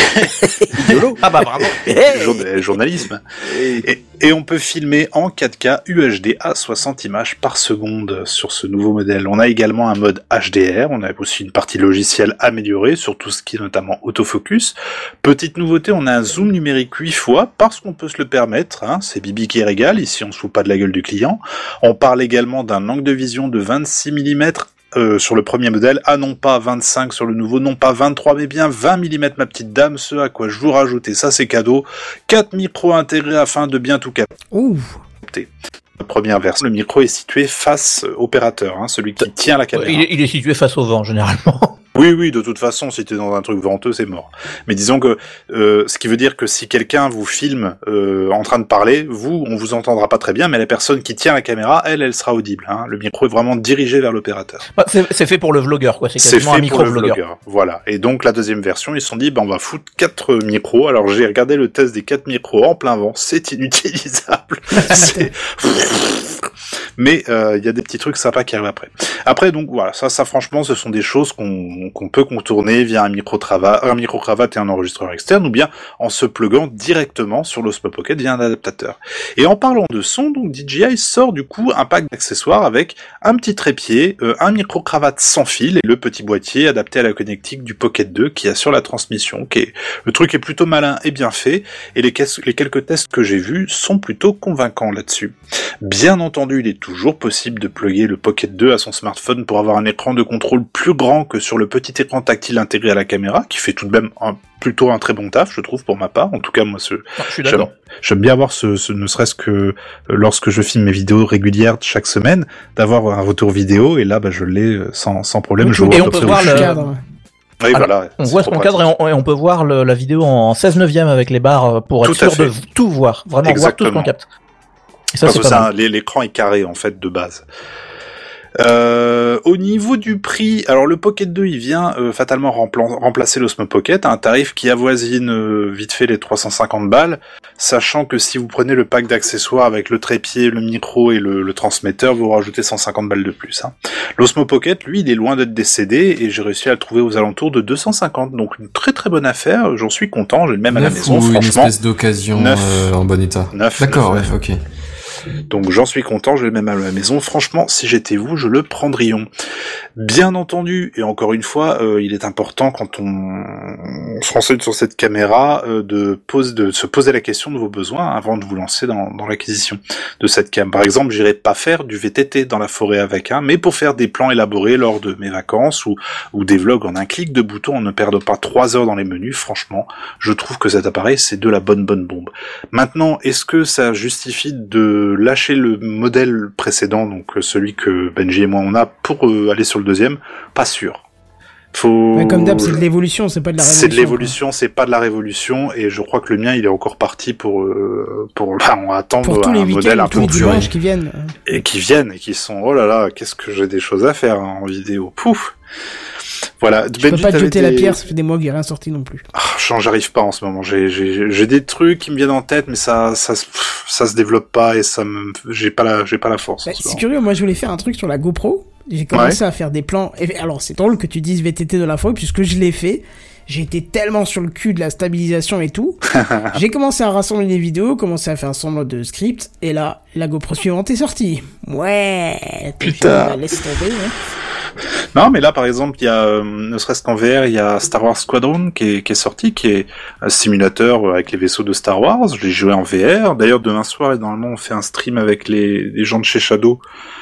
Ah bah bravo. Jour- journalisme. Et, et on peut filmer en quatre K U H D à soixante images par seconde sur ce nouveau modèle. On a également un mode H D R, on a aussi une partie logicielle améliorée sur tout ce qui est notamment autofocus. Petite nouveauté, on a un zoom numérique huit fois parce qu'on peut se le permettre, hein, c'est Bibi qui régale, ici on se fout pas de la gueule du client. On parle également d'un angle de vision de vingt-six millimètres Euh, sur le premier modèle, ah non pas vingt-cinq sur le nouveau, non pas vingt-trois, mais bien vingt millimètres ma petite dame, ce à quoi je vous rajoute, et ça c'est cadeau, quatre micros intégrés afin de bien tout capter. Ouh. La première version, le micro est situé face opérateur, hein, celui qui tient la caméra. Il est, il est situé face au vent généralement. Oui, oui, de toute façon, si t'es dans un truc venteux, c'est mort. Mais disons que, euh, ce qui veut dire que si quelqu'un vous filme euh, en train de parler, vous, on vous entendra pas très bien, mais la personne qui tient la caméra, elle, elle sera audible. Hein. Le micro est vraiment dirigé vers l'opérateur. Bah, c'est, c'est fait pour le vlogueur quoi, c'est C'est quasiment fait un pour le micro-vlogueur. vlogueur. Voilà. Et donc, la deuxième version, ils se sont dit, ben, on va foutre quatre micros. Alors, j'ai regardé le test des quatre micros en plein vent. C'est inutilisable. C'est... Mais, il euh, y a des petits trucs sympas qui arrivent après. Après, donc, voilà. Ça, ça, franchement, ce sont des choses qu'on, qu'on peut contourner via un micro-cravate, un micro-cravate et un enregistreur externe, ou bien en se pluguant directement sur l'Osmo Pocket via un adaptateur. Et en parlant de son, donc, D J I sort, du coup, un pack d'accessoires avec un petit trépied, euh, un micro-cravate sans fil et le petit boîtier adapté à la connectique du Pocket deux qui assure la transmission. Qui est... Le truc est plutôt malin et bien fait, et les, caisses... les quelques tests que j'ai vus sont plutôt convaincants là-dessus. Bien entendu, il est toujours possible de plugger le Pocket deux à son smartphone pour avoir un écran de contrôle plus grand que sur le petit écran tactile intégré à la caméra, qui fait tout de même un, plutôt un très bon taf, je trouve, pour ma part. En tout cas, moi, ce, Non, je suis d'accord. j'aime, j'aime bien avoir ce, ce, ne serait-ce que euh, lorsque je filme mes vidéos régulières chaque semaine, d'avoir un retour vidéo, et là, bah, je l'ai sans, sans problème. Je Et vois on peut comme voir ça où le- je suis. Cadre. Oui, Alors, voilà, on c'est voit trop son cadre et pratique. on, et on peut voir le- la vidéo en seize neuvième avec les barres pour être Tout à sûr de fait. tout voir, vraiment voir tout ce qu'on Exactement. capte. Et ça Parce c'est que pas c'est mal. un- l'é- l'écran est carré en fait de base. Euh, au niveau du prix, alors le Pocket deux il vient euh, fatalement rempla- remplacer l'Osmo Pocket à un tarif qui avoisine euh, vite fait les trois cent cinquante balles, sachant que si vous prenez le pack d'accessoires avec le trépied, le micro et le, le transmetteur, vous rajoutez cent cinquante balles de plus. Hein. L'Osmo Pocket, lui, il est loin d'être décédé et j'ai réussi à le trouver aux alentours de deux cent cinquante, donc une très très bonne affaire, j'en suis content, j'ai le même à la Neuf maison, ou une franchement. espèce d'occasion Neuf. euh, en bon état. Neuf, D'accord, neuf, ouais, ok. Donc j'en suis content, je l'ai même à la maison. Franchement, si j'étais vous, je le prendrais. Bien entendu, et encore une fois, euh, il est important quand on, on se renseigne sur cette caméra euh, de, pose, de se poser la question de vos besoins avant de vous lancer dans, dans l'acquisition de cette cam. Par exemple, j'irai pas faire du V T T dans la forêt avec, hein, mais pour faire des plans élaborés lors de mes vacances ou, ou des vlogs en un clic de bouton, en ne perdant pas trois heures dans les menus. Franchement, je trouve que cet appareil, c'est de la bonne bonne bombe. Maintenant, est-ce que ça justifie de lâcher le modèle précédent, donc celui que Benji et moi on a, pour euh, aller sur le deuxième? Pas sûr. Faut... Mais comme d'hab, c'est de l'évolution, c'est pas de la révolution. C'est de l'évolution, c'est pas de la révolution, et je crois que le mien, il est encore parti pour euh, pour là, on va attendre pour tous les un modèle un tous peu les plus dimanches qui viennent. et qui viennent et qui sont oh là là, qu'est-ce que j'ai des choses à faire hein, en vidéo. Pouf. Voilà. Je peux pas te jeter des... la pierre, ça fait des mois qu'il n'y a rien sorti non plus. Ah, j'arrive pas en ce moment. J'ai, j'ai, j'ai des trucs qui me viennent en tête, mais ça, ça, pff, ça se développe pas et ça me, j'ai pas la, j'ai pas la force. Bah, c'est curieux. Moi, je voulais faire un truc sur la GoPro. J'ai commencé ouais. à faire des plans. Et alors, c'est drôle que tu dises V T T de la forêt, puisque je l'ai fait. J'ai été tellement sur le cul de la stabilisation et tout. J'ai commencé à rassembler des vidéos, commencé à faire un semblant de script, et là, la GoPro suivante est sortie. Ouais. Putain. Laisse tomber, hein. Non, mais là, par exemple, il y a, euh, ne serait-ce qu'en V R, il y a Star Wars Squadron qui est, qui est sorti, qui est un simulateur avec les vaisseaux de Star Wars. Je l'ai joué en V R. D'ailleurs, demain soir, et normalement, on fait un stream avec les, les gens de chez Shadow,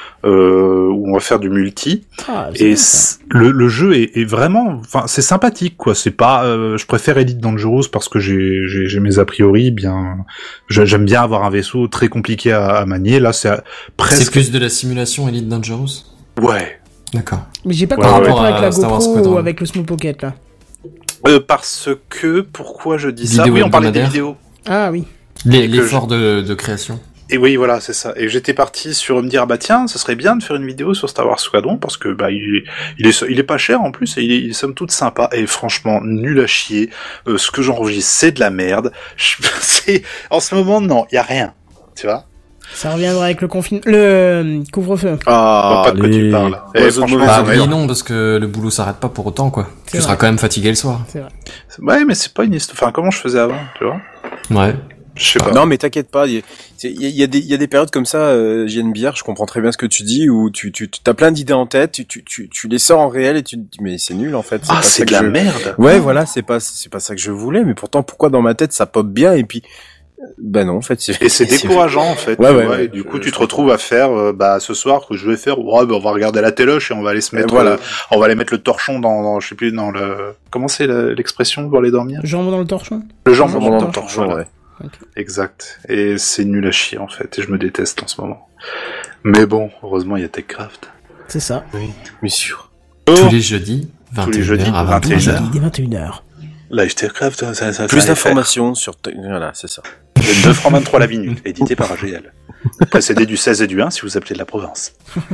euh, où on va faire du multi. Ah, et le, le jeu est, est vraiment, enfin, c'est sympathique, quoi. C'est pas, euh, je préfère Elite Dangerous parce que j'ai, j'ai, j'ai mes a priori bien, j'aime bien avoir un vaisseau très compliqué à, à manier. Là, c'est presque. C'est plus de la simulation Elite Dangerous? Ouais. D'accord. Mais j'ai pas compris ouais, avec la GoPro ou avec le Small Pocket là. Euh, parce que pourquoi je dis ça? Oui, on parlait des vidéos. Ah oui. Les, l'effort je... de, de création. Et oui, voilà, c'est ça. Et j'étais parti sur me dire ah bah tiens, ce serait bien de faire une vidéo sur Star Wars Squadron parce que bah il est, il est, il est pas cher en plus et il est, il est somme toute sympa et franchement nul à chier. Euh, ce que j'enregistre c'est de la merde. Je, c'est en ce moment non, il y a rien, tu vois. Ça reviendra avec le confinement, le couvre-feu. Ah, pas de quoi tu parles. Eh, franchement, bah, oui, non, parce que le boulot s'arrête pas pour autant, quoi. C'est tu vrai. Seras quand même fatigué le soir. C'est vrai. Ouais, mais c'est pas une histoire. Enfin, comment je faisais avant, tu vois? Ouais. Je sais pas. Non, mais t'inquiète pas. Il y, y, y a des, il y a des périodes comme ça, euh, J N B R, je comprends très bien ce que tu dis, où tu, tu, t'as plein d'idées en tête, tu, tu, tu, tu les sors en réel et tu te dis, mais c'est nul, en fait. C'est ah, c'est de la je... merde. Ouais, voilà, c'est pas, c'est pas ça que je voulais, mais pourtant, pourquoi dans ma tête ça pop bien et puis, bah non, en fait, c'est... Et c'est décourageant, en fait. Ouais, ouais, ouais, ouais, et du coup, tu te retrouves à faire, euh, bah, ce soir, que je vais faire, ouais, bah, on va regarder la téloche et on va aller se mettre, voilà. euh, on va aller mettre le torchon dans, dans, je sais plus, dans le, comment c'est la, l'expression pour aller dormir? Le jambon dans le torchon? Le jambon dans, dans le torchon, voilà. ouais. Okay. Exact. Et c'est nul à chier, en fait, et je me déteste en ce moment. Mais bon, heureusement, il y a TechCraft. C'est ça. Oui, bien sûr. Tous les jeudis, vingt et une heures à vingt et une heures. Dès vingt et une heures. Live TechCraft, ça, ça, plus d'informations sur, te... voilà, c'est ça. neuf francs vingt-trois la minute, édité par A G L. Précédé du seize et du un si vous appelez de la province.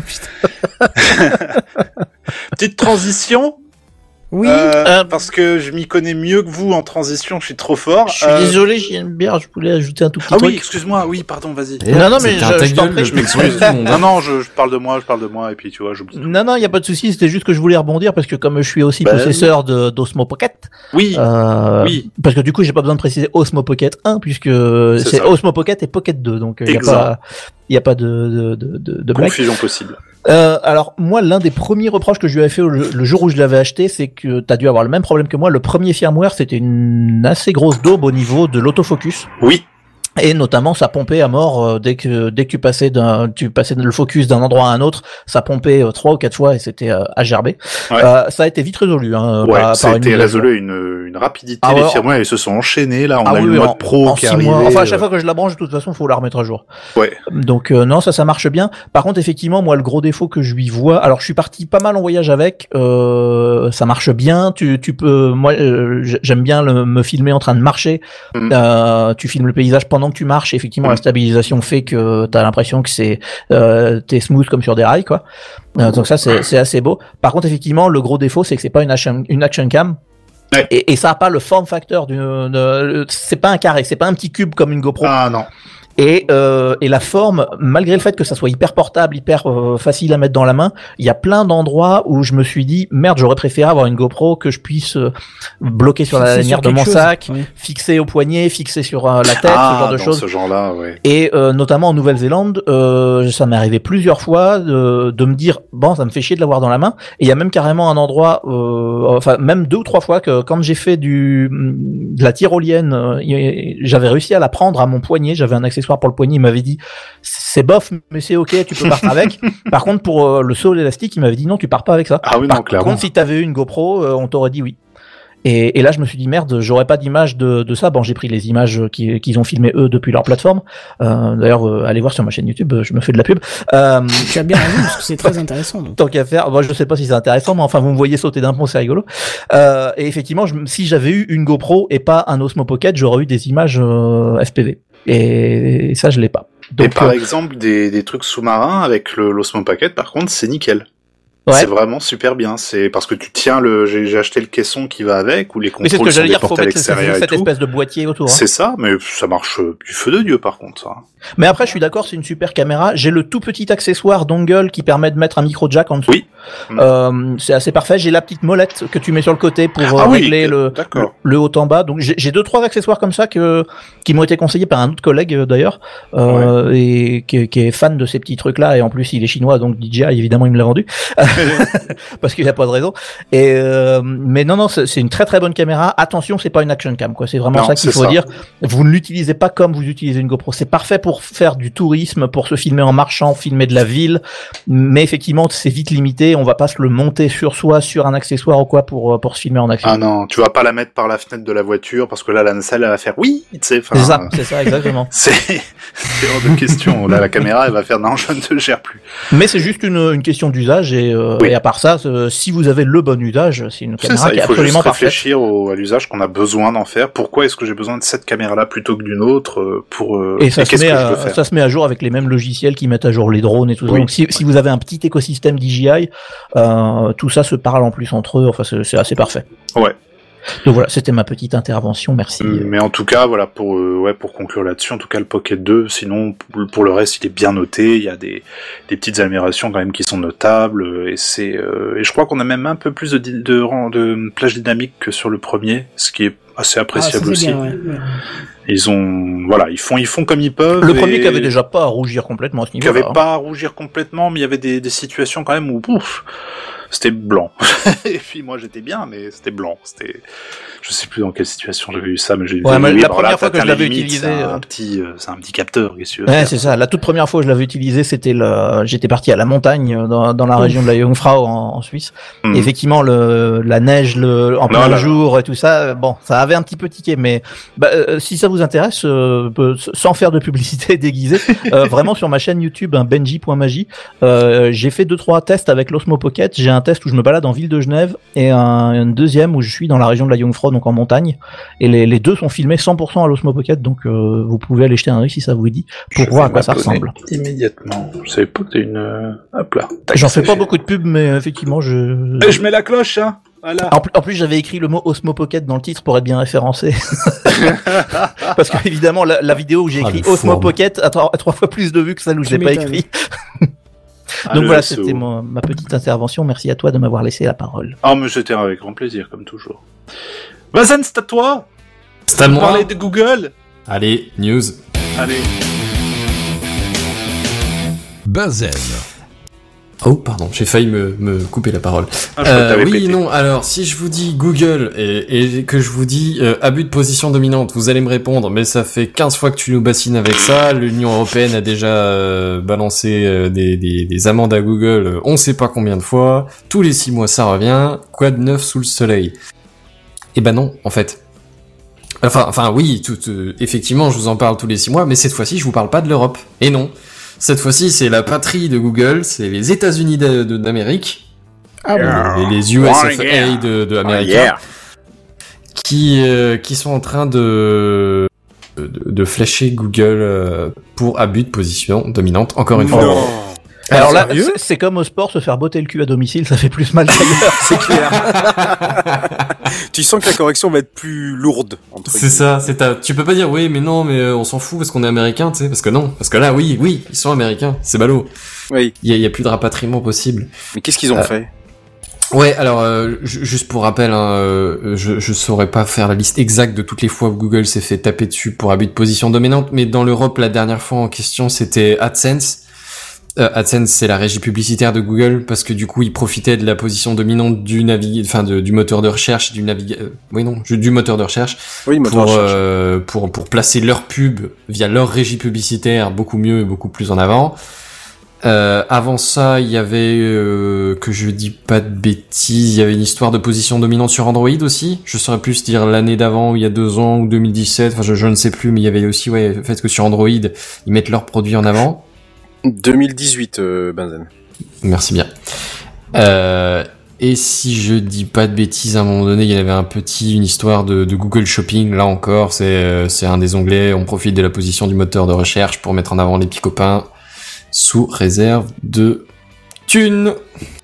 Petite transition. Oui. Euh, euh, parce que je m'y connais mieux que vous en transition, je suis trop fort. Je suis euh... désolé, j'aime bien, je voulais ajouter un tout petit ah truc. Ah oui, excuse-moi, oui, pardon, vas-y. Et non, non, mais je, je t'en prie, je m'excuse. Non, non, je, je parle de moi, je parle de moi, et puis tu vois, j'oublie. Non, non, il y a pas de souci, c'était juste que je voulais rebondir parce que comme je suis aussi bah, possesseur oui. de d'Osmo Pocket. Oui. Euh, oui. Parce que du coup, j'ai pas besoin de préciser Osmo Pocket un puisque c'est, c'est Osmo Pocket et Pocket deux, donc il y a pas, il y a pas de de de de, de confusion possible. Euh, alors moi, l'un des premiers reproches que je lui avais fait le, le jour où je l'avais acheté, c'est que t'as dû avoir le même problème que moi. Le premier firmware, c'était une assez grosse daube au niveau de l'autofocus. Oui. Et notamment, ça pompait à mort euh, dès que dès que tu passais d'un, tu passais le focus d'un endroit à un autre, ça pompait euh, trois ou quatre fois et c'était euh, à gerber. Ouais. Euh, ça a été vite résolu. Hein, ouais, par, ça par a été une résolu une une rapidité. Ah, les ouais, firmwares ils se sont enchaînés là. On ah, a oui, eu le oui, mode en, pro en qui six arrive. Mois. Enfin, à chaque fois que je la branche, de toute façon, faut la remettre à jour. Ouais. Donc euh, non, ça, ça marche bien. Par contre, effectivement, moi, le gros défaut que je lui vois, alors je suis parti pas mal en voyage avec. Euh, ça marche bien. Tu tu peux, moi, euh, j'aime bien le, me filmer en train de marcher. Mm. Euh, tu filmes le paysage pendant que tu marches. Et effectivement, mm. la stabilisation fait que t'as l'impression que c'est euh, t'es smooth comme sur des rails, quoi. Euh, donc ça, c'est c'est assez beau. Par contre, effectivement, le gros défaut, c'est que c'est pas une action une action cam. Ouais. Et, et ça a pas le form factor d'une, c'est pas un carré, c'est pas un petit cube comme une GoPro. Ah non. Et, euh, et la forme, malgré le fait que ça soit hyper portable, hyper euh, facile à mettre dans la main, il y a plein d'endroits où je me suis dit merde, j'aurais préféré avoir une GoPro que je puisse euh, bloquer sur la lanière de mon chose. sac, oui. fixer au poignet, fixer sur euh, la tête, ah, ce genre de dans choses. Ce genre-là, ouais. Et euh, notamment en Nouvelle-Zélande, euh, ça m'est arrivé plusieurs fois de, de me dire bon, ça me fait chier de l'avoir dans la main. Et il y a même carrément un endroit, euh, enfin même deux ou trois fois que quand j'ai fait du de la tyrolienne, euh, j'avais réussi à la prendre à mon poignet, j'avais un accessoire pour le poignet, il m'avait dit c'est bof mais c'est ok, tu peux partir avec. Par contre pour euh, le saut élastique, il m'avait dit non, tu pars pas avec ça. Ah oui, Par non, clairement. contre si t'avais eu une GoPro, euh, on t'aurait dit oui. Et, et là, je me suis dit merde, j'aurais pas d'image de, de ça. Bon, j'ai pris les images qu'ils, qu'ils ont filmées eux depuis leur plateforme. Euh, d'ailleurs, euh, allez voir sur ma chaîne YouTube, je me fais de la pub. Euh, tu as bien raison parce que c'est très intéressant. Donc. Tant qu'à faire, moi je sais pas si c'est intéressant, mais enfin vous me voyez sauter d'un pont, c'est rigolo. Euh, et effectivement, je, si j'avais eu une GoPro et pas un Osmo Pocket, j'aurais eu des images euh, F P V. Et ça, je l'ai pas. Donc, et par euh, exemple, des, des trucs sous-marins avec le l'Osmo Pocket, par contre, c'est nickel. Ouais. C'est vraiment super bien. C'est parce que tu tiens le. J'ai, j'ai acheté le caisson qui va avec ou les contrôles mais c'est ce que sont dire, déportés à l'extérieur et cette tout. espèce de boîtier autour. Hein. C'est ça, mais ça marche du feu de Dieu par contre. Ça. Mais après, je suis d'accord, c'est une super caméra. J'ai le tout petit accessoire dongle qui permet de mettre un micro jack en dessous. Oui. Euh, c'est assez parfait. J'ai la petite molette que tu mets sur le côté pour ah régler oui, le, le le haut en bas. Donc j'ai, j'ai deux trois accessoires comme ça que qui m'ont été conseillés par un autre collègue d'ailleurs euh, ouais. et qui, qui est fan de ces petits trucs là et en plus il est chinois donc D J I évidemment il me l'a vendu parce qu'il a pas de raison. Et euh, mais non non c'est, c'est une très très bonne caméra. Attention, c'est pas une action cam quoi. C'est vraiment non, ça qu'il faut ça. dire. Vous ne l'utilisez pas comme vous utilisez une GoPro. C'est parfait pour faire du tourisme, pour se filmer en marchant, filmer de la ville. Mais effectivement c'est vite limité. On va pas se le monter sur soi, sur un accessoire ou quoi pour pour se filmer en action. Ah non, tu vas pas la mettre par la fenêtre de la voiture parce que là la nacelle elle va faire oui, tu sais. C'est ça, c'est ça exactement. c'est c'est hors de question. Là la caméra elle va faire non, je ne te gère plus. Mais c'est juste une une question d'usage et, euh, oui. et à part ça, euh, si vous avez le bon usage, c'est une caméra c'est ça, qui est absolument parfaite. Il faut juste parfaite. réfléchir au, à l'usage qu'on a besoin d'en faire. Pourquoi est-ce que j'ai besoin de cette caméra-là plutôt que d'une autre pour euh, et ça et se met à, ça se met à jour avec les mêmes logiciels qui mettent à jour les drones et tout ça. Oui. Donc si, si vous avez un petit écosystème D J I, euh, tout ça se parle en plus entre eux. Enfin c'est, c'est assez parfait. Ouais. Donc voilà, c'était ma petite intervention, merci. Mais en tout cas, voilà, pour euh, ouais, pour conclure là-dessus, en tout cas le Pocket deux, sinon pour le reste, il est bien noté, il y a des des petites améliorations quand même qui sont notables et c'est euh, et je crois qu'on a même un peu plus de de, de, de plage dynamique que sur le premier, ce qui est assez appréciable ah, aussi. Bien, ouais, ouais. Ils ont voilà, ils font ils font comme ils peuvent. Le premier qui avait déjà pas à rougir complètement à ce niveau-là. Qui avait pas à rougir complètement, mais il y avait des des situations quand même où pouf, c'était blanc. Et puis moi j'étais bien, mais c'était blanc. C'était, je sais plus dans quelle situation j'avais eu ça, mais j'ai ouais, mais oui, la bon, première là, fois que je l'avais limites, utilisé, c'est euh... un petit, euh, c'est un petit capteur. Qu'est-ce que tu veux ouais, faire, c'est ça. La toute première fois que je l'avais utilisé, c'était le, j'étais parti à la montagne dans, dans la Ouf. région de la Jungfrau en, en Suisse. Mmh. Effectivement, le, la neige, le, en plein jour et tout ça, bon, ça avait un petit peu tiqué, mais bah, euh, si ça vous intéresse, euh, sans faire de publicité déguisée, euh, vraiment sur ma chaîne YouTube, hein, benji point magie, euh, j'ai fait deux trois tests avec l'Osmo Pocket. J'ai un test où je me balade en ville de Genève et un, un deuxième où je suis dans la région de la Jungfrau, donc en montagne. Et les, les deux sont filmés cent pour cent à l'Osmo Pocket, donc euh, vous pouvez aller jeter un œil si ça vous dit pour je voir à quoi ça ressemble. Immédiatement. Je savais pas que t'as une. Euh... Hop là. Tac, J'en fais pas beaucoup de pub, mais effectivement je. Et je mets la cloche, hein. Voilà. En, plus, en plus, j'avais écrit le mot Osmo Pocket dans le titre pour être bien référencé. Parce que évidemment, la, la vidéo où j'ai écrit ah, Osmo Pocket a trois, a trois fois plus de vues que celle où je l'ai pas écrit. Ah, donc voilà, c'était mon, ma petite intervention. Merci à toi de m'avoir laissé la parole. Ah, mais c'était avec grand plaisir, comme toujours. Bazen, c'est à toi. C'est à moi. Parler de Google. Allez, news. Allez. Bazen. Oh, pardon, j'ai failli me, me couper la parole. Ah, euh, oui, pété. non, alors, si je vous dis Google et, et que je vous dis euh, abus de position dominante, vous allez me répondre, mais ça fait quinze fois que tu nous bassines avec ça, l'Union Européenne a déjà euh, balancé euh, des, des, des amendes à Google, euh, on sait pas combien de fois, tous les six mois ça revient, quoi de neuf sous le soleil? Eh ben non, en fait. Enfin, enfin oui, tout, euh, effectivement, je vous en parle tous les six mois, mais cette fois-ci, je vous parle pas de l'Europe. Et non. Cette fois-ci, c'est la patrie de Google, c'est les États-Unis de, de, d'Amérique, ah bon. et les U S F A de, de Amérique, oh yeah. qui euh, qui sont en train de de, de flasher Google euh, pour abus de position dominante. Encore une fois. Non. Alors là, sérieux c'est, c'est comme au sport, se faire botter le cul à domicile, ça fait plus mal qu'ailleurs. C'est clair. Tu sens que la correction va être plus lourde. Entre C'est guillemets. ça, c'est ta... tu peux pas dire oui mais non mais euh, on s'en fout parce qu'on est américain, tu sais, parce que non, parce que là oui, oui, ils sont américains, c'est ballot. Oui. Il y a, il y a plus de rapatriement possible. Mais qu'est-ce qu'ils ont Euh, fait? Ouais, alors euh, ju- juste pour rappel, hein, euh, je je saurais pas faire la liste exacte de toutes les fois où Google s'est fait taper dessus pour abus de position dominante, mais dans l'Europe la dernière fois en question c'était AdSense. Euh, AdSense c'est la régie publicitaire de Google parce que du coup ils profitaient de la position dominante du navig, enfin de, du moteur de recherche, du navig, euh, oui non, du, du moteur de recherche Oui, moteur pour de recherche. euh, pour pour placer leur pub via leur régie publicitaire beaucoup mieux et beaucoup plus en avant. Euh, avant ça, il y avait, euh, que je dis pas de bêtises, il y avait une histoire de position dominante sur Android aussi. Je saurais plus dire l'année d'avant, ou il y a deux ans, ou deux mille dix-sept, enfin je, je ne sais plus, mais il y avait aussi, ouais, le fait que sur Android, ils mettent leurs produits en avant. deux mille dix-huit, euh, Benzen. Merci bien. Euh, et si je dis pas de bêtises, à un moment donné, il y avait un petit, une histoire de, de Google Shopping, là encore, c'est, euh, c'est un des onglets, on profite de la position du moteur de recherche pour mettre en avant les petits copains. Sous réserve de thunes.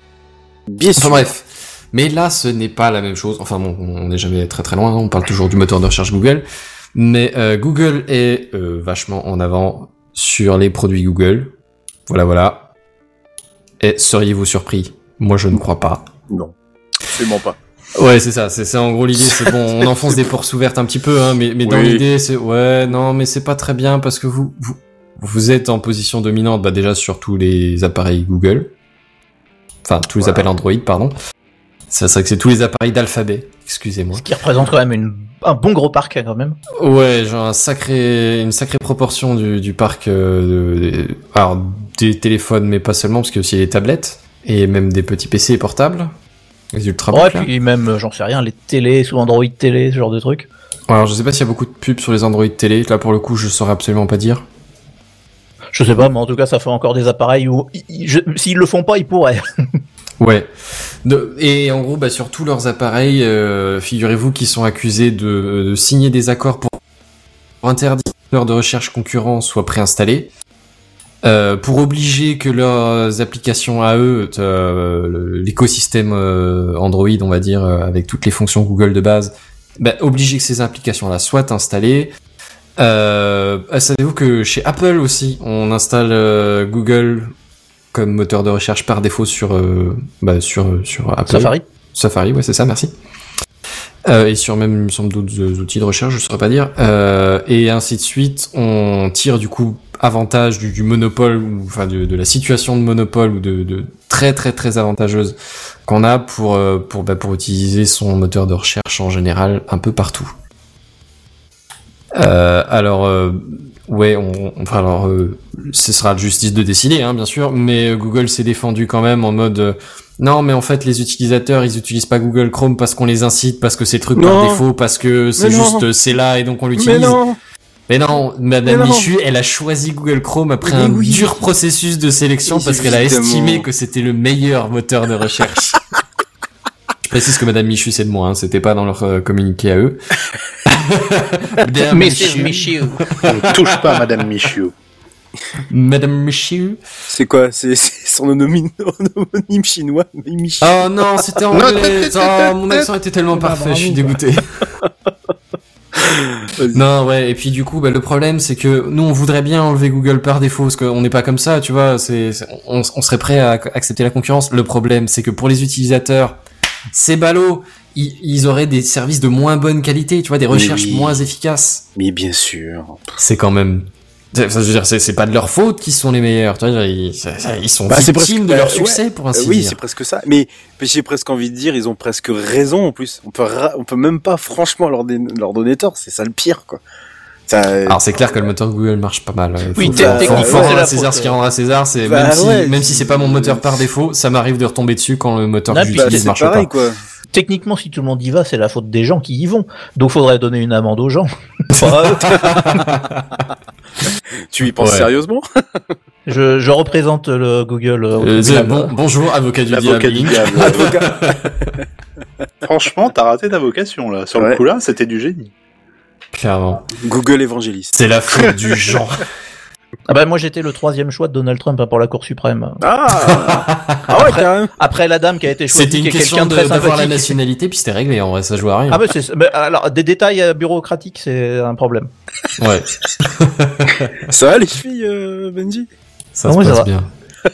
Bien sûr. Enfin bref. Mais là, ce n'est pas la même chose. Enfin bon, on n'est jamais très très loin. On parle toujours du moteur de recherche Google. Mais euh, Google est euh, vachement en avant sur les produits Google. Voilà, voilà. Et seriez-vous surpris? Moi, je ne crois pas. Non. Absolument pas. Ouais, c'est ça. C'est ça. En gros, l'idée, c'est bon. On enfonce des portes ouvertes un petit peu, hein. Mais, mais dans Oui. l'idée, c'est ouais, non, mais c'est pas très bien parce que vous, vous, vous êtes en position dominante, bah déjà sur tous les appareils Google. Enfin, tous les Voilà. appels Android, pardon. C'est vrai que c'est tous les appareils d'Alphabet. Excusez-moi. Ce qui représente quand même une, un bon gros parc, quand même. Ouais, genre un sacré, une sacrée proportion du, du parc, euh, de, de- alors des téléphones, mais pas seulement, parce qu'il y a aussi les tablettes et même des petits P C portables, les ultrabooks. Ouais, là. puis même, euh, j'en sais rien, les télés, sous Android télé, ce genre de trucs. Alors je sais pas s'il y a beaucoup de pubs sur les Android télé. Là pour le coup, je saurais absolument pas dire. Je sais pas, mais en tout cas, ça fait encore des appareils où, i- i- je- s'ils le font pas, ils pourraient. Ouais. De- et en gros, bah, sur tous leurs appareils, euh, figurez-vous qu'ils sont accusés de, de signer des accords pour, pour interdire que leurs de recherche concurrents soient préinstallés, euh, pour obliger que leurs applications à eux, euh, le- l'écosystème euh, Android, on va dire, euh, avec toutes les fonctions Google de base, bah, obliger que ces applications-là soient installées. Euh, savez-vous que chez Apple aussi, on installe euh, Google comme moteur de recherche par défaut sur euh, bah, sur sur Apple. Safari. Safari, ouais, c'est ça, merci. Euh, et sur même, il me semble, d'autres euh, outils de recherche, je saurais pas dire. Euh, et ainsi de suite, on tire du coup avantage du, du monopole, ou enfin de, de la situation de monopole ou de, de très très très avantageuse qu'on a pour euh, pour bah, pour utiliser son moteur de recherche en général un peu partout. Euh, alors, euh, ouais, on, enfin alors, euh, ce sera la justice de décider, hein, bien sûr, mais Google s'est défendu quand même en mode, euh, non, mais en fait, les utilisateurs, ils utilisent pas Google Chrome parce qu'on les incite, parce que c'est le truc Non. par défaut, parce que c'est Mais non. juste, c'est là et donc on l'utilise. Mais non. Mais non, Madame Mais non. Michu, elle a choisi Google Chrome après Mais un oui. dur processus de sélection Mais parce qu'elle a évidemment. estimé que c'était le meilleur moteur de recherche. Je précise que Madame Michu, c'est de moi, hein, c'était pas dans leur euh, communiqué à eux. Madame Monsieur Michu. Ne touche pas à Madame Michiou. Madame Michu. C'est quoi? C'est c'est son homonyme, homonyme chinois, Michi. Oh non, c'était en anglais. Oh, mon accent était tellement parfait, je suis dégoûté. Non, ouais, et puis du coup, bah, le problème, c'est que nous, on voudrait bien enlever Google par défaut, parce qu'on n'est pas comme ça, tu vois, c'est, c'est- on, on serait prêt à ac- accepter la concurrence. Le problème, c'est que pour les utilisateurs, c'est ballot, ils, ils auraient des services de moins bonne qualité, tu vois, des recherches oui. moins efficaces. Mais bien sûr. C'est quand même... c'est- je veux dire, c'est, c'est pas de leur faute qu'ils sont les meilleurs, tu vois, ils, c'est- ils sont Bah, c'est victimes presque- de leur euh, succès, ouais. pour ainsi Euh, oui, dire. c'est presque ça. Mais j'ai presque envie de dire, ils ont presque raison en plus. On peut, ra- on peut même pas franchement leur, dé- leur donner tort. C'est ça le pire, quoi. Ça, Alors c'est clair que le moteur Google marche pas mal. Il faut, Oui, faut, techniquement, faut, faut c'est rendre la à César faute, ce qui euh. rendra César. C'est Bah même si ouais, même si c'est pas mon moteur par défaut, ça m'arrive de retomber dessus quand le moteur Ah, que puis bah, j'utilise c'est marche pareil, pas. quoi. Techniquement, si tout le monde y va, c'est la faute des gens qui y vont. Donc, faudrait donner une amende aux gens. Pas à eux. Tu y penses Ouais. sérieusement? je, je représente le Google. euh, Euh, c'est- Google. bon, bonjour avocat du L'avocat diable. du Inc. diable. Avocat. Franchement, t'as raté ta vocation, là. Sur Ouais. le coup-là, c'était du génie. Clairement. Google évangéliste. C'est la faute du genre. Ah bah moi j'étais le troisième choix de Donald Trump hein, pour la Cour suprême. Ah, ah ouais, après, quand même. Après la dame qui a été choisie, C'était une qui est question quelqu'un de très de- d'avoir la sympathique. nationalité, puis c'était réglé. En vrai, ça joue à rien. Ah bah c'est bah, alors des détails euh, bureaucratiques c'est un problème. Ouais, Ça va les filles, euh, Benji? ça Ah se ouais, ça passe va. bien.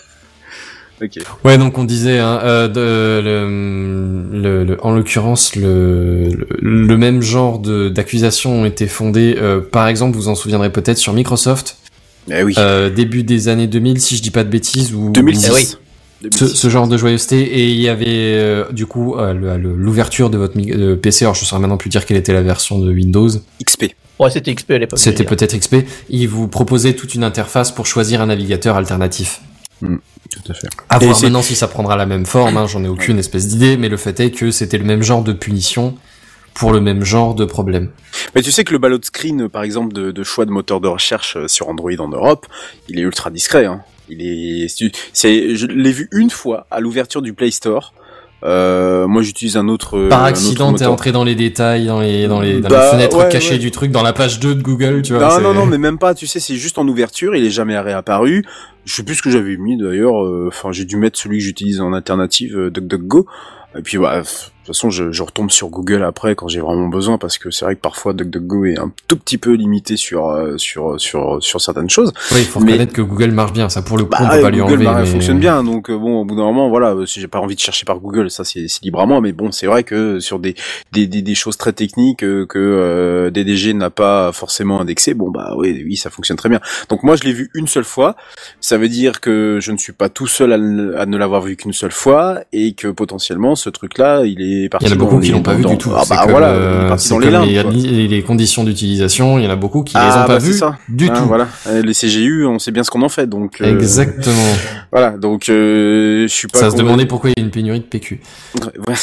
Ok. Ouais, donc on disait, hein, euh, de, le, le, le- en l'occurrence, le, le, le même genre de d'accusations ont été fondées. Euh, par exemple, vous en souviendrez peut-être sur Microsoft, Eh oui. euh, début des années deux mille, si je dis pas de bêtises, ou deux mille six. Eh oui. ce, ce genre de joyeuseté. Et il y avait euh, du coup euh, le- le- l'ouverture de votre mi- de P C. Alors je saurais maintenant plus dire quelle était la version de Windows. X P. Ouais c'était X P à l'époque. C'était je veux dire. peut-être X P. Il vous proposait toute une interface pour choisir un navigateur alternatif. Tout à fait. À Et voir c'est- maintenant si ça prendra la même forme, hein, j'en ai aucune espèce d'idée, mais le fait est que c'était le même genre de punition pour le même genre de problème. Mais tu sais que le ballot de screen, par exemple, de, de choix de moteur de recherche euh, sur Android en Europe, il est ultra discret. Hein. Il est, c'est, je l'ai vu une fois à l'ouverture du Play Store. Euh, moi, j'utilise un autre. Par un accident, autre t'es moteur. entré dans les détails, dans les, dans les, dans Bah, les fenêtres ouais, cachées ouais. du truc, dans la page deux de Google, tu vois. Non, c'est- non, non, mais même pas. Tu sais, c'est juste en ouverture. Il est jamais réapparu. Je sais plus ce que j'avais mis d'ailleurs. Enfin, j'ai dû mettre celui que j'utilise en alternative, euh, DuckDuckGo. Et puis, bah, de toute façon, je, je retombe sur Google après quand j'ai vraiment besoin, parce que c'est vrai que parfois DuckDuckGo est un tout petit peu limité sur euh, sur sur sur certaines choses. Oui, il faut Mais- reconnaître que Google marche bien. Ça, pour le coup, Bah, on peut ouais, pas lui Google enlever. bah, mais... fonctionne bien, donc euh, bon, au bout d'un moment, voilà, euh, si j'ai pas envie de chercher par Google, ça c'est c'est libre à moi, mais bon, c'est vrai que sur des des des, des choses très techniques euh, que euh, D D G n'a pas forcément indexé, bon bah oui, oui, ça fonctionne très bien. Donc moi, je l'ai vu une seule fois. Ça veut dire que je ne suis pas tout seul à, le- à ne l'avoir vu qu'une seule fois, et que potentiellement ce truc-là, il est parti. Il y en a dans beaucoup les- qui l'ont pas dans- vu dans- du tout. Ah C'est bah comme, voilà, euh, il est parti c'est dans les comme limbes. les, quoi. les- les conditions d'utilisation. Il y en a beaucoup qui les Ah, ont pas bah, c'est vues ça. du Ah, tout. Voilà, Euh, les C G U, on sait bien ce qu'on en fait, donc. euh, Exactement. Voilà, donc euh, je suis pas. Ça se convaincu- demandait pourquoi il y a une pénurie de P Q. Ouais.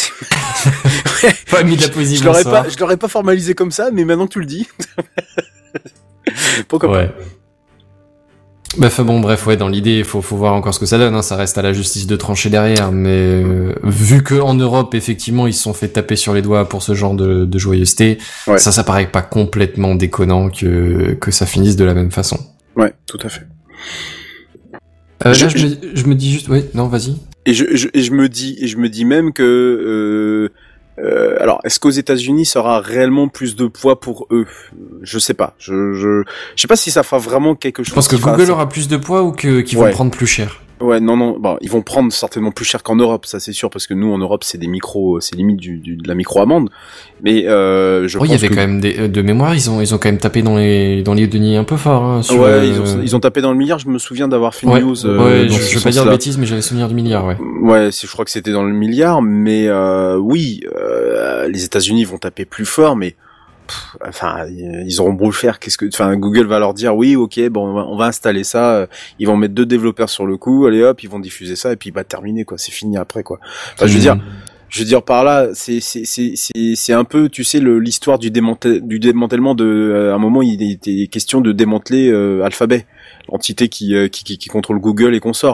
Pas mis de la poésie. Je l'aurais bonsoir. pas, je l'aurais pas formalisé comme ça, mais maintenant que tu le dis. Pourquoi Ouais. Bah, enfin, bon, bref, ouais, dans l'idée, il faut, faut voir encore ce que ça donne, hein, ça reste à la justice de trancher derrière, mais euh, vu que en Europe, effectivement, ils se sont fait taper sur les doigts pour ce genre de, de joyeuseté, Ouais. ça, ça paraît pas complètement déconnant que, que ça finisse de la même façon. pas Ouais, tout à fait. Euh, Je- là, je, me, je me dis juste, ouais, non, vas-y. Et je, je, et je me dis, et je me dis même que, euh, euh, alors, est-ce qu'aux États-Unis, ça aura réellement plus de poids pour eux? Je sais pas. Je, je, je sais pas si ça fera vraiment quelque chose. Je pense que qui fera Google assez- aura plus de poids ou que, qu'ils vont Ouais. prendre plus cher. Ouais, non, non. Bon, ils vont prendre certainement plus cher qu'en Europe, ça c'est sûr, parce que nous en Europe, c'est des micros, c'est limite du, du de la micro-amende. Mais euh, je Oui, il y pense avait que... quand même des, de mémoire, ils ont, ils ont quand même tapé dans les, dans les deniers un peu fort, hein, sur, Ouais, euh, ils ont, ils ont tapé dans le milliard. Je me souviens d'avoir fait une ouais, news. euh, ouais, dans je, ce je veux pas dire de sens-là. bêtises, mais j'avais souvenir du milliard, ouais. Ouais, c'est, je crois que c'était dans le milliard, mais euh, oui, euh, les États-Unis vont taper plus fort, mais pff, enfin, ils auront beau le faire. Qu'est-ce que, enfin, Google va leur dire oui, ok, bon, on va, on va installer ça. euh, Ils vont mettre deux développeurs sur le coup, allez hop, ils vont diffuser ça et puis bah terminé quoi, c'est fini après quoi. Enfin, je veux Mhm. dire. Je veux dire par là, c'est c'est c'est c'est c'est un peu, tu sais, le l'histoire du démantel du démantèlement de. Euh, à un moment, il était question de démanteler euh, Alphabet, l'entité qui, euh, qui qui qui contrôle Google et consorts.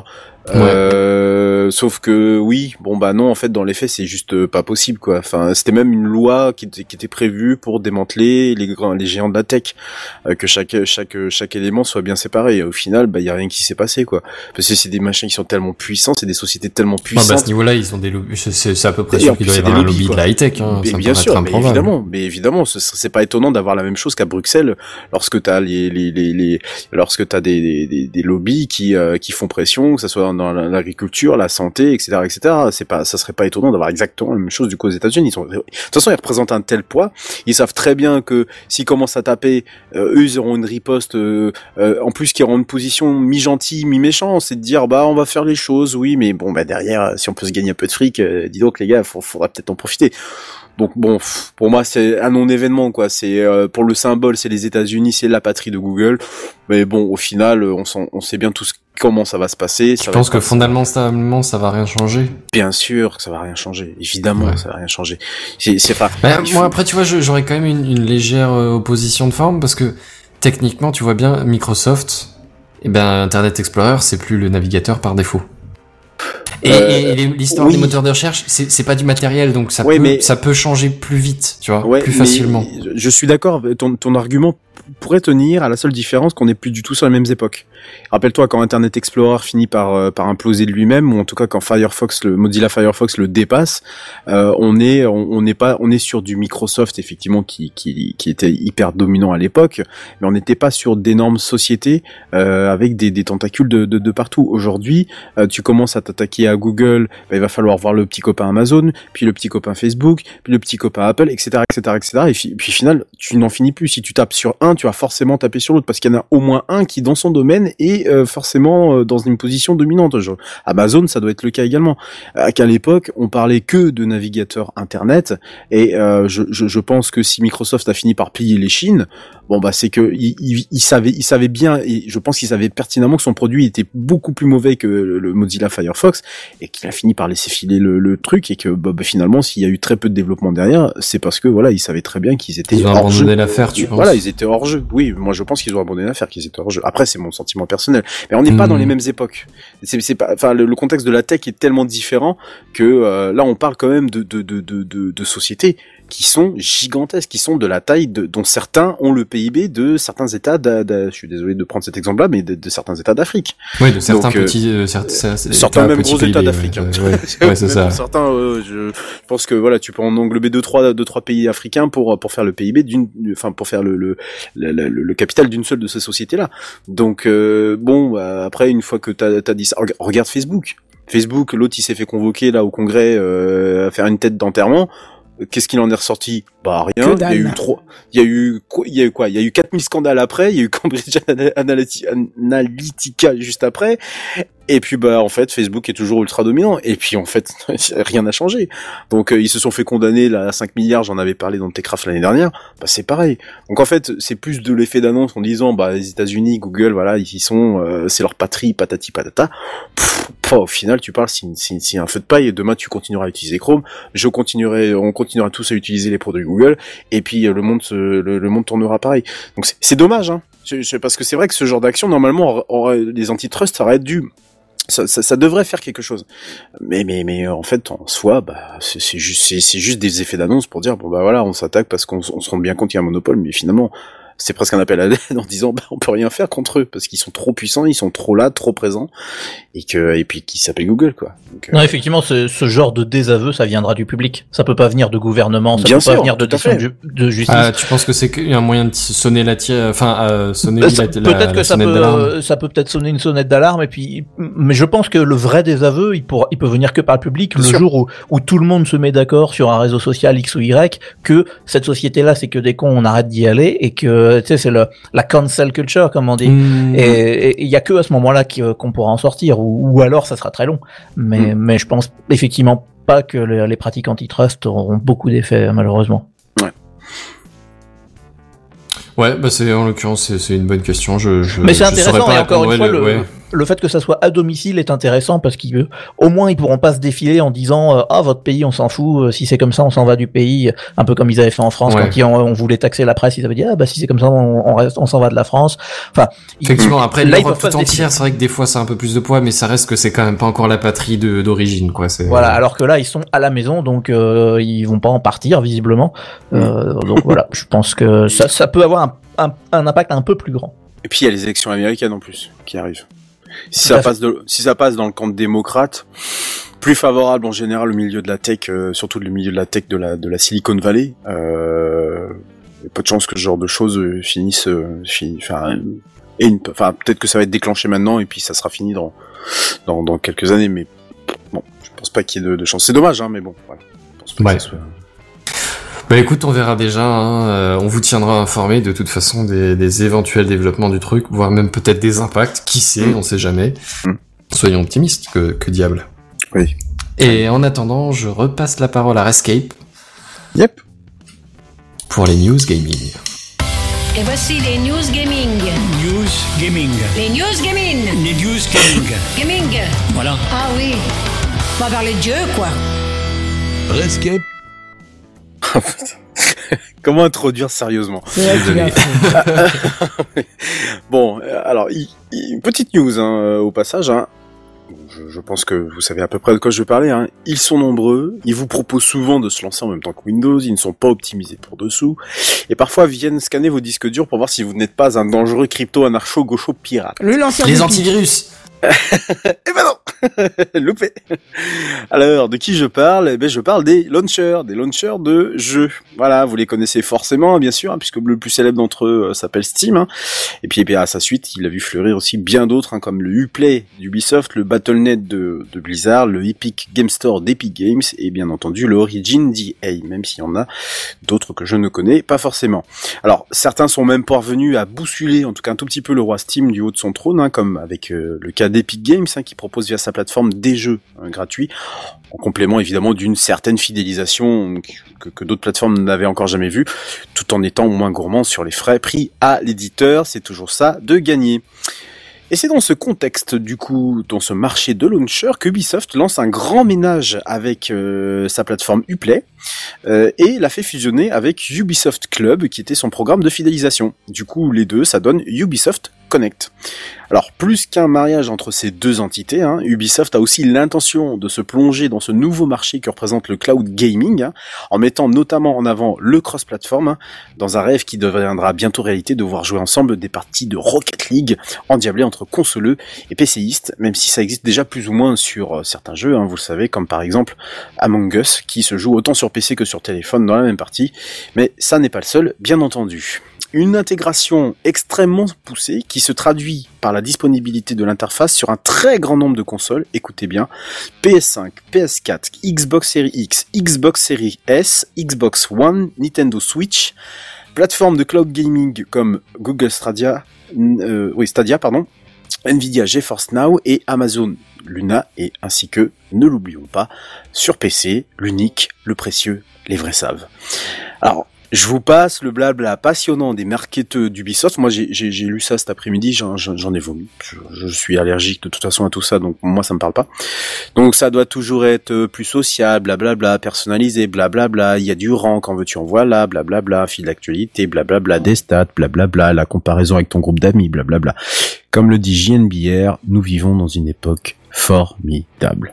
Euh, sauf que oui, bon bah non, en fait, dans les faits, c'est juste euh, pas possible quoi. Enfin, c'était même une loi qui était qui était prévue pour démanteler les grands les géants de la tech, euh, que chaque chaque chaque élément soit bien séparé. Et au final, bah il y a rien qui s'est passé quoi. Parce que c'est des machins qui sont tellement puissants, c'est des sociétés tellement Ah, puissantes. bah, à ce niveau-là, ils ont des lobbies, c'est, c'est c'est à peu près Et en sûr qu'il plus, doit y c'est avoir un des lobby lobbies, de la high-tech, hein. Mais Ça me bien paraît sûr, être mais improbable. évidemment, mais évidemment, ce serait- c'est pas étonnant d'avoir la même chose qu'à Bruxelles lorsque t'as les les les, les lorsque t'as des, des des lobbies qui euh, qui font pression, que ça soit dans l'agriculture, la santé, et cetera, et cetera. C'est pas, ça serait pas étonnant d'avoir exactement la même chose du coup aux États-Unis. Ils sont, de toute façon, ils représentent un tel poids, ils savent très bien que s'ils commencent à taper, euh, eux ils auront une riposte, euh, euh, en plus qui auront une position mi-gentil, mi-méchant, c'est de dire bah on va faire les choses, oui, mais bon bah derrière, si on peut se gagner un peu de fric, euh, dis donc les gars, faut, faudra peut-être en profiter. Donc bon, pff, pour moi c'est un non-événement quoi. C'est euh, pour le symbole, c'est les États-Unis, c'est la patrie de Google. Mais bon, au final, on, s'en- on sait bien tous comment ça va se passer. Je ça pense va que être- fondamentalement, ça va rien changer. Bien sûr que ça va rien changer. Évidemment, Ouais. ça va rien changer. C'est, c'est pas. Bah, il moi, faut- après, tu vois, je- j'aurais quand même une, une légère euh, opposition de forme parce que techniquement, tu vois bien, Microsoft, eh ben, Internet Explorer, c'est plus le navigateur par défaut. Et, Euh, et les- l'histoire oui. des moteurs de recherche, c'est, c'est pas du matériel, donc ça Ouais, peut, mais- ça peut changer plus vite, tu vois, Ouais, plus mais facilement. Je suis d'accord. Ton, ton argument pourrait tenir à la seule différence qu'on n'est plus du tout sur les mêmes époques. Rappelle-toi quand Internet Explorer finit par euh, par imploser de lui-même, ou en tout cas quand Firefox, le Mozilla Firefox le dépasse, euh, on est on, on n'est pas on est sur du Microsoft effectivement qui qui qui était hyper dominant à l'époque, mais on n'était pas sur d'énormes sociétés euh, avec des des tentacules de de, de partout. Aujourd'hui, euh, tu commences à t'attaquer à Google, bah, il va falloir voir le petit copain Amazon, puis le petit copain Facebook, puis le petit copain Apple, et cetera, et cetera, et cetera. Et fi- puis, final, tu n'en finis plus. Si tu tapes sur un, tu vas forcément taper sur l'autre, parce qu'il y en a au moins un qui, dans son domaine, est euh, forcément euh, dans une position dominante. Genre, Amazon, ça doit être le cas également. À qu'à l'époque, on parlait que de navigateurs Internet, et euh, je, je, je pense que si Microsoft a fini par plier les chines, bon bah c'est que il, il, il savait, il savait bien, et je pense qu'il savait pertinemment que son produit était beaucoup plus mauvais que le, le Mozilla Firefox, et qu'il a fini par laisser filer le, le truc, et que bah, bah, finalement, s'il y a eu très peu de développement derrière, c'est parce que voilà, ils savaient très bien qu'ils étaient ils ont hors jeu. abandonné l'affaire, tu penses? Voilà, ils étaient hors jeu. Oui, moi je pense qu'ils ont abandonné l'affaire, qu'ils étaient hors jeu. Après, c'est mon sentiment personnel, mais on n'est mmh. pas dans les mêmes époques. C'est, c'est pas, enfin, le, le contexte de la tech est tellement différent que euh, là, on parle quand même de de de de de, de sociétés qui sont gigantesques, qui sont de la taille de, dont certains ont le P I B de certains États, de, de, je suis désolé de prendre cet exemple-là, mais de, de certains États d'Afrique. Oui, de certains Donc, petits, euh, certes, certains même gros États d'Afrique. Ouais, hein. ouais, ouais, c'est ça. Pour certains, euh, je pense que voilà, tu peux en englober deux trois deux trois pays africains pour pour faire le P I B d'une, enfin pour faire le le le, le, le capital d'une seule de ces sociétés-là. Donc euh, bon, bah, après une fois que t'as t'as dit ça, regarde Facebook. Facebook, l'autre il s'est fait convoquer là au Congrès euh, à faire une tête d'enterrement. Qu'est-ce qu'il en est ressorti? Bah rien. Il y a eu trois. Il y a eu quoi? Il y a eu quoi? Il y a eu quatre mille scandales après. Il y a eu Cambridge Analytica juste après. Et puis bah en fait Facebook est toujours ultra dominant. Et puis en fait rien n'a changé. Donc euh, ils se sont fait condamner là à cinq milliards. J'en avais parlé dans Techcraft l'année dernière. Bah c'est pareil. Donc en fait c'est plus de l'effet d'annonce en disant bah les États-Unis, Google, voilà ils sont, euh, c'est leur patrie, patati patata. Pff, pff, au final tu parles c'est, c'est, c'est un feu de paille. Et demain tu continueras à utiliser Chrome. Je continuerai, on continuera tous à utiliser les produits Google. Et puis euh, le monde, se, le, le monde tournera pareil. Donc c'est, c'est dommage, hein. Je, je, parce que c'est vrai que ce genre d'action normalement aurait, les antitrust auraient dû Ça, ça, ça devrait faire quelque chose, mais mais mais en fait en soi, bah c'est, c'est juste c'est, c'est juste des effets d'annonce pour dire bon bah voilà on s'attaque parce qu'on on se rend bien compte qu'il y a un monopole, mais finalement c'est presque un appel à l'aide en disant bah on peut rien faire contre eux parce qu'ils sont trop puissants, ils sont trop là, trop présents et que et puis qui s'appelle Google quoi. Donc, non euh... effectivement ce, ce genre de désaveu ça viendra du public, ça peut pas venir de gouvernement, ça bien peut sûr, pas venir de décision de, de justice. Ah, tu penses que c'est un moyen de sonner la tire, enfin euh, sonner euh, la, ça, la, peut-être la, que la ça sonnette peut d'alarme. ça peut peut-être sonner une sonnette d'alarme et puis mais je pense que le vrai désaveu il pourra il peut venir que par le public bien le sûr. jour où où tout le monde se met d'accord sur un réseau social X ou Y que cette société là c'est que des cons, on arrête d'y aller et que tu sais c'est le la cancel culture comme on dit mmh. et il y a que à ce moment-là qu'on pourra en sortir ou, ou alors ça sera très long mais mmh. mais je pense effectivement pas que les, les pratiques antitrust auront beaucoup d'effets malheureusement. Ouais. Ouais, bah c'est en l'occurrence c'est, c'est une bonne question. Je, je mais c'est je intéressant et encore une fois le, le, ouais. le fait que ça soit à domicile est intéressant parce qu'ils au moins ils pourront pas se défiler en disant ah votre pays on s'en fout, si c'est comme ça on s'en va du pays, un peu comme ils avaient fait en France ouais. quand ils, on, on voulait taxer la presse, ils avaient dit ah bah si c'est comme ça on, on reste on s'en va de la France. Enfin effectivement ils, après là, l'Europe tout entière c'est vrai que des fois c'est un peu plus de poids mais ça reste que c'est quand même pas encore la patrie de, d'origine quoi. C'est... Voilà alors que là ils sont à la maison donc euh, ils vont pas en partir visiblement euh, donc voilà je pense que ça ça peut avoir un Un, un impact un peu plus grand. Et puis il y a les élections américaines en plus qui arrivent. Si ça passe de, si ça passe dans le camp démocrate, plus favorable en général au milieu de la tech, euh, surtout le milieu de la tech de la de la Silicon Valley, euh, il y a pas de chance que ce genre de choses euh, finissent, euh, finissent, enfin, et une, enfin peut-être que ça va être déclenché maintenant et puis ça sera fini dans dans, dans quelques années, mais bon, je pense pas qu'il y ait de, de chance. C'est dommage, hein, mais bon, voilà. Je pense pas ouais. que ça soit... Bah écoute, on verra déjà, hein, euh, on vous tiendra informé de toute façon des, des éventuels développements du truc, voire même peut-être des impacts, qui sait, mmh. on sait jamais. Mmh. Soyons optimistes, que, que diable. Oui. Et en attendant, je repasse la parole à Rescape. Yep. Pour les news gaming. Et voici les news gaming. News gaming. Les news gaming. Les news gaming. Gaming. Voilà. Ah oui. On va parler de Dieu, quoi. Rescape. Comment introduire sérieusement? Désolé. Bon, alors, y, y, petite news hein, au passage. Hein. Je, je pense que vous savez à peu près de quoi je veux parler. Hein. Ils sont nombreux, ils vous proposent souvent de se lancer en même temps que Windows, ils ne sont pas optimisés pour dessous, et parfois viennent scanner vos disques durs pour voir si vous n'êtes pas un dangereux crypto-anarcho-gaucho-pirate. Le lanceur Les de antivirus. Eh ben non. Loupé. Alors, de qui je parle? Eh ben, je parle des launchers, des launchers de jeux. Voilà, vous les connaissez forcément, bien sûr, hein, puisque le plus célèbre d'entre eux euh, s'appelle Steam. Hein. Et puis, eh bien, à sa suite, il a vu fleurir aussi bien d'autres, hein, comme le Uplay d'Ubisoft, le Battle point net de, de Blizzard, le Epic Game Store d'Epic Games, et bien entendu le Origin D A, même s'il y en a d'autres que je ne connais pas forcément. Alors, certains sont même parvenus à bousculer, en tout cas un tout petit peu le roi Steam du haut de son trône, hein, comme avec euh, le cas d'Epic Games, hein, qui propose via sa plateforme des jeux hein, gratuits, en complément évidemment d'une certaine fidélisation que, que d'autres plateformes n'avaient encore jamais vue, tout en étant moins gourmand sur les frais pris à l'éditeur. C'est toujours ça de gagner. Et c'est dans ce contexte, du coup, dans ce marché de launcher, qu'Ubisoft lance un grand ménage avec euh, sa plateforme Uplay euh, et l'a fait fusionner avec Ubisoft Club, qui était son programme de fidélisation. Du coup, les deux, ça donne Ubisoft Connect. Alors, plus qu'un mariage entre ces deux entités, hein, Ubisoft a aussi l'intention de se plonger dans ce nouveau marché que représente le cloud gaming, hein, en mettant notamment en avant le cross-platform, hein, dans un rêve qui deviendra bientôt réalité de voir jouer ensemble des parties de Rocket League endiablées entre consoleux et PCistes, même si ça existe déjà plus ou moins sur euh, certains jeux, hein, vous le savez, comme par exemple Among Us, qui se joue autant sur P C que sur téléphone dans la même partie, mais ça n'est pas le seul, bien entendu. Une intégration extrêmement poussée qui se traduit par la disponibilité de l'interface sur un très grand nombre de consoles, écoutez bien, P S cinq, P S quatre, Xbox Series X, Xbox Series S, Xbox One, Nintendo Switch, plateforme de cloud gaming comme Google Stadia, euh, oui Stadia pardon, Nvidia GeForce Now et Amazon Luna, et ainsi que, ne l'oublions pas, sur P C, l'unique, le précieux, les vrais savent. Alors, je vous passe le blabla passionnant des marketeurs d'Ubisoft. Moi, j'ai, j'ai, j'ai lu ça cet après-midi, j'en, j'en ai vomi. Je, je suis allergique de toute façon à tout ça, donc moi, ça me parle pas. Donc, ça doit toujours être plus social, blablabla, personnalisé, blablabla. Il y a du rang, quand veux-tu en voilà, blablabla, fil d'actualité, blablabla, des stats, blablabla, la comparaison avec ton groupe d'amis, blablabla. Comme le dit J N B R, nous vivons dans une époque formidable.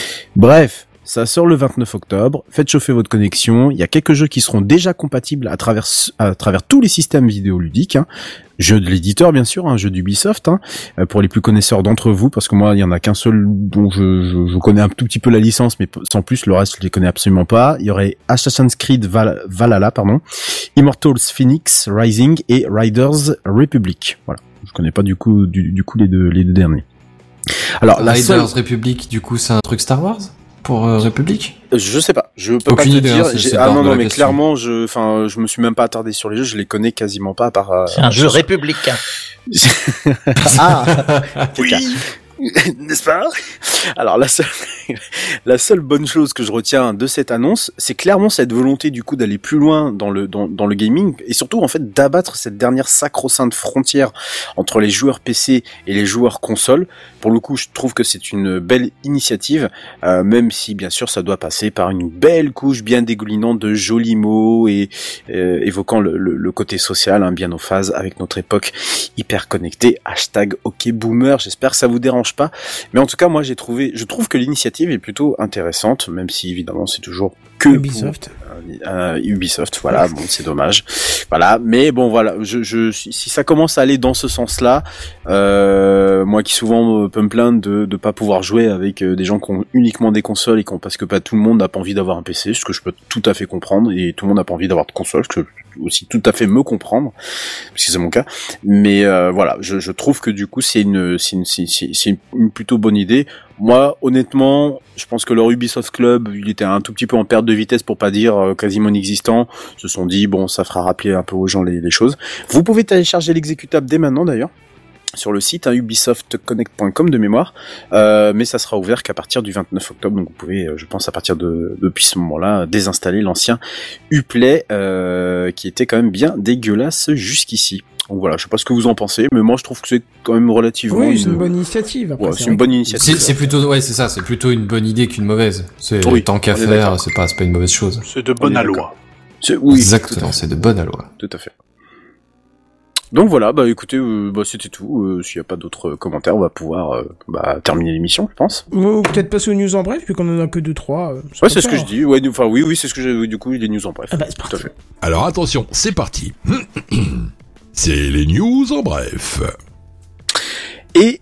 Bref. Ça sort le vingt-neuf octobre, faites chauffer votre connexion, il y a quelques jeux qui seront déjà compatibles à travers à travers tous les systèmes vidéoludiques, hein. Jeu de l'éditeur bien sûr, un hein, jeu d'Ubisoft, hein, pour les plus connaisseurs d'entre vous, parce que moi il y en a qu'un seul dont je, je, je connais un tout petit peu la licence, mais sans plus, le reste je les connais absolument pas. Il y aurait Assassin's Creed Val- Valhalla, pardon, Immortals Phoenix Rising et Riders Republic. Voilà, je connais pas du coup du, du coup les deux les deux derniers. Alors la Riders seule... Republic, du coup c'est un truc Star Wars pour euh, République? Je sais pas, je peux Aucune pas te idée, dire. hein, c'est, J'ai... c'est Ah non non, mais question. clairement, je, enfin, je me suis même pas attardé sur les jeux, je les connais quasiment pas à part. Euh, c'est un jeu républicain. Ah, oui, n'est-ce pas? Alors la seule, la seule bonne chose que je retiens de cette annonce, c'est clairement cette volonté du coup d'aller plus loin dans le dans, dans le gaming et surtout en fait d'abattre cette dernière sacro-sainte frontière entre les joueurs P C et les joueurs console. Pour le coup, je trouve que c'est une belle initiative, euh, même si bien sûr ça doit passer par une belle couche bien dégoulinante de jolis mots et euh, évoquant le, le, le côté social, hein, bien en phase avec notre époque hyper connectée. Hashtag OK Boomer. J'espère que ça vous dérange pas, mais en tout cas moi j'ai trouvé, je trouve que l'initiative est plutôt intéressante, même si évidemment c'est toujours que Ubisoft. Pour, euh, Ubisoft, voilà, bon c'est dommage, voilà, mais bon voilà, je, je si ça commence à aller dans ce sens-là, euh, moi qui souvent peux me plaindre de de pas pouvoir jouer avec des gens qui ont uniquement des consoles et qui ont, parce que pas tout le monde n'a pas envie d'avoir un P C, ce que je peux tout à fait comprendre, et tout le monde n'a pas envie d'avoir de console, ce que je peux aussi tout à fait me comprendre, parce que c'est mon cas, mais euh, voilà, je, je trouve que du coup c'est une c'est une c'est, c'est, c'est une plutôt bonne idée. Moi, honnêtement, je pense que leur Ubisoft Club, il était un tout petit peu en perte de vitesse pour pas dire euh, quasiment inexistant. Ils se sont dit, bon, ça fera rappeler un peu aux gens les, les choses. Vous pouvez télécharger l'exécutable dès maintenant d'ailleurs, sur le site, hein, ubisoft connect point com de mémoire, euh, mais ça sera ouvert qu'à partir du vingt-neuf octobre, donc vous pouvez, je pense, à partir de depuis ce moment-là, désinstaller l'ancien Uplay, euh, qui était quand même bien dégueulasse jusqu'ici. Donc voilà, je sais pas ce que vous en pensez, mais moi je trouve que c'est quand même relativement... Oui, une... c'est une bonne initiative. Après, ouais, c'est c'est une bonne initiative. C'est, c'est plutôt, ouais, c'est ça, c'est plutôt une bonne idée qu'une mauvaise. C'est oui, tant qu'à faire, d'accord. c'est pas, c'est pas une mauvaise chose. C'est de bonne aloi. C'est, oui, exactement, c'est de bonne aloi. Tout à fait. Donc voilà, bah écoutez, euh, bah, c'était tout. Euh, s'il n'y a pas d'autres commentaires, on va pouvoir euh, bah, terminer l'émission, je pense. Ou peut-être passer aux news en bref, vu qu'on en a que deux trois. Euh, ouais, c'est ce que je dis. Ouais, enfin oui, oui, c'est ce que j'ai. Oui, du coup, les news en bref. Ah bah c'est parti. Alors attention, c'est parti. C'est les news en bref. Et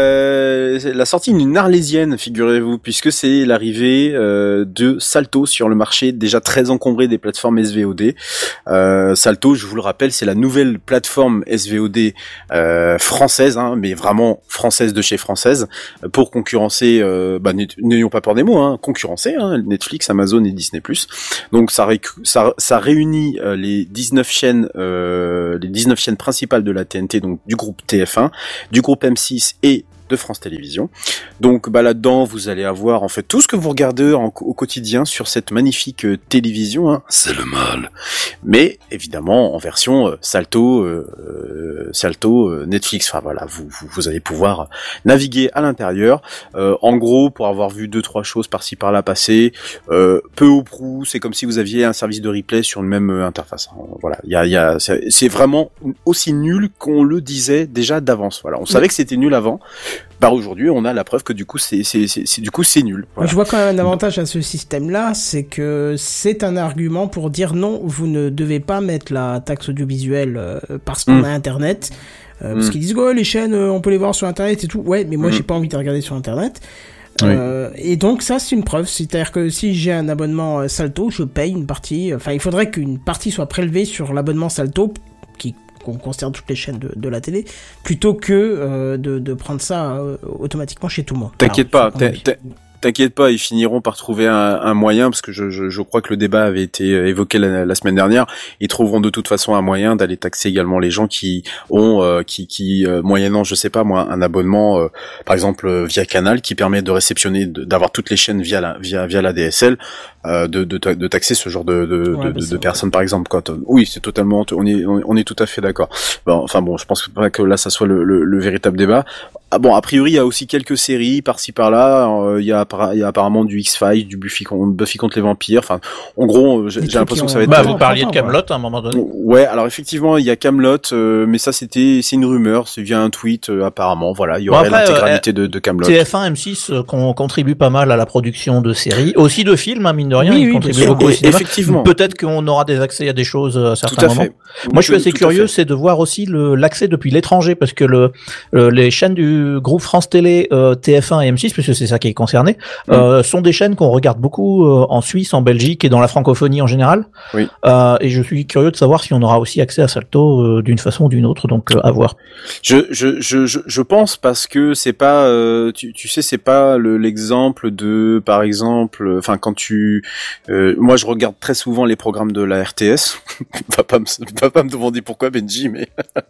euh, la sortie d'une arlésienne, figurez-vous, puisque c'est l'arrivée euh, de Salto sur le marché, déjà très encombré des plateformes S V O D. Euh, Salto, je vous le rappelle, c'est la nouvelle plateforme S V O D euh, française, hein, mais vraiment française de chez française, pour concurrencer, euh, bah, n'ayons pas peur des mots, hein, concurrencer hein, Netflix, Amazon et Disney plus. Donc ça, ré- ça, ça réunit euh, les dix-neuf chaînes, euh, les dix-neuf chaînes principales de la T N T, donc du groupe T F un, du groupe M six et de France Télévisions. Donc bah là-dedans, vous allez avoir en fait tout ce que vous regardez en, au quotidien sur cette magnifique euh, télévision, hein. C'est le mal. Mais évidemment en version euh, Salto, euh, euh, Salto euh, Netflix. Enfin voilà, vous, vous vous allez pouvoir naviguer à l'intérieur. Euh, en gros, pour avoir vu deux trois choses par-ci par-là passer, euh, peu ou prou, c'est comme si vous aviez un service de replay sur une même euh, interface. Voilà, il y a, il y a, c'est, c'est vraiment aussi nul qu'on le disait déjà d'avance. Voilà, on savait que c'était nul avant. Bah aujourd'hui, on a la preuve que du coup, c'est, c'est, c'est, c'est du coup, c'est nul. Voilà. Je vois quand même un avantage à ce système-là, c'est que c'est un argument pour dire non, vous ne devez pas mettre la taxe audiovisuelle euh, parce qu'on mmh. a Internet. Euh, mmh. Parce qu'ils disent, oh, les chaînes, euh, on peut les voir sur Internet et tout. Ouais, mais moi, mmh. j'ai pas envie de regarder sur Internet. Oui. Euh, et donc ça c'est une preuve, c'est-à-dire que si j'ai un abonnement euh, Salto, je paye une partie, enfin il faudrait qu'une partie soit prélevée sur l'abonnement Salto, qui qu'on considère toutes les chaînes de, de la télé, plutôt que euh, de, de prendre ça euh, automatiquement chez tout le monde. T'inquiète Alors, pas, t'inquiète pas, ils finiront par trouver un, un moyen, parce que je, je, je crois que le débat avait été évoqué la, la semaine dernière. Ils trouveront de toute façon un moyen d'aller taxer également les gens qui ont, euh, qui, qui euh, moyennant, je sais pas moi, un abonnement, euh, par exemple euh, via Canal, qui permet de réceptionner, de, d'avoir toutes les chaînes via la, via, via la D S L, euh, de, de, de taxer ce genre de, de, ouais, de, de, de personnes, par exemple. Quoi. Oui, c'est totalement, on est, on est tout à fait d'accord. Bon, enfin bon, je pense pas que là, ça soit le, le, le véritable débat. Ah bon, a priori, il y a aussi quelques séries par-ci par-là. Euh, il y a il y a apparemment du X-Files, du Buffy, Buffy contre les vampires. Enfin, en gros, j'ai, j'ai l'impression que ça va être. Bah, vous parliez de Camelot à un moment donné. Ouais, alors effectivement, il y a Camelot, euh, mais ça c'était, c'est une rumeur, c'est via un tweet euh, apparemment. Voilà, il y aurait bon, après, l'intégralité euh, de, de Camelot. T F un, M six euh, qu'on contribue pas mal à la production de séries, aussi de films, hein, mine de rien. Oui, ils oui, contribuent beaucoup au cinéma. Effectivement. Peut-être qu'on aura des accès à des choses à certains tout à moments. Fait. Moi, je suis assez curieux, c'est de voir aussi le, l'accès depuis l'étranger, parce que le, le les chaînes du groupe France Télé, euh, T F un et M six, puisque c'est ça qui est concerné, mmh. euh, sont des chaînes qu'on regarde beaucoup euh, en Suisse, en Belgique et dans la francophonie en général. Oui. Euh, et je suis curieux de savoir si on aura aussi accès à Salto euh, d'une façon ou d'une autre, donc euh, à voir. Je, je, je, je, je pense parce que c'est pas, euh, tu, tu sais, c'est pas le, l'exemple de, par exemple, enfin quand tu, euh, moi je regarde très souvent les programmes de la R T S. va pas me, va pas me demander pourquoi Benji, mais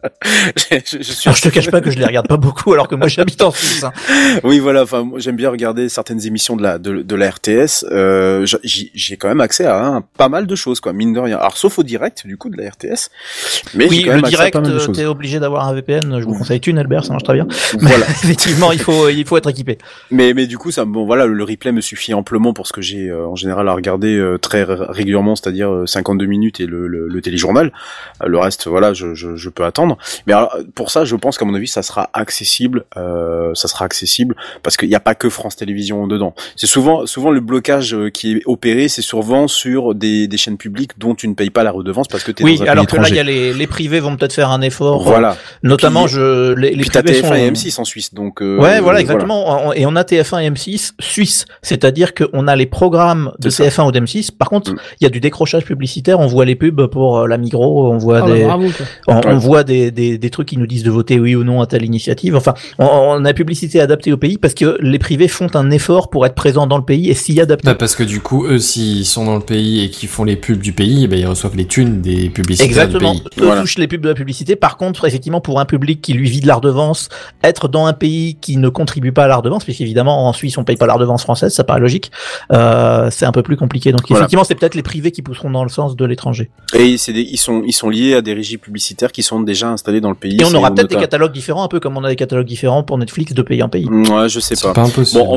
je, je, je suis. Alors, je te cache pas que je les regarde pas beaucoup, alors que moi j'habite en Suisse. Hein. Oui, voilà. Enfin, moi, j'aime bien regarder certaines émissions de la de, de la R T S. Euh, j'ai, j'ai quand même accès à hein, pas mal de choses, quoi, mine de rien. Alors, sauf au direct, du coup, de la R T S. Mais oui, j'ai quand le même direct, accès à pas mal de choses. T'es obligé d'avoir un V P N. Je vous conseille Thune, Albert, ça marche très bien. Voilà. Effectivement, il faut il faut être équipé. Mais mais du coup, ça, bon, voilà, le, le replay me suffit amplement pour ce que j'ai euh, en général à regarder euh, très r- régulièrement, c'est-à-dire euh, cinquante-deux minutes et le, le, le téléjournal. Euh, le reste, voilà, je, je, je peux attendre. Mais alors, pour ça, je pense qu'à mon avis, ça sera accessible. Euh, ça sera accessible parce qu'il n'y a pas que France Télévisions dedans. C'est souvent, souvent le blocage qui est opéré, c'est souvent sur des, des chaînes publiques dont tu ne payes pas la redevance parce que tu es oui, dans un alors pays que étranger. là, il y a les, les privés vont peut-être faire un effort. Voilà. Notamment, puis, je, les, les puis t'as privés T F un sont... et M six en Suisse, donc. Euh, ouais, voilà, exactement. Voilà. Et on a T F un et M six suisse, c'est-à-dire qu'on a les programmes de T F un ou d'M six. Par contre, il mm. y a du décrochage publicitaire. On voit les pubs pour la Migros, on voit oh, des, bah, bravo, on, ouais. on voit des, des, des trucs qui nous disent de voter oui ou non à telle initiative. Enfin, on, on a publicité adaptée au pays parce que les privés font un effort pour être présents dans le pays et s'y adapter. Bah parce que du coup, eux, s'ils sont dans le pays et qu'ils font les pubs du pays, bah, ils reçoivent les thunes des publicitaires Exactement. du pays. Eux voilà. touchent les pubs de la publicité. Par contre, effectivement, pour un public qui lui vit de la redevance, être dans un pays qui ne contribue pas à la redevance, puisqu'évidemment, en Suisse, on paye pas la redevance française, ça paraît logique, euh, c'est un peu plus compliqué. Donc, voilà. Effectivement, c'est peut-être les privés qui pousseront dans le sens de l'étranger. Et c'est des, ils sont, ils sont liés à des régies publicitaires qui sont déjà installées dans le pays. Et on aura peut-être des catalogues différents, un peu comme on a des catalogues différents pour Netflix de pays en pays. Ouais, je sais c'est pas. pas impossible. Bon, en tous les cas,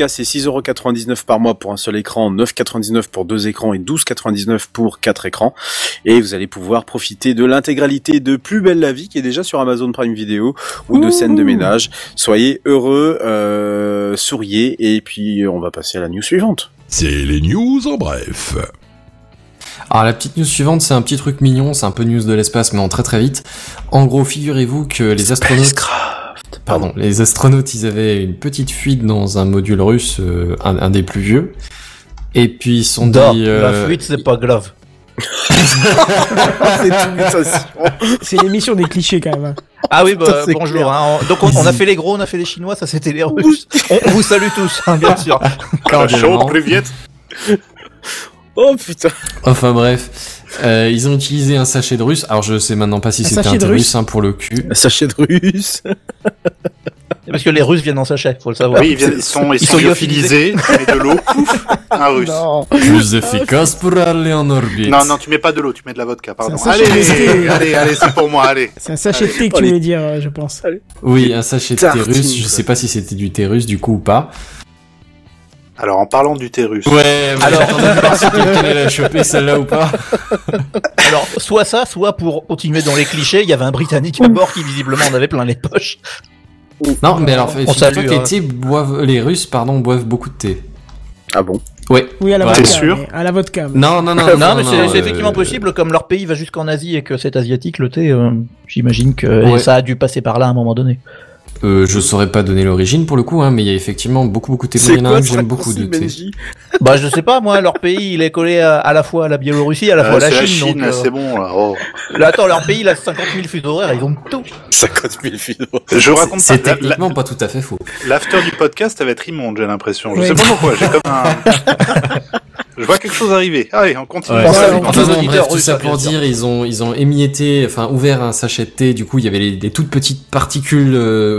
c'est six euros quatre-vingt-dix-neuf par mois pour un seul écran, neuf euros quatre-vingt-dix-neuf pour deux écrans et douze euros quatre-vingt-dix-neuf pour quatre écrans. Et vous allez pouvoir profiter de l'intégralité de Plus belle la vie qui est déjà sur Amazon Prime Video ou de Scènes de ménage. Soyez heureux, euh, souriez et puis on va passer à la news suivante. C'est les news en bref. Alors la petite news suivante, c'est un petit truc mignon, c'est un peu news de l'espace, mais en très très vite. En gros, figurez-vous que les astronautes... Pardon, les astronautes, ils avaient une petite fuite dans un module russe, euh, un, un des plus vieux. Et puis ils sont Non, dit... Euh... la fuite, c'est pas grave. C'est tout, ça, c'est l'émission des clichés quand même. Hein. Ah oui, bah, Ça, bonjour. Hein. Donc on, on a fait les gros, on a fait les Chinois, ça c'était les Russes. On, on vous salue tous, hein, bien sûr. Cordialement. Oh putain. Enfin bref, euh, ils ont utilisé un sachet de russe. Alors je sais maintenant pas si Un c'était sachet un de russe russe hein, pour le cul. Un sachet de russe. Parce que les Russes viennent en sachet, faut le savoir. Oui, ils, viennent, ils sont, ils Ils sont sont lyophilisés, tu mets de l'eau, pouf, un russe. Non. Plus efficace pour aller en orbite. Non, non, tu mets pas de l'eau, tu mets de la vodka, pardon. C'est un Allez, sachet de thé. allez, allez, c'est pour moi, allez. C'est un sachet de thé que tu Allez. voulais dire, euh, je pense. Oui, un sachet de thé Tartine, russe. Je quoi. sais pas si c'était du thé russe du coup ou pas. Alors, en parlant du thé russe. Ouais, mais alors attendez de voir si quelqu'un l'a chopé celle-là ou pas. Alors, soit ça, soit pour continuer dans les clichés, il y avait un Britannique à bord qui visiblement en avait plein les poches. Non, mais alors, On figure-toi salue, que les hein. thés boivent, les Russes, pardon, boivent beaucoup de thé. Ah bon? Ouais. Oui, à la Ouais. vodka. T'es sûr mais À la vodka. mais- Non, non, non. Non, mais c'est c'est euh, effectivement possible, comme leur pays va jusqu'en Asie et que c'est asiatique, le thé, euh, j'imagine que Ouais. et ça a dû passer par là à un moment donné. Euh, je saurais pas donner l'origine pour le coup, hein, mais il y a effectivement beaucoup, beaucoup de thé. C'est Il y en a quoi un que ce j'aime beaucoup de raccourci, thé. Benji? Bah, je sais pas, moi, leur pays, il est collé à, à la fois à la Biélorussie, à la fois Euh, à la c'est Chine. la Chine, donc, là, euh, c'est bon, là. Oh. là, attends, leur pays, il a cinquante mille fuseaux horaires, ils ont tout. cinquante mille films. Je raconte C'est pas. la- techniquement pas tout à fait faux. la- L'after du podcast, ça va être immonde, j'ai l'impression. Je Ouais. sais pas pourquoi, j'ai comme un... Je vois quelque chose arriver. Allez, on continue. Ouais. Ouais, Ça, on on- Enfin tous non, auditeurs bref, tout russes, ça hein, pour bien sûr. dire, ils ont ils ont émietté, enfin ouvert un sachet de thé. Du coup, il y avait les, des toutes petites particules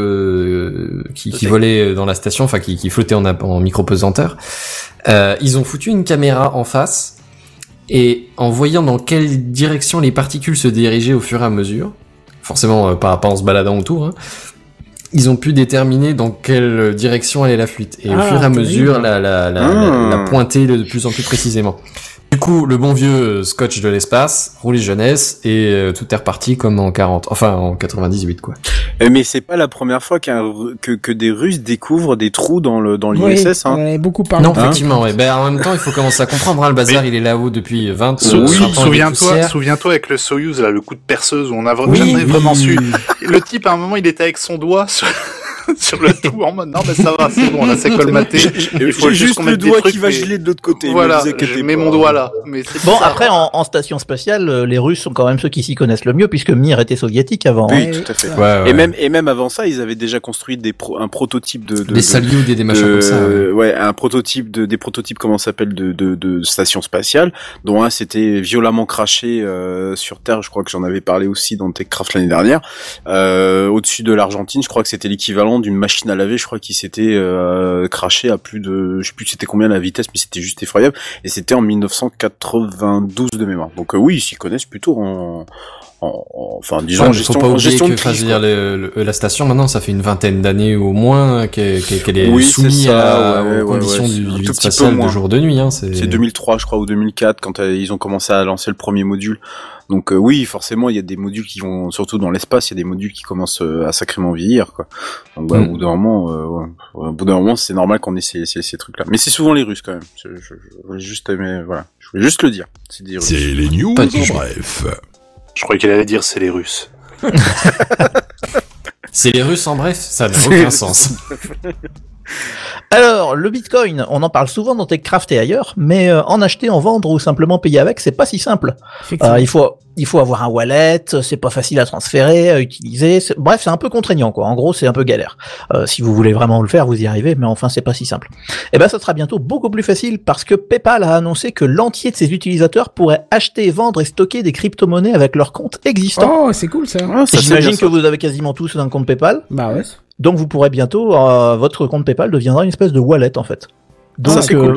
euh, qui, qui volaient dans la station, enfin qui, qui flottaient en, en micro-pesanteur. Euh, ils ont foutu une caméra en face et en voyant dans quelle direction les particules se dirigeaient au fur et à mesure, forcément euh, pas, pas en se baladant autour, hein, ils ont pu déterminer dans quelle direction allait la fuite. Et au Ah, fur et à terrible. mesure, la, la, la, Ah. la, la pointer de plus en plus précisément. Du coup, le bon vieux euh, scotch de l'espace, rouler jeunesse, et euh, tout est reparti comme en quarante, enfin en quatre-vingt-dix-huit quoi. Eh, mais c'est pas la première fois qu'un, Ru- que, que des Russes découvrent des trous dans le, dans l'I Oui, S S, on en hein. avait beaucoup parlé. Non, Hein effectivement, ouais. Ben, en même temps, il faut commencer à comprendre, hein, le bazar, il est là-haut depuis vingt, Sou- euh, oui, vingt ans et des souviens-toi, poussières. souviens-toi avec le Soyuz, là, le coup de perceuse où on a vra- Oui, jamais oui. vraiment su. Le type, à un moment, il était avec son doigt sur, sur le trou en mode, non, mais ça va, c'est bon, là, c'est colmaté. Il faut J'ai juste qu'on le mette des doigt trucs, qui va mais- geler de l'autre côté. Voilà, ne vous inquiétez je mets pas. mon doigt là. Mais c'est Bon, ça. après, en, en station spatiale, euh, les Russes sont quand même ceux qui s'y connaissent le mieux, puisque Mir était soviétique avant. Oui, hein. tout à fait. Ouais, ouais. Et même, et même avant ça, ils avaient déjà construit des pro, un prototype de, de des de- salyuts, des, des machins de- comme ça, ouais. ouais, un prototype de, des prototypes, comment ça s'appelle, de, de, de stations spatiales, dont un s'était violemment craché, euh, sur Terre, je crois que j'en avais parlé aussi dans TechCraft l'année dernière, euh, au-dessus de l'Argentine, je crois que c'était l'équivalent d'une machine à laver, je crois qu'il s'était, euh, craché à plus de, je sais plus c'était combien la vitesse, mais c'était juste effroyable, et c'était en mille neuf cent quatre-vingt-douze de mémoire. Donc, euh, oui, ils s'y connaissent plutôt en, en, en- enfin, disons, Ouais, en mais gestion, faut pas en oublier gestion que, de enfin, je crise, veux dire, quoi. le- le- la station, maintenant, ça fait une vingtaine d'années au moins qu'elle, qu'elle- qu'elle est Oui, c'est soumise ça, à, ouais, aux ouais, conditions ouais, du, c'est du un vide tout petit peu spatial de moins. jour de nuit, hein, c'est... C'est deux mille trois, je crois, ou deux mille quatre, quand euh, ils ont commencé à lancer le premier module. Donc euh, oui, forcément, il y a des modules qui vont, surtout dans l'espace, il y a des modules qui commencent euh, à sacrément vieillir, quoi. Donc bah, Mm. au bout d'un moment, euh, ouais, au bout d'un moment, c'est normal qu'on ait ces, ces, ces trucs-là. Mais c'est souvent les Russes quand même. Je, je, je voulais juste, mais voilà, je voulais juste le dire. C'est des Russes. C'est les news Pas de en jeu. bref. Je croyais qu'il allait dire c'est les Russes. C'est les Russes en bref, ça n'a aucun sens. Alors, le Bitcoin, on en parle souvent dans TechCraft et ailleurs, mais euh, en acheter, en vendre ou simplement payer avec, c'est pas si simple. Effectivement. Euh, il faut, il faut avoir un wallet, c'est pas facile à transférer, à utiliser. c'est- Bref, c'est un peu contraignant, quoi. En gros, c'est un peu galère. Euh, si vous voulez vraiment le faire, vous y arrivez, mais enfin, c'est pas si simple. Et ben, ça sera bientôt beaucoup plus facile parce que PayPal a annoncé que l'entier de ses utilisateurs pourraient acheter, vendre et stocker des crypto-monnaies avec leur compte existant. Oh, c'est cool ça. Ah, ça, c'est J'imagine bien, que ça. vous avez quasiment tous un compte PayPal. Bah ouais. Donc vous pourrez bientôt, euh, votre compte PayPal deviendra une espèce de wallet en fait. Donc, Ça, c'est euh, cool, ça.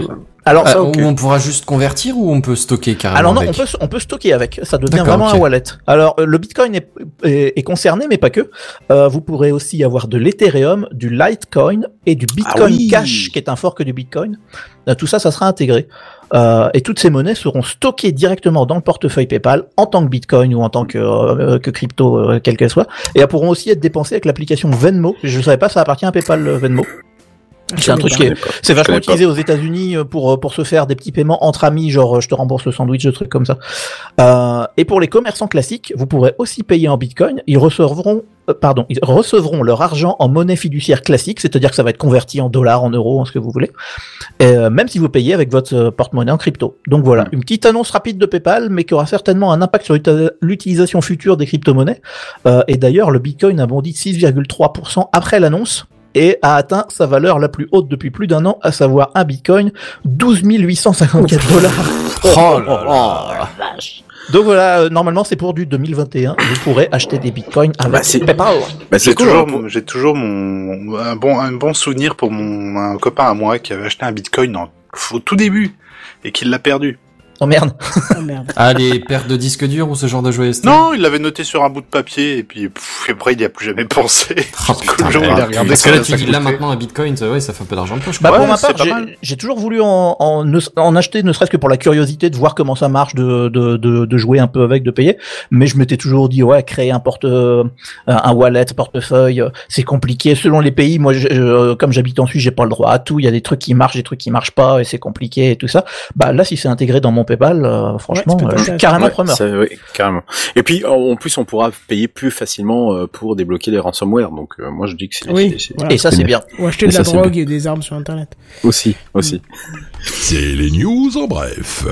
Alors, Ah, ça, Ou ok. on pourra juste convertir ou on peut stocker carrément Alors non, avec on peut, on peut stocker avec. Ça devient D'accord, vraiment ok. un wallet. Alors euh, le Bitcoin est, est, est concerné, mais pas que. Euh, vous pourrez aussi avoir de l'Ethereum, du Litecoin et du Bitcoin Ah oui. Cash, qui est un fork du Bitcoin. Euh, tout ça, ça sera intégré. Euh, et toutes ces monnaies seront stockées directement dans le portefeuille PayPal en tant que Bitcoin ou en tant que, euh, que crypto, euh, quelle qu'elle soit. Et elles pourront aussi être dépensées avec l'application Venmo. Je ne savais pas, ça appartient à PayPal euh, Venmo. C'est un truc qui est, c'est vachement utilisé aux États-Unis pour pour se faire des petits paiements entre amis, genre je te rembourse le sandwich, des trucs comme ça. Euh, et pour les commerçants classiques, vous pourrez aussi payer en Bitcoin. Ils recevront, euh, pardon, ils recevront leur argent en monnaie fiduciaire classique, c'est-à-dire que ça va être converti en dollars, en euros, en ce que vous voulez. Et, euh, même si vous payez avec votre euh, porte-monnaie en crypto. Donc voilà, une petite annonce rapide de PayPal, mais qui aura certainement un impact sur l'uta- l'utilisation future des crypto-monnaies. Euh, et d'ailleurs, le Bitcoin a bondi de six virgule trois pour cent après l'annonce, et a atteint sa valeur la plus haute depuis plus d'un an, à savoir un bitcoin, douze mille huit cent cinquante-quatre dollars. Oh là là. Donc voilà, euh, normalement c'est pour du deux mille vingt et un, vous pourrez acheter des bitcoins avec Bah, c'est- PayPal. Bah, c'est J'ai cool, toujours, hein, mon- j'ai toujours mon un bon un bon souvenir pour mon un copain à moi qui avait acheté un Bitcoin en, au tout début et qui l'a perdu. Oh merde. Oh merde. Ah, les pertes de disques durs ou ce genre de joyeuseté? Non, il l'avait noté sur un bout de papier et puis pff, après il n'y a plus jamais pensé. Oh, putain, Le jour où ouais. il a regardé Parce que là, combien tu ça dis là coûtait. maintenant un bitcoin, ça, ouais, ça fait un peu d'argent de poche. Bah quoi. pour Ouais, ma c'est part, pas j'ai, mal. j'ai toujours voulu en, en, ne- en acheter, ne serait-ce que pour la curiosité de voir comment ça marche, de, de, de, de jouer un peu avec, de payer. Mais je m'étais toujours dit, ouais, créer un porte, euh, un wallet, portefeuille, euh, c'est compliqué. Selon les pays, moi, je- euh, comme j'habite en Suisse, j'ai pas le droit à tout. Il y a des trucs qui marchent, des trucs qui marchent pas, et c'est compliqué et tout ça. Bah là, si c'est intégré dans mon PayPal, euh, franchement, tu peux euh, je suis t'acheter. carrément Ouais, preneur. ça, ouais, carrément. Et puis en en plus on pourra payer plus facilement euh, pour débloquer les ransomware. Donc euh, moi je dis que c'est Oui, c'est- c'est- voilà. Et ça, c'est bien. Ou acheter Et de la ça, c'est drogue et des armes sur Internet. aussi aussi. C'est les news en bref.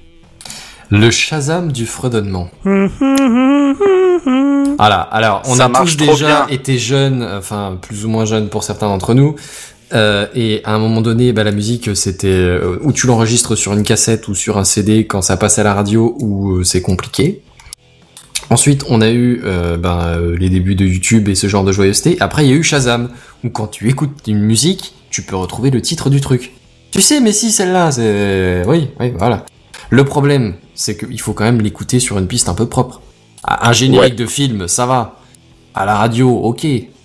Le Shazam du fredonnement. Voilà, alors on Ça a marche tous trop déjà bien. été jeunes, enfin plus ou moins jeunes pour certains d'entre nous, euh, et à un moment donné, bah, la musique c'était euh, ou tu l'enregistres sur une cassette ou sur un C D quand ça passe à la radio, ou euh, c'est compliqué. Ensuite, on a eu euh, ben, euh, les débuts de YouTube et ce genre de joyeuseté. Après, il y a eu Shazam, où quand tu écoutes une musique, tu peux retrouver le titre du truc. Tu sais, mais si, celle-là, c'est... Oui, oui, voilà. Le problème, c'est qu'il faut quand même l'écouter sur une piste un peu propre. Ah, un générique de film, ça va. À la radio, ok.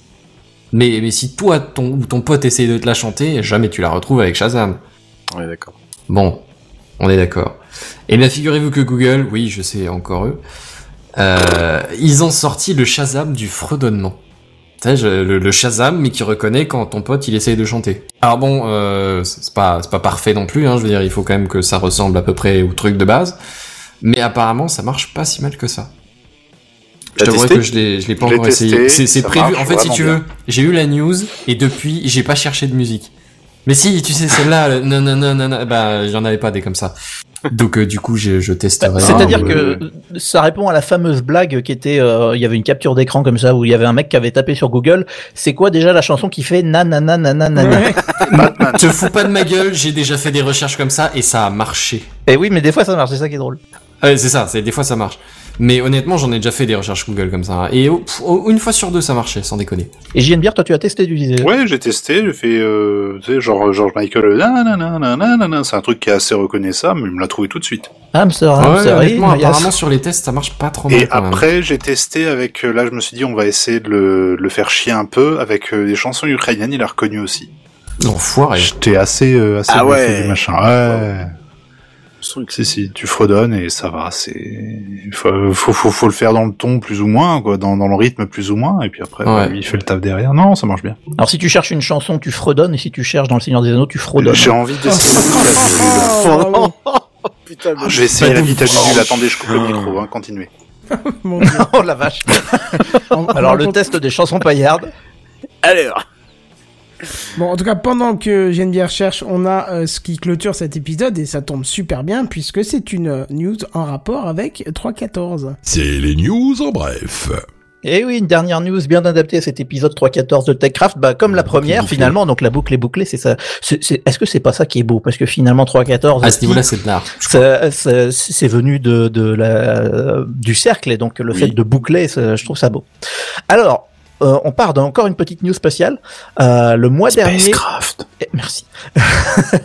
Mais, mais si toi, ton, ou ton pote essaye de te la chanter, jamais tu la retrouves avec Shazam. Ouais d'accord. Bon, on est d'accord. Et bien, figurez-vous que Google, oui, je sais, encore eux, euh, ils ont sorti le Shazam du fredonnement. Tu sais, je- le, le Shazam, mais qui reconnaît quand ton pote il essaye de chanter. Alors bon, euh, c'est c'est pas c'est pas parfait non plus, hein. Je veux dire, il faut quand même que ça ressemble à peu près au truc de base. Mais apparemment, ça marche pas si mal que ça. Je T'as t'avouerai testé que je l'ai je l'ai pas Je l'ai encore essayé. testé, C'est c'est ça prévu. marche En fait, si vraiment tu bien. veux, j'ai eu la news et depuis, j'ai pas cherché de musique. Mais si, tu sais, celle-là, le- non, non, non, non, non, bah, j'en avais pas des comme ça. Donc, euh, du coup, je, je testerai. C'est-à-dire Ah, que ouais. ça répond à la fameuse blague qui était, euh, il y avait une capture d'écran comme ça où il y avait un mec qui avait tapé sur Google. C'est quoi déjà la chanson qui fait nanana nanana nanana. Ouais. Te fous pas de ma gueule, j'ai déjà fait des recherches comme ça et ça a marché. Et oui, mais des fois ça marche, c'est ça qui est drôle. Ouais, c'est ça, c'est des fois ça marche. Mais honnêtement, j'en ai déjà fait des recherches Google comme ça. hein. Et oh, pff, oh, une fois sur deux, ça marchait, sans déconner. Et J N Bière, toi tu as testé du disais. Ouais, j'ai testé, j'ai fait, euh, tu sais, genre George Michael, euh, nanana, nanana, c'est un truc qui est assez reconnaissable, mais il me l'a trouvé tout de suite. Hamster, Ouais, hamster, honnêtement, yes. apparemment sur les tests, ça marche pas trop mal. Et quand même. après, j'ai testé avec, euh, là, je me suis dit, on va essayer de le, de le faire chier un peu avec euh, des chansons ukrainiennes, il a reconnu aussi. L'enfoiré. J'étais assez, euh, assez Ah bluffé ouais. du machin. Ouais. Si, si, tu fredonnes et ça va, c'est, faut, faut, faut, faut le faire dans le ton plus ou moins, quoi, dans, dans le rythme plus ou moins, et puis après, Ouais. lui, il fait le taf derrière. Non, ça marche bien. Alors si tu cherches une chanson, tu fredonnes, et si tu cherches dans le Seigneur des Anneaux, tu fredonnes. J'ai envie d'essayer. Oh, bravo. Putain, Ah, je vais essayer la vita du nul. Attendez, je coupe le micro, hein, continuez. Mon Dieu. Oh la vache. On- on Alors le raconte- test des chansons paillardes. alors. Bon, en tout cas, pendant que Geneviève cherche, on a euh, ce qui clôture cet épisode et ça tombe super bien puisque c'est une euh, news en rapport avec trois quatorze. C'est les news en bref. Et oui, une dernière news bien adaptée à cet épisode trois quatorze de TechCraft, bah comme la première finalement, donc la boucle est bouclée, c'est ça. C'est, c'est, est-ce que c'est pas ça qui est beau? Parce que finalement trois quatorze, À ce niveau-là, c'est de l'art. ça, ça- c'est venu de, de la, du cercle et donc le fait de boucler, ça, je trouve ça beau. Alors, euh, on part d'encore une petite news spatiale. Euh, le mois dernier, Spacecraft. Eh, merci.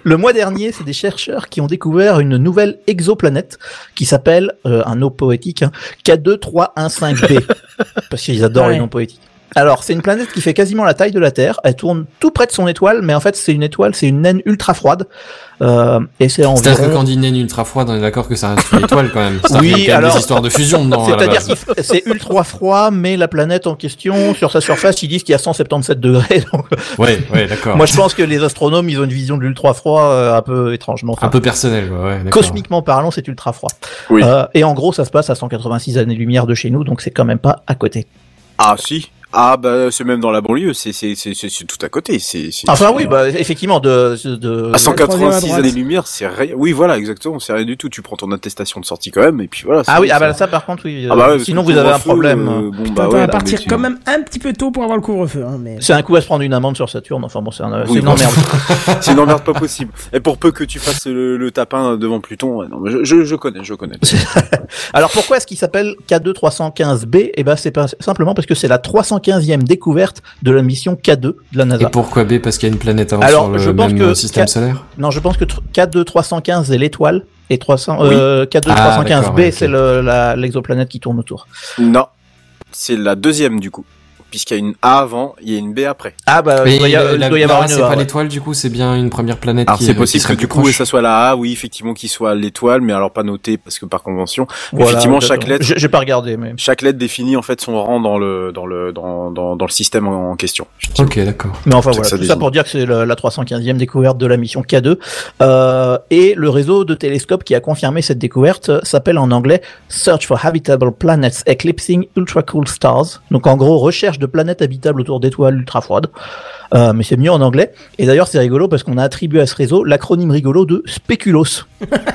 Le mois dernier, c'est des chercheurs qui ont découvert une nouvelle exoplanète qui s'appelle, euh, un nom poétique, hein, K deux trois un cinq B. Parce qu'ils adorent Ouais. les noms poétiques. Alors, c'est une planète qui fait quasiment la taille de la Terre. Elle tourne tout près de son étoile, mais en fait, c'est une étoile, c'est une naine ultra froide. Euh, et c'est environ... C'est-à-dire que quand on dit naine ultra froide, on est d'accord que ça reste une étoile quand même. C'est-à-dire Oui, qu'il y a quand même alors- des histoires de fusion dedans. à la C'est-à-dire base. que c'est ultra froid, mais la planète en question, sur sa surface, ils disent qu'il y a cent soixante-dix-sept degrés. Donc, Ouais, ouais, d'accord. moi, je pense que les astronomes, ils ont une vision de l'ultra froid euh, un peu étrangement. Un peu personnel, ouais, ouais, d'accord. Cosmiquement parlant, c'est ultra froid. Oui. Euh, et en gros, ça se passe à cent quatre-vingt-six années-lumière de chez nous, donc c'est quand même pas à côté. Ah si. Ah bah c'est même dans la banlieue, c'est c'est c'est c'est c'est tout à côté, c'est c'est Enfin oui, bah effectivement, de... de... à cent quatre-vingt-six droite. années-lumière, c'est rien. Oui, voilà, exactement, c'est rien du tout. Tu prends ton attestation de sortie quand même, et puis voilà. Ah c'est- oui, ah c'est- bah ça par contre, oui. Ah bah ouais, parce Sinon, que vous avez un couvre-feu, problème. euh, bon Putain, bah t'as ouais, à là, partir mais tu- quand même un petit peu tôt pour avoir le couvre-feu, hein, mais... C'est un coup à se prendre une amende sur Saturne. Enfin bon, c'est un, c'est Oui, une bon. emmerde. C'est une emmerde pas possible. Et pour peu que tu fasses le, le tapin devant Pluton, ouais, non, mais je, je, je connais, je connais. Alors pourquoi est-ce qu'il s'appelle K deux trois cent quinze B? Eh ben c'est pas simplement parce que c'est la trois cent quinzième découverte de la mission K deux de la NASA. Et pourquoi B? Parce qu'il y a une planète avant Alors, sur le je pense même que système K- solaire. Non, je pense que tr- K deux trois cent quinze est l'étoile et trois cents, Oui. euh, K deux Ah, trois cent quinze B d'accord, ouais, c'est ok. le, la, l'exoplanète qui tourne autour. Non, c'est la deuxième du coup, puisqu'il y a une A avant, il y a une B après. Ah bah Mais il doit y, a- la- il doit y avoir là, une c'est E A, pas ouais. l'étoile, du coup, c'est bien une première planète Alors qui c'est est- qui possible serait que du plus coup proche. ça soit la A, oui effectivement qu'il soit l'étoile, mais alors pas noté parce que par convention. Voilà, effectivement exactement. chaque lettre, J'ai j'ai pas regardé, mais. chaque lettre définit en fait son rang dans le dans le dans dans, dans le système en, en question. Ok, d'accord. Mais enfin C'est voilà, que ça tout ça désigne. pour dire que c'est la, la trois cent quinzième découverte de la mission K deux. Euh, et le réseau de télescopes qui a confirmé cette découverte euh, s'appelle en anglais Search for Habitable Planets Eclipsing Ultra Cool Stars. Donc en gros, recherche de planètes habitables autour d'étoiles ultra froides. Euh, mais c'est mieux en anglais. Et d'ailleurs, c'est rigolo parce qu'on a attribué à ce réseau l'acronyme rigolo de Speculos.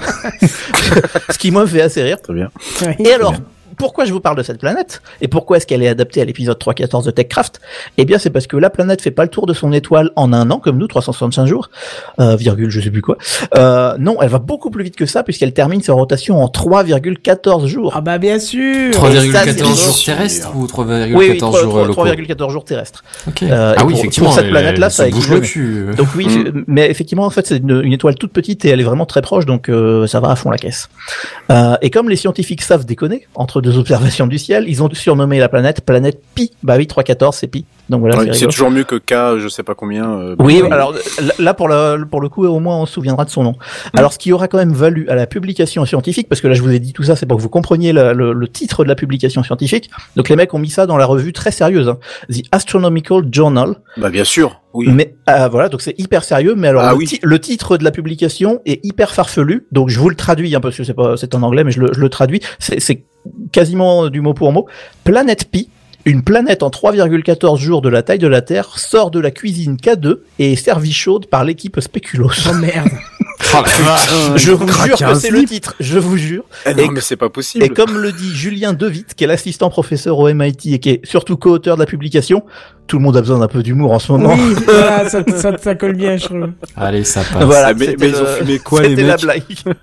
Ce qui, moi, me fait assez rire. Très bien. Et alors, pourquoi je vous parle de cette planète et pourquoi est-ce qu'elle est adaptée à l'épisode trois quatorze de TechCraft? Eh bien, c'est parce que la planète fait pas le tour de son étoile en un an, comme nous, trois cent soixante-cinq jours, euh, virgule, je sais plus quoi. Euh, non, elle va beaucoup plus vite que ça puisqu'elle termine sa rotation en trois virgule quatorze jours. Ah bah bien sûr. trois virgule ça, quatorze c'est- jours terrestres ou trois virgule Oui, oui, quatorze jours locaux? trois virgule quatorze jours terrestres. Ok. Euh, ah et oui, pour- effectivement. pour cette elle- planète-là, elle ça se bouge le équivaut. cul. Donc oui, Mm. c'est- mais effectivement, en fait, c'est une, une étoile toute petite et elle est vraiment très proche, donc euh, ça va à fond la caisse. Euh, et comme les scientifiques savent déconner entre deux observations du ciel, ils ont surnommé la planète planète Pi. Bah oui, trois quatorze, c'est Pi. Donc voilà, Ouais, c'est c'est rigolo. toujours mieux que K, je sais pas combien. euh, Oui, bah, alors là- là pour le pour le coup au moins on se souviendra de son nom. Mm. Alors ce qui aura quand même valu à la publication scientifique, parce que là je vous ai dit tout ça, c'est pour que vous compreniez le, le, le titre de la publication scientifique. Donc les mecs ont mis ça dans la revue très sérieuse, hein, The Astronomical Journal. Bah bien sûr, oui. Mais euh, voilà, donc c'est hyper sérieux. Mais alors Ah le, oui. ti- le titre de la publication est hyper farfelu. Donc je vous le traduis hein, parce que c'est pas c'est en anglais, mais je le, je le traduis. C'est c'est quasiment du mot pour mot. Planète Pi. Une planète en trois virgule quatorze jours de la taille de la Terre sort de la cuisine K deux et est servie chaude par l'équipe Speculos. Oh merde. Oh la vache. Je vous craquer jure un que c'est le slip. titre, je vous jure. Eh non, Et- mais c'est pas possible. Et comme le dit Julien Dewitt, qui est l'assistant professeur au M I T et qui est surtout co-auteur de la publication, tout le monde a besoin d'un peu d'humour en ce moment. Oui, voilà, ça, ça, ça colle bien, je trouve. Allez, ça passe. Voilà, Ah, mais- c'était mais ils ont le- fumé quoi, les c'était la mecs blague.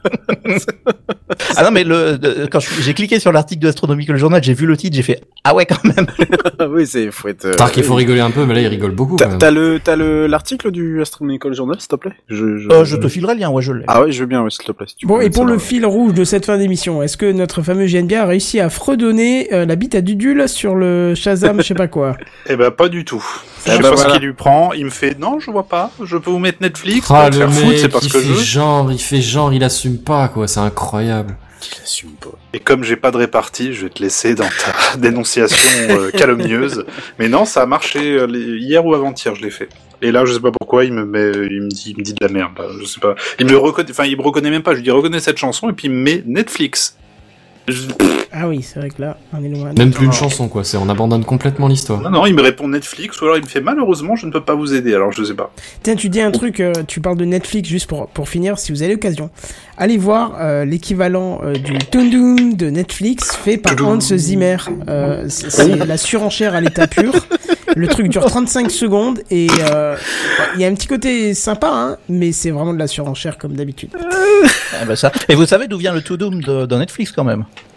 Ah non, mais le, de- quand je- j'ai cliqué sur l'article de Astronomical Journal, j'ai vu le titre, j'ai fait ah ouais quand même. oui, c'est faut être. euh, T'as qu'il faut oui. rigoler un peu, mais là, il rigole beaucoup quand T'as même. t'as le t'as le l'article du Astronomical Journal, s'il te plaît. Je, je, Euh, je te filerai le lien, ouais je l'ai. Ah ouais, je veux bien, ouais, s'il te plaît. si tu Bon, peux et mettre pour ça le dans- fil rouge de cette fin d'émission, est-ce que notre fameux G N B A a réussi à fredonner euh, la bite à Dudule sur le Shazam, je sais pas quoi? Eh ben, pas du tout. Je Ah sais bah pas voilà. ce qu'il lui prend. Il me fait, non, je vois pas. Je peux vous mettre Netflix. Ah, pas te le faire foutre, mec, c'est parce il que fait je veux. genre, il fait genre, il assume pas, quoi, c'est incroyable. Il assume pas. Et comme j'ai pas de répartie, je vais te laisser dans ta dénonciation euh, calomnieuse. Mais non, ça a marché euh, les- hier ou avant-hier, je l'ai fait. Et là, je sais pas pourquoi, il me met, il me dit, il me dit de la merde. Là, je sais pas. Il me reconnaît, enfin, il me reconnaît même pas. Je lui dis reconnais cette chanson et puis il me met Netflix. Je- Ah oui, c'est vrai que là, on est loin. Même plus une Non. chanson, quoi, c'est, on abandonne complètement l'histoire. Non, non, il me répond Netflix ou alors il me fait malheureusement, je ne peux pas vous aider. Alors je sais pas. Tiens, tu dis un truc, euh, tu parles de Netflix, juste pour, pour finir, si vous avez l'occasion. Allez voir euh, l'équivalent euh, du Tundum de Netflix fait par Hans Zimmer. Euh, c'est c'est la surenchère à l'état pur. Le truc dure trente-cinq secondes et euh, il y a un petit côté sympa, hein, mais c'est vraiment de la surenchère comme d'habitude. Ah bah ça. Et vous savez d'où vient le To Doom de, de Netflix quand même?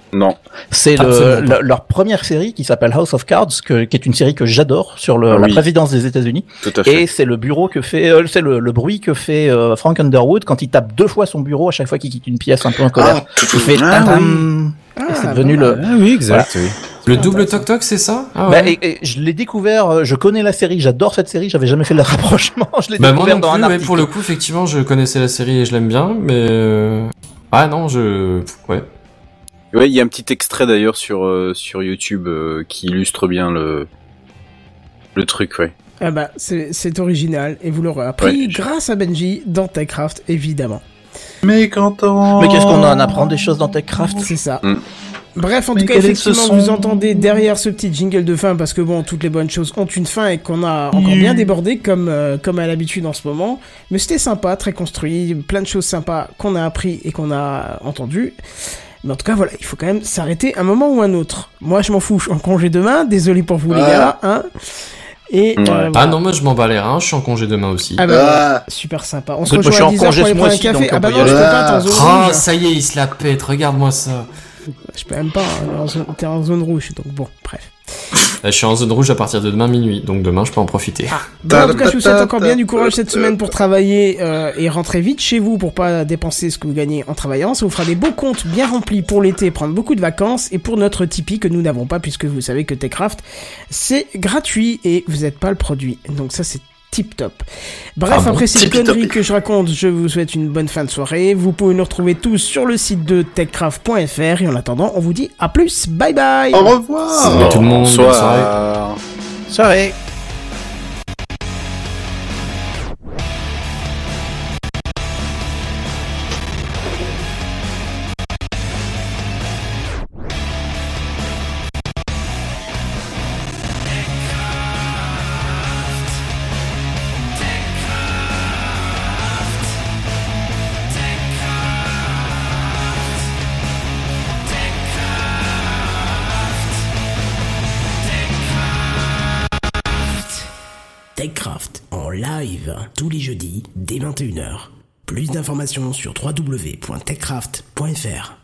Non. C'est le, le, leur première série qui s'appelle House of Cards, que, qui est une série que j'adore sur le, ah, la oui. présidence des États-Unis. Tout à fait. Et c'est le bureau que fait, euh, c'est le, le bruit que fait euh, Frank Underwood quand il tape deux fois son bureau à chaque fois qu'il quitte une pièce un peu en colère. Ah, tout, il fait ah, tadam. Ah, et c'est devenu le. Ah oui, exact. Voilà. Oui. Le double toc-toc, c'est ça ah, bah, ouais. et, et je l'ai découvert, je connais la série, j'adore cette série, j'avais jamais fait le rapprochement, je l'ai bah, découvert moi non dans plus, un ouais, article. pour le coup, effectivement, je connaissais la série et je l'aime bien, mais... Euh... Ah non, je... Ouais. Ouais, il y a un petit extrait d'ailleurs sur, euh, sur YouTube euh, qui illustre bien le, le truc, ouais. Ah bah, c'est, c'est original, et vous l'aurez appris Ouais, grâce à Benji dans TechCraft, évidemment. Mais quand on... Mais qu'est-ce qu'on en apprend des choses dans TechCraft? C'est ça. Mm. Bref, en Mais tout cas, quel est ce effectivement, son vous entendez derrière ce petit jingle de fin, parce que bon, toutes les bonnes choses ont une fin et qu'on a encore Mm. bien débordé, comme, euh, comme à l'habitude en ce moment. Mais c'était sympa, très construit, plein de choses sympas qu'on a appris et qu'on a entendues. Mais en tout cas, voilà, il faut quand même s'arrêter un moment ou un autre. Moi, je m'en fous, je suis en congé demain, désolé pour vous les Ah. gars, hein. Et, Ouais. euh, Ah voilà. non, moi je m'en bats les reins, je suis en congé demain aussi. Ah bah, Ah. voilà, super sympa. On se Écoute, moi, rejoint à je suis dix en heures pour congé aller ce prendre un mois-ci, café. donc Ah on bah peut non, y je peux aller. pas, t'es en zone Ah, rouge. ça y est, il se la pète, regarde-moi ça. Je peux même pas, hein, en zone- t'es en zone rouge, donc bon, bref. Là, je suis en zone rouge à partir de demain minuit, donc demain je peux en profiter. Bon, en tout cas, je vous souhaite encore bien du courage cette semaine pour travailler euh, et rentrer vite chez vous pour pas dépenser ce que vous gagnez en travaillant. Ça vous fera des beaux comptes bien remplis pour l'été, prendre beaucoup de vacances et pour notre Tipeee que nous n'avons pas puisque vous savez que TechCraft c'est gratuit et vous n'êtes pas le produit. Donc ça c'est tip top. Bref, Ah bon, après ces tipi conneries topi. que je raconte, je vous souhaite une bonne fin de soirée. Vous pouvez nous retrouver tous sur le site de techcraft point f r et en attendant, on vous dit à plus. Bye bye. Au revoir. Salut tout le monde, bonne soirée. Bonsoir. Soirée. TechCraft en live tous les jeudis dès vingt et une heures. Plus d'informations sur w w w point techcraft point f r.